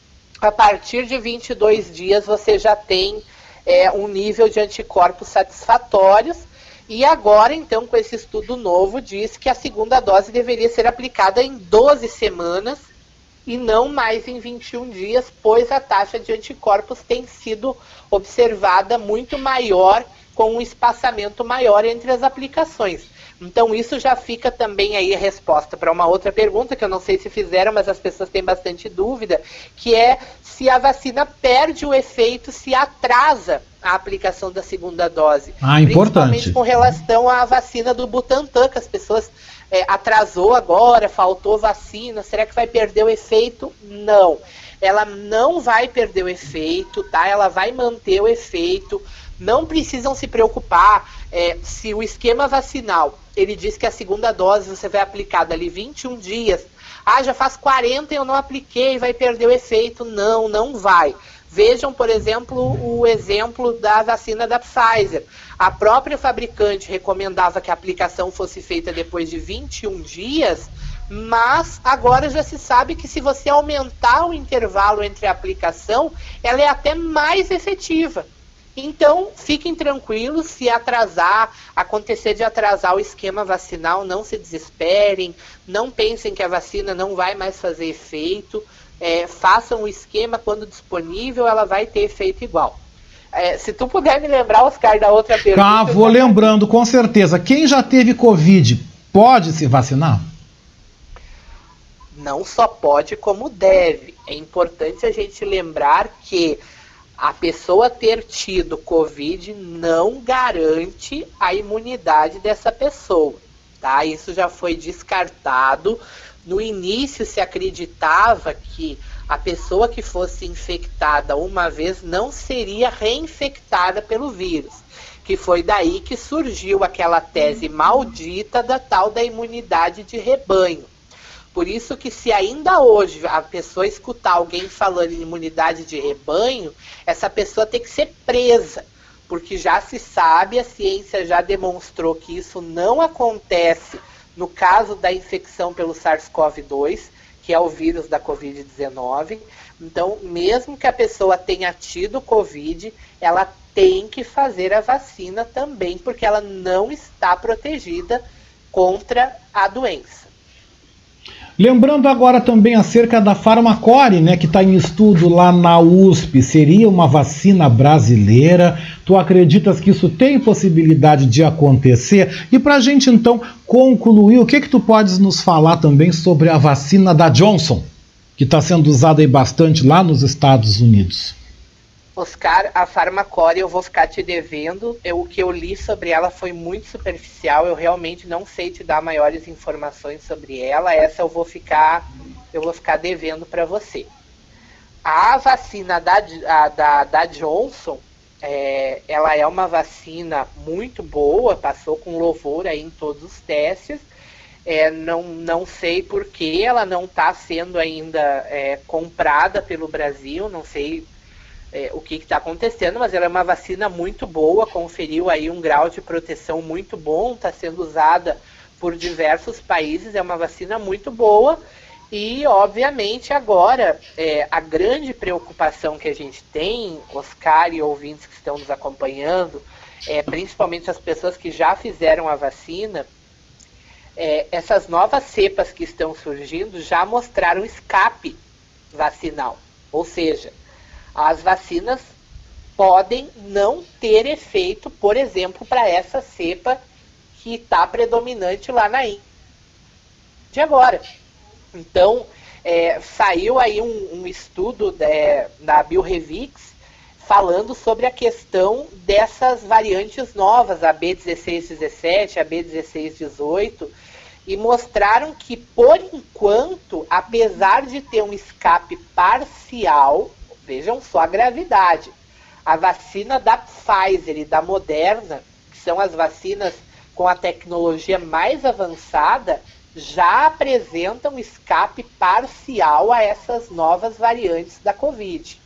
a partir de vinte e dois dias, você já tem é, um nível de anticorpos satisfatórios. E agora, então, com esse estudo novo, diz que a segunda dose deveria ser aplicada em doze semanas e não mais em vinte e um dias, pois a taxa de anticorpos tem sido observada muito maior, com um espaçamento maior entre as aplicações. Então isso já fica também aí a resposta para uma outra pergunta, que eu não sei se fizeram, mas as pessoas têm bastante dúvida, que é se a vacina perde o efeito, se atrasa a aplicação da segunda dose. Ah, importante. Principalmente com relação à vacina do Butantan, que as pessoas é, atrasou agora, faltou vacina, será que vai perder o efeito? Não. Ela não vai perder o efeito, tá? Ela vai manter o efeito. Não precisam se preocupar é, se o esquema vacinal, ele diz que a segunda dose você vai aplicar dali vinte e um dias. Ah, já faz quarenta e eu não apliquei, vai perder o efeito. Não, não vai. Vejam, por exemplo, o exemplo da vacina da Pfizer. A própria fabricante recomendava que a aplicação fosse feita depois de vinte e um dias, mas agora já se sabe que se você aumentar o intervalo entre a aplicação, ela é até mais efetiva. Então, fiquem tranquilos, se atrasar, acontecer de atrasar o esquema vacinal, não se desesperem, não pensem que a vacina não vai mais fazer efeito, é, façam o esquema quando disponível, ela vai ter efeito igual. É, se tu puder me lembrar, Oscar, da outra pergunta... Ah, vou lembrando, com certeza. Quem já teve Covid pode se vacinar? Não só pode, como deve. É importante a gente lembrar que a pessoa ter tido Covid não garante a imunidade dessa pessoa, tá? Isso já foi descartado. No início se acreditava que a pessoa que fosse infectada uma vez não seria reinfectada pelo vírus, que foi daí que surgiu aquela tese maldita da tal da imunidade de rebanho. Por isso que se ainda hoje a pessoa escutar alguém falando em imunidade de rebanho, essa pessoa tem que ser presa, porque já se sabe, a ciência já demonstrou que isso não acontece no caso da infecção pelo SARS-CoV dois, que é o vírus da covid dezenove. Então, mesmo que a pessoa tenha tido Covid, ela tem que fazer a vacina também, porque ela não está protegida contra a doença. Lembrando agora também acerca da Farmacore, né, que está em estudo lá na U S P, seria uma vacina brasileira? Tu acreditas que isso tem possibilidade de acontecer? E para a gente então concluir, o que que tu podes nos falar também sobre a vacina da Johnson, que está sendo usada aí bastante lá nos Estados Unidos? Oscar, a Farmacore eu vou ficar te devendo. Eu, o que eu li sobre ela foi muito superficial. Eu realmente não sei te dar maiores informações sobre ela. Essa eu vou ficar, eu vou ficar devendo para você. A vacina da, a, da, da Johnson, é, ela é uma vacina muito boa, passou com louvor aí em todos os testes. É, não, não sei por que ela não está sendo ainda é, comprada pelo Brasil, não sei É, o que está acontecendo, mas ela é uma vacina muito boa, conferiu aí um grau de proteção muito bom, está sendo usada por diversos países, é uma vacina muito boa e, obviamente, agora é, a grande preocupação que a gente tem, Oscar e ouvintes que estão nos acompanhando, é, principalmente as pessoas que já fizeram a vacina, é, essas novas cepas que estão surgindo já mostraram escape vacinal, ou seja, as vacinas podem não ter efeito, por exemplo, para essa cepa que está predominante lá na Índia de agora. Então, é, saiu aí um, um estudo de, da Biorevix falando sobre a questão dessas variantes novas, a B dezesseis dezessete, a B dezesseis dezoito, e mostraram que, por enquanto, apesar de ter um escape parcial, vejam só a gravidade. A vacina da Pfizer e da Moderna, que são as vacinas com a tecnologia mais avançada, já apresentam escape parcial a essas novas variantes da Covid.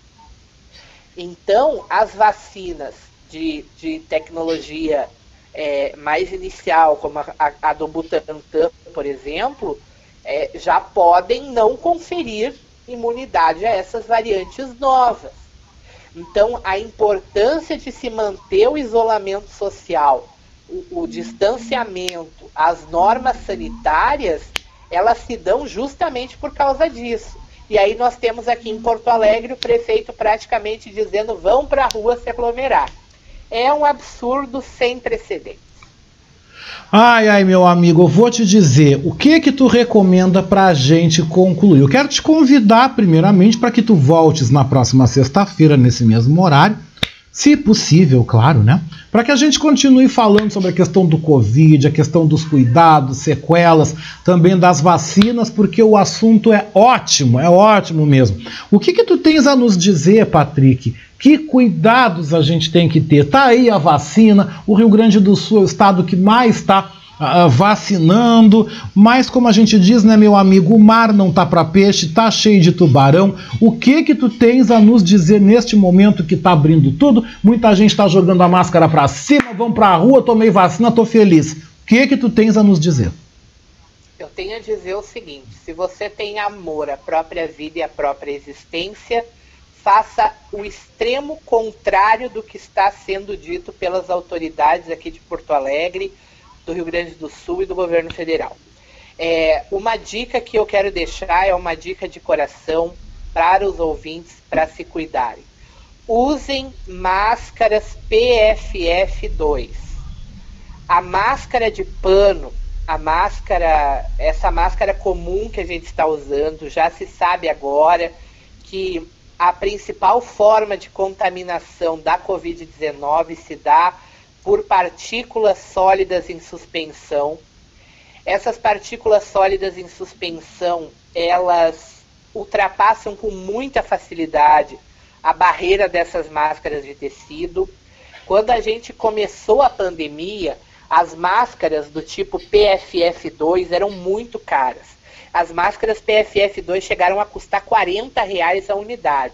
Então, as vacinas de, de tecnologia é, mais inicial, como a, a, a do Butantan, por exemplo, é, já podem não conferir imunidade a essas variantes novas. Então, a importância de se manter o isolamento social, o, o distanciamento, as normas sanitárias, elas se dão justamente por causa disso. E aí nós temos aqui em Porto Alegre o prefeito praticamente dizendo vão para a rua se aglomerar. É um absurdo sem precedentes. Ai, ai, meu amigo, eu vou te dizer, o que que tu recomenda pra gente concluir? Eu quero te convidar, primeiramente, para que tu voltes na próxima sexta-feira, nesse mesmo horário, se possível, claro, né? Para que a gente continue falando sobre a questão do Covid, a questão dos cuidados, sequelas, também das vacinas, porque o assunto é ótimo, é ótimo mesmo. O que que tu tens a nos dizer, Patrick? Que cuidados a gente tem que ter? Tá aí a vacina, o Rio Grande do Sul é o estado que mais está uh, vacinando, mas como a gente diz, né, meu amigo, o mar não tá para peixe, tá cheio de tubarão. O que que tu tens a nos dizer neste momento que tá abrindo tudo? Muita gente tá jogando a máscara para cima, vão pra rua, tomei vacina, tô feliz. O que que tu tens a nos dizer? Eu tenho a dizer o seguinte, se você tem amor à própria vida e à própria existência, faça o extremo contrário do que está sendo dito pelas autoridades aqui de Porto Alegre, do Rio Grande do Sul e do governo federal. É, uma dica que eu quero deixar é uma dica de coração para os ouvintes, para se cuidarem. Usem máscaras P F F dois. A máscara de pano, a máscara, essa máscara comum que a gente está usando, já se sabe agora que a principal forma de contaminação da covid dezenove se dá por partículas sólidas em suspensão. Essas partículas sólidas em suspensão, elas ultrapassam com muita facilidade a barreira dessas máscaras de tecido. Quando a gente começou a pandemia, as máscaras do tipo P F F dois eram muito caras. As máscaras P F F dois chegaram a custar quarenta reais a unidade.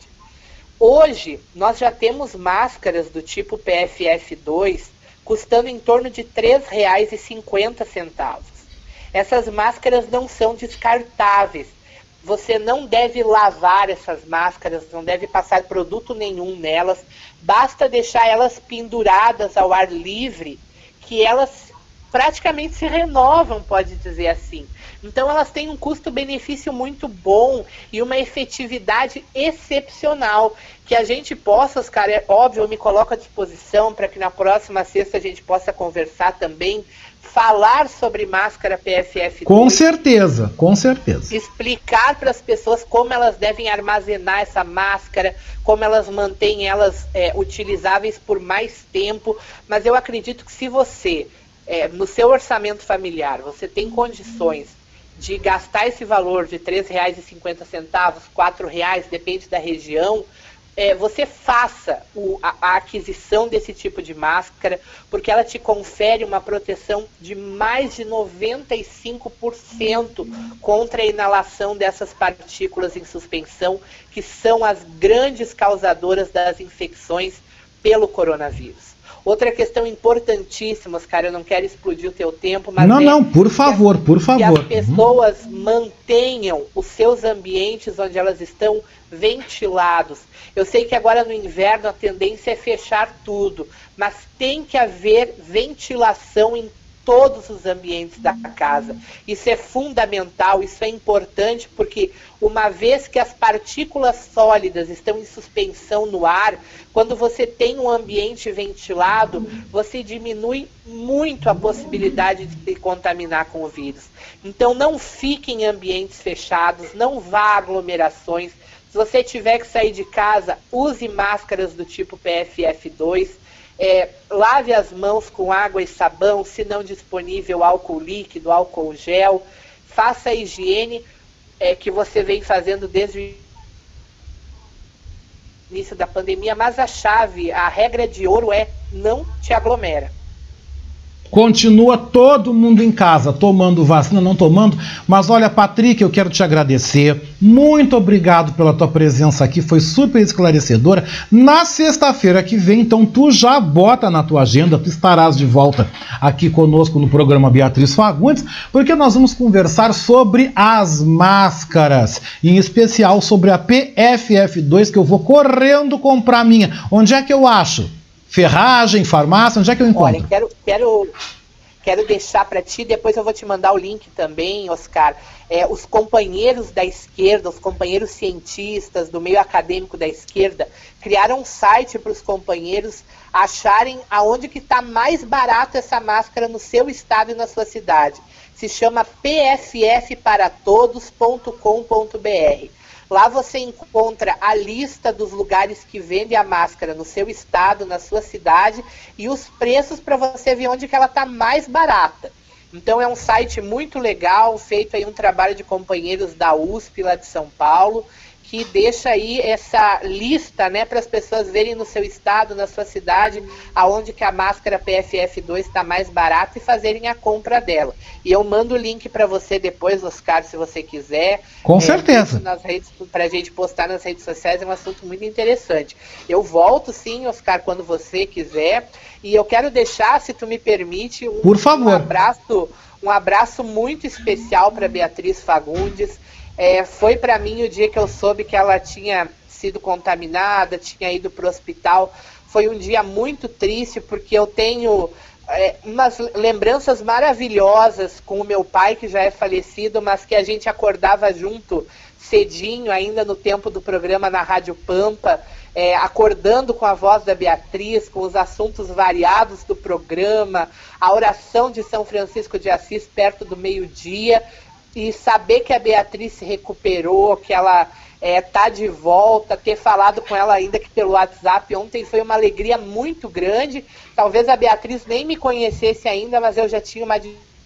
Hoje, nós já temos máscaras do tipo P F F dois custando em torno de três reais e cinquenta centavos. Essas máscaras não são descartáveis. Você não deve lavar essas máscaras, não deve passar produto nenhum nelas. Basta deixar elas penduradas ao ar livre, que elas praticamente se renovam, pode dizer assim. Então elas têm um custo-benefício muito bom e uma efetividade excepcional. Que a gente possa, Oscar, é óbvio, eu me coloco à disposição para que na próxima sexta a gente possa conversar também, falar sobre máscara P F F dois. Com certeza, com certeza. Explicar para as pessoas como elas devem armazenar essa máscara, como elas mantêm elas é, utilizáveis por mais tempo. Mas eu acredito que se você, é, no seu orçamento familiar, você tem condições de gastar esse valor de três reais e cinquenta centavos, quatro reais, depende da região, é, você faça o, a, a aquisição desse tipo de máscara, porque ela te confere uma proteção de mais de noventa e cinco por cento contra a inalação dessas partículas em suspensão, que são as grandes causadoras das infecções pelo coronavírus. Outra questão importantíssima, cara, eu não quero explodir o teu tempo, mas... Não, é não, por favor, as, por favor. Que as pessoas uhum. mantenham os seus ambientes onde elas estão ventilados. Eu sei que agora no inverno a tendência é fechar tudo, mas tem que haver ventilação em todos os ambientes da casa. Isso é fundamental, isso é importante, porque uma vez que as partículas sólidas estão em suspensão no ar, quando você tem um ambiente ventilado, você diminui muito a possibilidade de se contaminar com o vírus. Então não fique em ambientes fechados, não vá a aglomerações. Se você tiver que sair de casa, use máscaras do tipo P F F dois. É, lave as mãos com água e sabão, se não disponível álcool líquido, álcool gel. Faça a higiene é, que você vem fazendo desde o início da pandemia, mas a chave, a regra de ouro é não te aglomera. Continua todo mundo em casa, tomando vacina, não tomando. Mas olha, Patrick, eu quero te agradecer. Muito obrigado pela tua presença aqui, foi super esclarecedora. Na sexta-feira que vem, então, tu já bota na tua agenda, tu estarás de volta aqui conosco no programa Beatriz Fagundes, porque nós vamos conversar sobre as máscaras, em especial sobre a P F F dois, que eu vou correndo comprar a minha. Onde é que eu acho? Ferragem, farmácia, onde é que eu encontro? Olha, quero, quero, quero deixar para ti, depois eu vou te mandar o link também, Oscar, é, os companheiros da esquerda, os companheiros cientistas do meio acadêmico da esquerda, criaram um site para os companheiros acharem aonde que está mais barato essa máscara no seu estado e na sua cidade. Se chama p f f para todos ponto com ponto b r. Lá você encontra a lista dos lugares que vendem a máscara no seu estado, na sua cidade, e os preços para você ver onde que ela está mais barata. Então é um site muito legal, feito aí um trabalho de companheiros da U S P lá de São Paulo, que deixa aí essa lista, né, para as pessoas verem no seu estado, na sua cidade, aonde que a máscara P F F dois está mais barata e fazerem a compra dela. E eu mando o link para você depois, Oscar, se você quiser. Com é, certeza. Para a gente postar nas redes sociais, é um assunto muito interessante. Eu volto sim, Oscar, quando você quiser. E eu quero deixar, se tu me permite, um, Por favor. um abraço, um abraço muito especial para Beatriz Fagundes. É, foi para mim o dia que eu soube que ela tinha sido contaminada, tinha ido para o hospital. Foi um dia muito triste, porque eu tenho é, umas lembranças maravilhosas com o meu pai, que já é falecido, mas que a gente acordava junto cedinho, ainda no tempo do programa na Rádio Pampa, é, acordando com a voz da Beatriz, com os assuntos variados do programa, a oração de São Francisco de Assis perto do meio-dia. E saber que a Beatriz se recuperou, que ela está é, de volta, ter falado com ela ainda que pelo WhatsApp ontem foi uma alegria muito grande. Talvez a Beatriz nem me conhecesse ainda, mas eu já tinha uma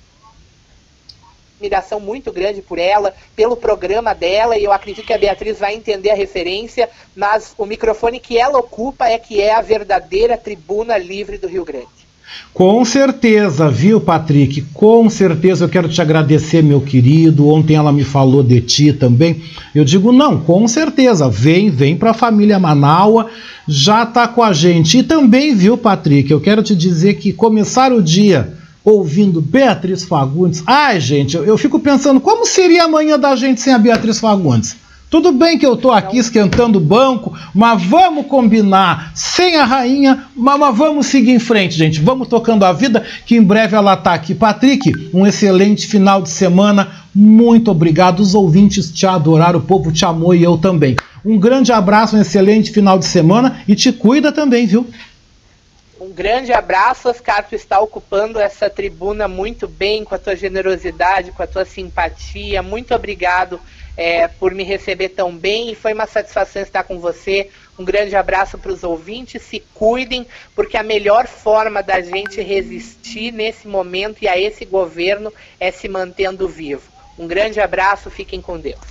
admiração muito grande por ela, pelo programa dela, e eu acredito que a Beatriz vai entender a referência, mas o microfone que ela ocupa é que é a verdadeira tribuna livre do Rio Grande. Com certeza, viu, Patrick? Com certeza eu quero te agradecer, meu querido. Ontem ela me falou de ti também. Eu digo, não, com certeza, vem, vem para a família Manaua, já tá com a gente. E também, viu, Patrick, eu quero te dizer que começar o dia ouvindo Beatriz Fagundes, ai, gente, eu, eu fico pensando, como seria amanhã da gente sem a Beatriz Fagundes? Tudo bem que eu tô aqui esquentando o banco, mas vamos combinar, sem a rainha, mas, mas vamos seguir em frente, gente. Vamos tocando a vida, que em breve ela tá aqui. Patrick, um excelente final de semana. Muito obrigado. Os ouvintes te adoraram, o povo te amou e eu também. Um grande abraço, um excelente final de semana e te cuida também, viu? Um grande abraço, Oscar, tu está ocupando essa tribuna muito bem, com a tua generosidade, com a tua simpatia. Muito obrigado é, por me receber tão bem, e foi uma satisfação estar com você. Um grande abraço para os ouvintes, se cuidem, porque a melhor forma da gente resistir nesse momento e a esse governo é se mantendo vivo. Um grande abraço, fiquem com Deus.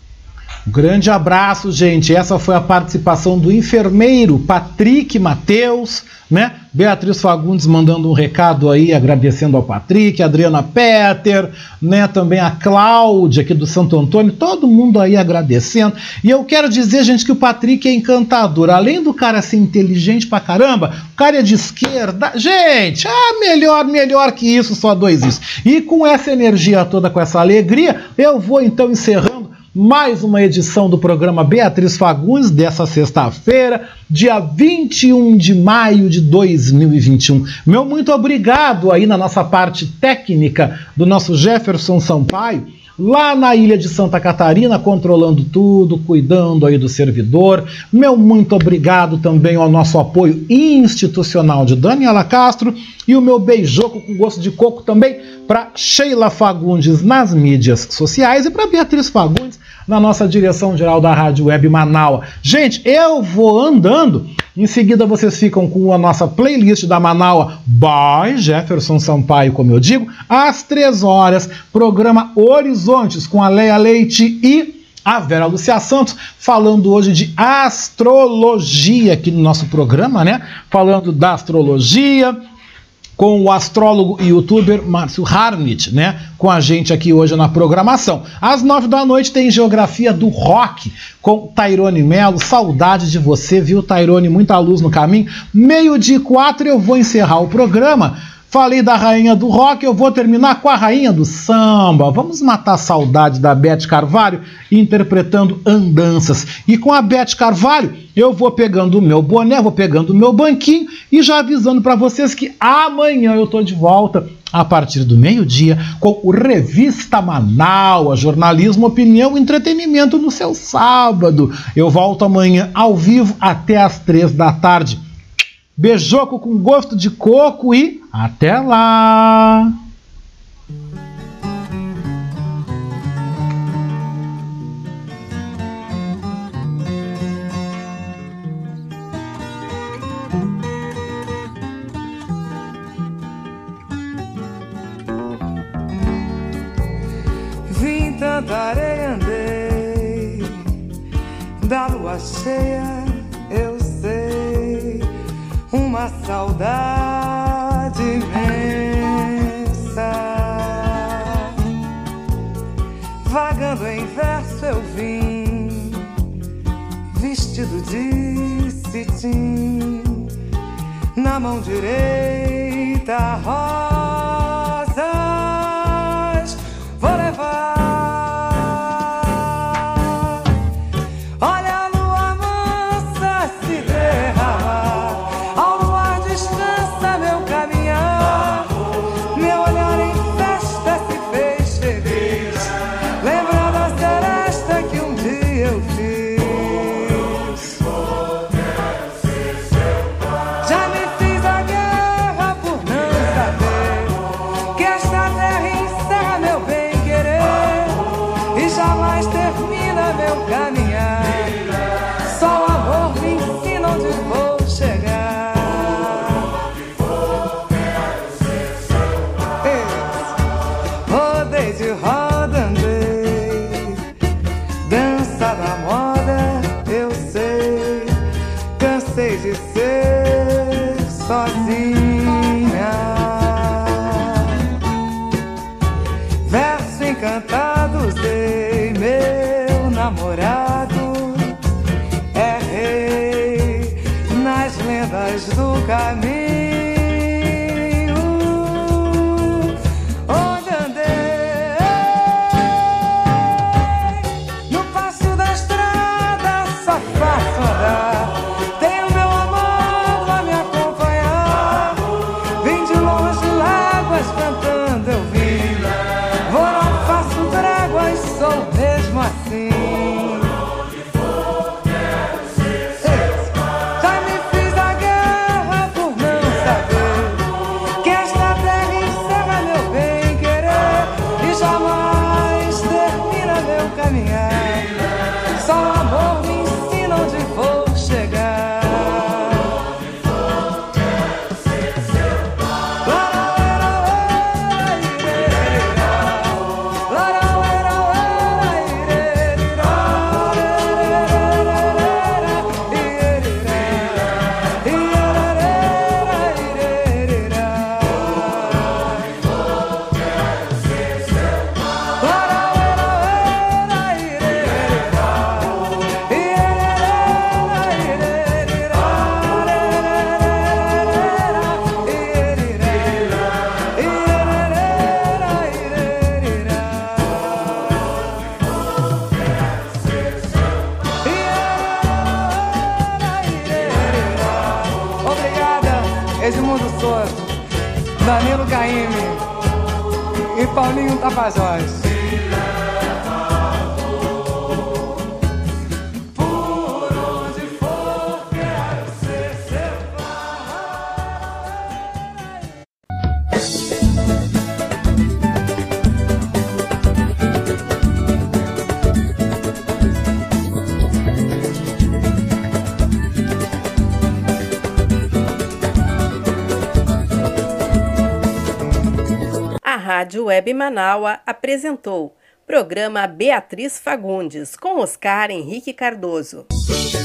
Grande abraço, gente. Essa foi a participação do enfermeiro Patrick Mateus, né? Beatriz Fagundes mandando um recado aí, agradecendo ao Patrick, a Adriana Peter, né? Também a Cláudia aqui do Santo Antônio, todo mundo aí agradecendo. E eu quero dizer, gente, que o Patrick é encantador. Além do cara ser inteligente pra caramba, o cara é de esquerda. Gente, ah, melhor, melhor que isso, só dois isso. E com essa energia toda, com essa alegria, eu vou então encerrando mais uma edição do programa Beatriz Fagundes, dessa sexta-feira, dia vinte e um de maio de dois mil e vinte e um. Meu muito obrigado aí na nossa parte técnica do nosso Jefferson Sampaio, lá na ilha de Santa Catarina, controlando tudo, cuidando aí do servidor. Meu muito obrigado também ao nosso apoio institucional de Daniela Castro, e o meu beijoco com gosto de coco também para Sheila Fagundes nas mídias sociais e para Beatriz Fagundes na nossa direção-geral da Rádio Web Manaua. Gente, eu vou andando, em seguida vocês ficam com a nossa playlist da Manaua by Jefferson Sampaio, como eu digo, às três horas, programa Horizontes com a Leia Leite e a Vera Lúcia Santos, falando hoje de astrologia aqui no nosso programa, né? Falando da astrologia, com o astrólogo e youtuber Márcio Harnit, né? Com a gente aqui hoje na programação. Às nove da noite tem Geografia do Rock, com Tairone Melo. Saudade de você, viu, Tairone? Muita luz no caminho. Meio-dia e quatro eu vou encerrar o programa Falei da rainha do rock, eu vou terminar com a rainha do samba. Vamos matar a saudade da Beth Carvalho interpretando Andanças. E com a Beth Carvalho, eu vou pegando o meu boné, vou pegando o meu banquinho e já avisando para vocês que amanhã eu tô de volta a partir do meio-dia com o Revista Manaus, jornalismo, opinião e entretenimento no seu sábado. Eu volto amanhã ao vivo até às três da tarde. Beijoco com gosto de coco e até lá! Vim tanta areia, andei da lua cheia, eu sei, uma saudade imensa. Vagando em verso eu vim, vestido de cetim, na mão direita rosas vou levar. Olha a lua mansa se derramar, ao luar descansa meu caminhar. Meu olhar em festa se fez feliz, lembrando a seresta que um dia eu fiz. Já me fiz a guerra por não saber que esta terra encerra meu bem-querer e jamais termina meu caminhar. Só o amor me ensina onde vou chegar. Rodei de roda, andei, dança da moda, eu sei. Cansei de ser sozinha. Verso encantado usei, meu namorado é rei nas lendas do caminho. Onde andei, no passo da estrada só faço andar. Tenho meu amor pra me acompanhar. Vim de longe láguas cantando eu vim. Vou, não faço tréguas, sou mesmo assim. Já me fiz a guerra por não saber que esta terra encerra meu bem-querer e jamais termina meu caminhar. Só o amor me ensina onde vou chegar. Obrigada, Edmundo Souza, Danilo Caymmi e Paulinho Tapajós. Por onde for, quero ser seu A Rádio Web Manaua apresentou programa Beatriz Fagundes com Oscar Henrique Cardoso.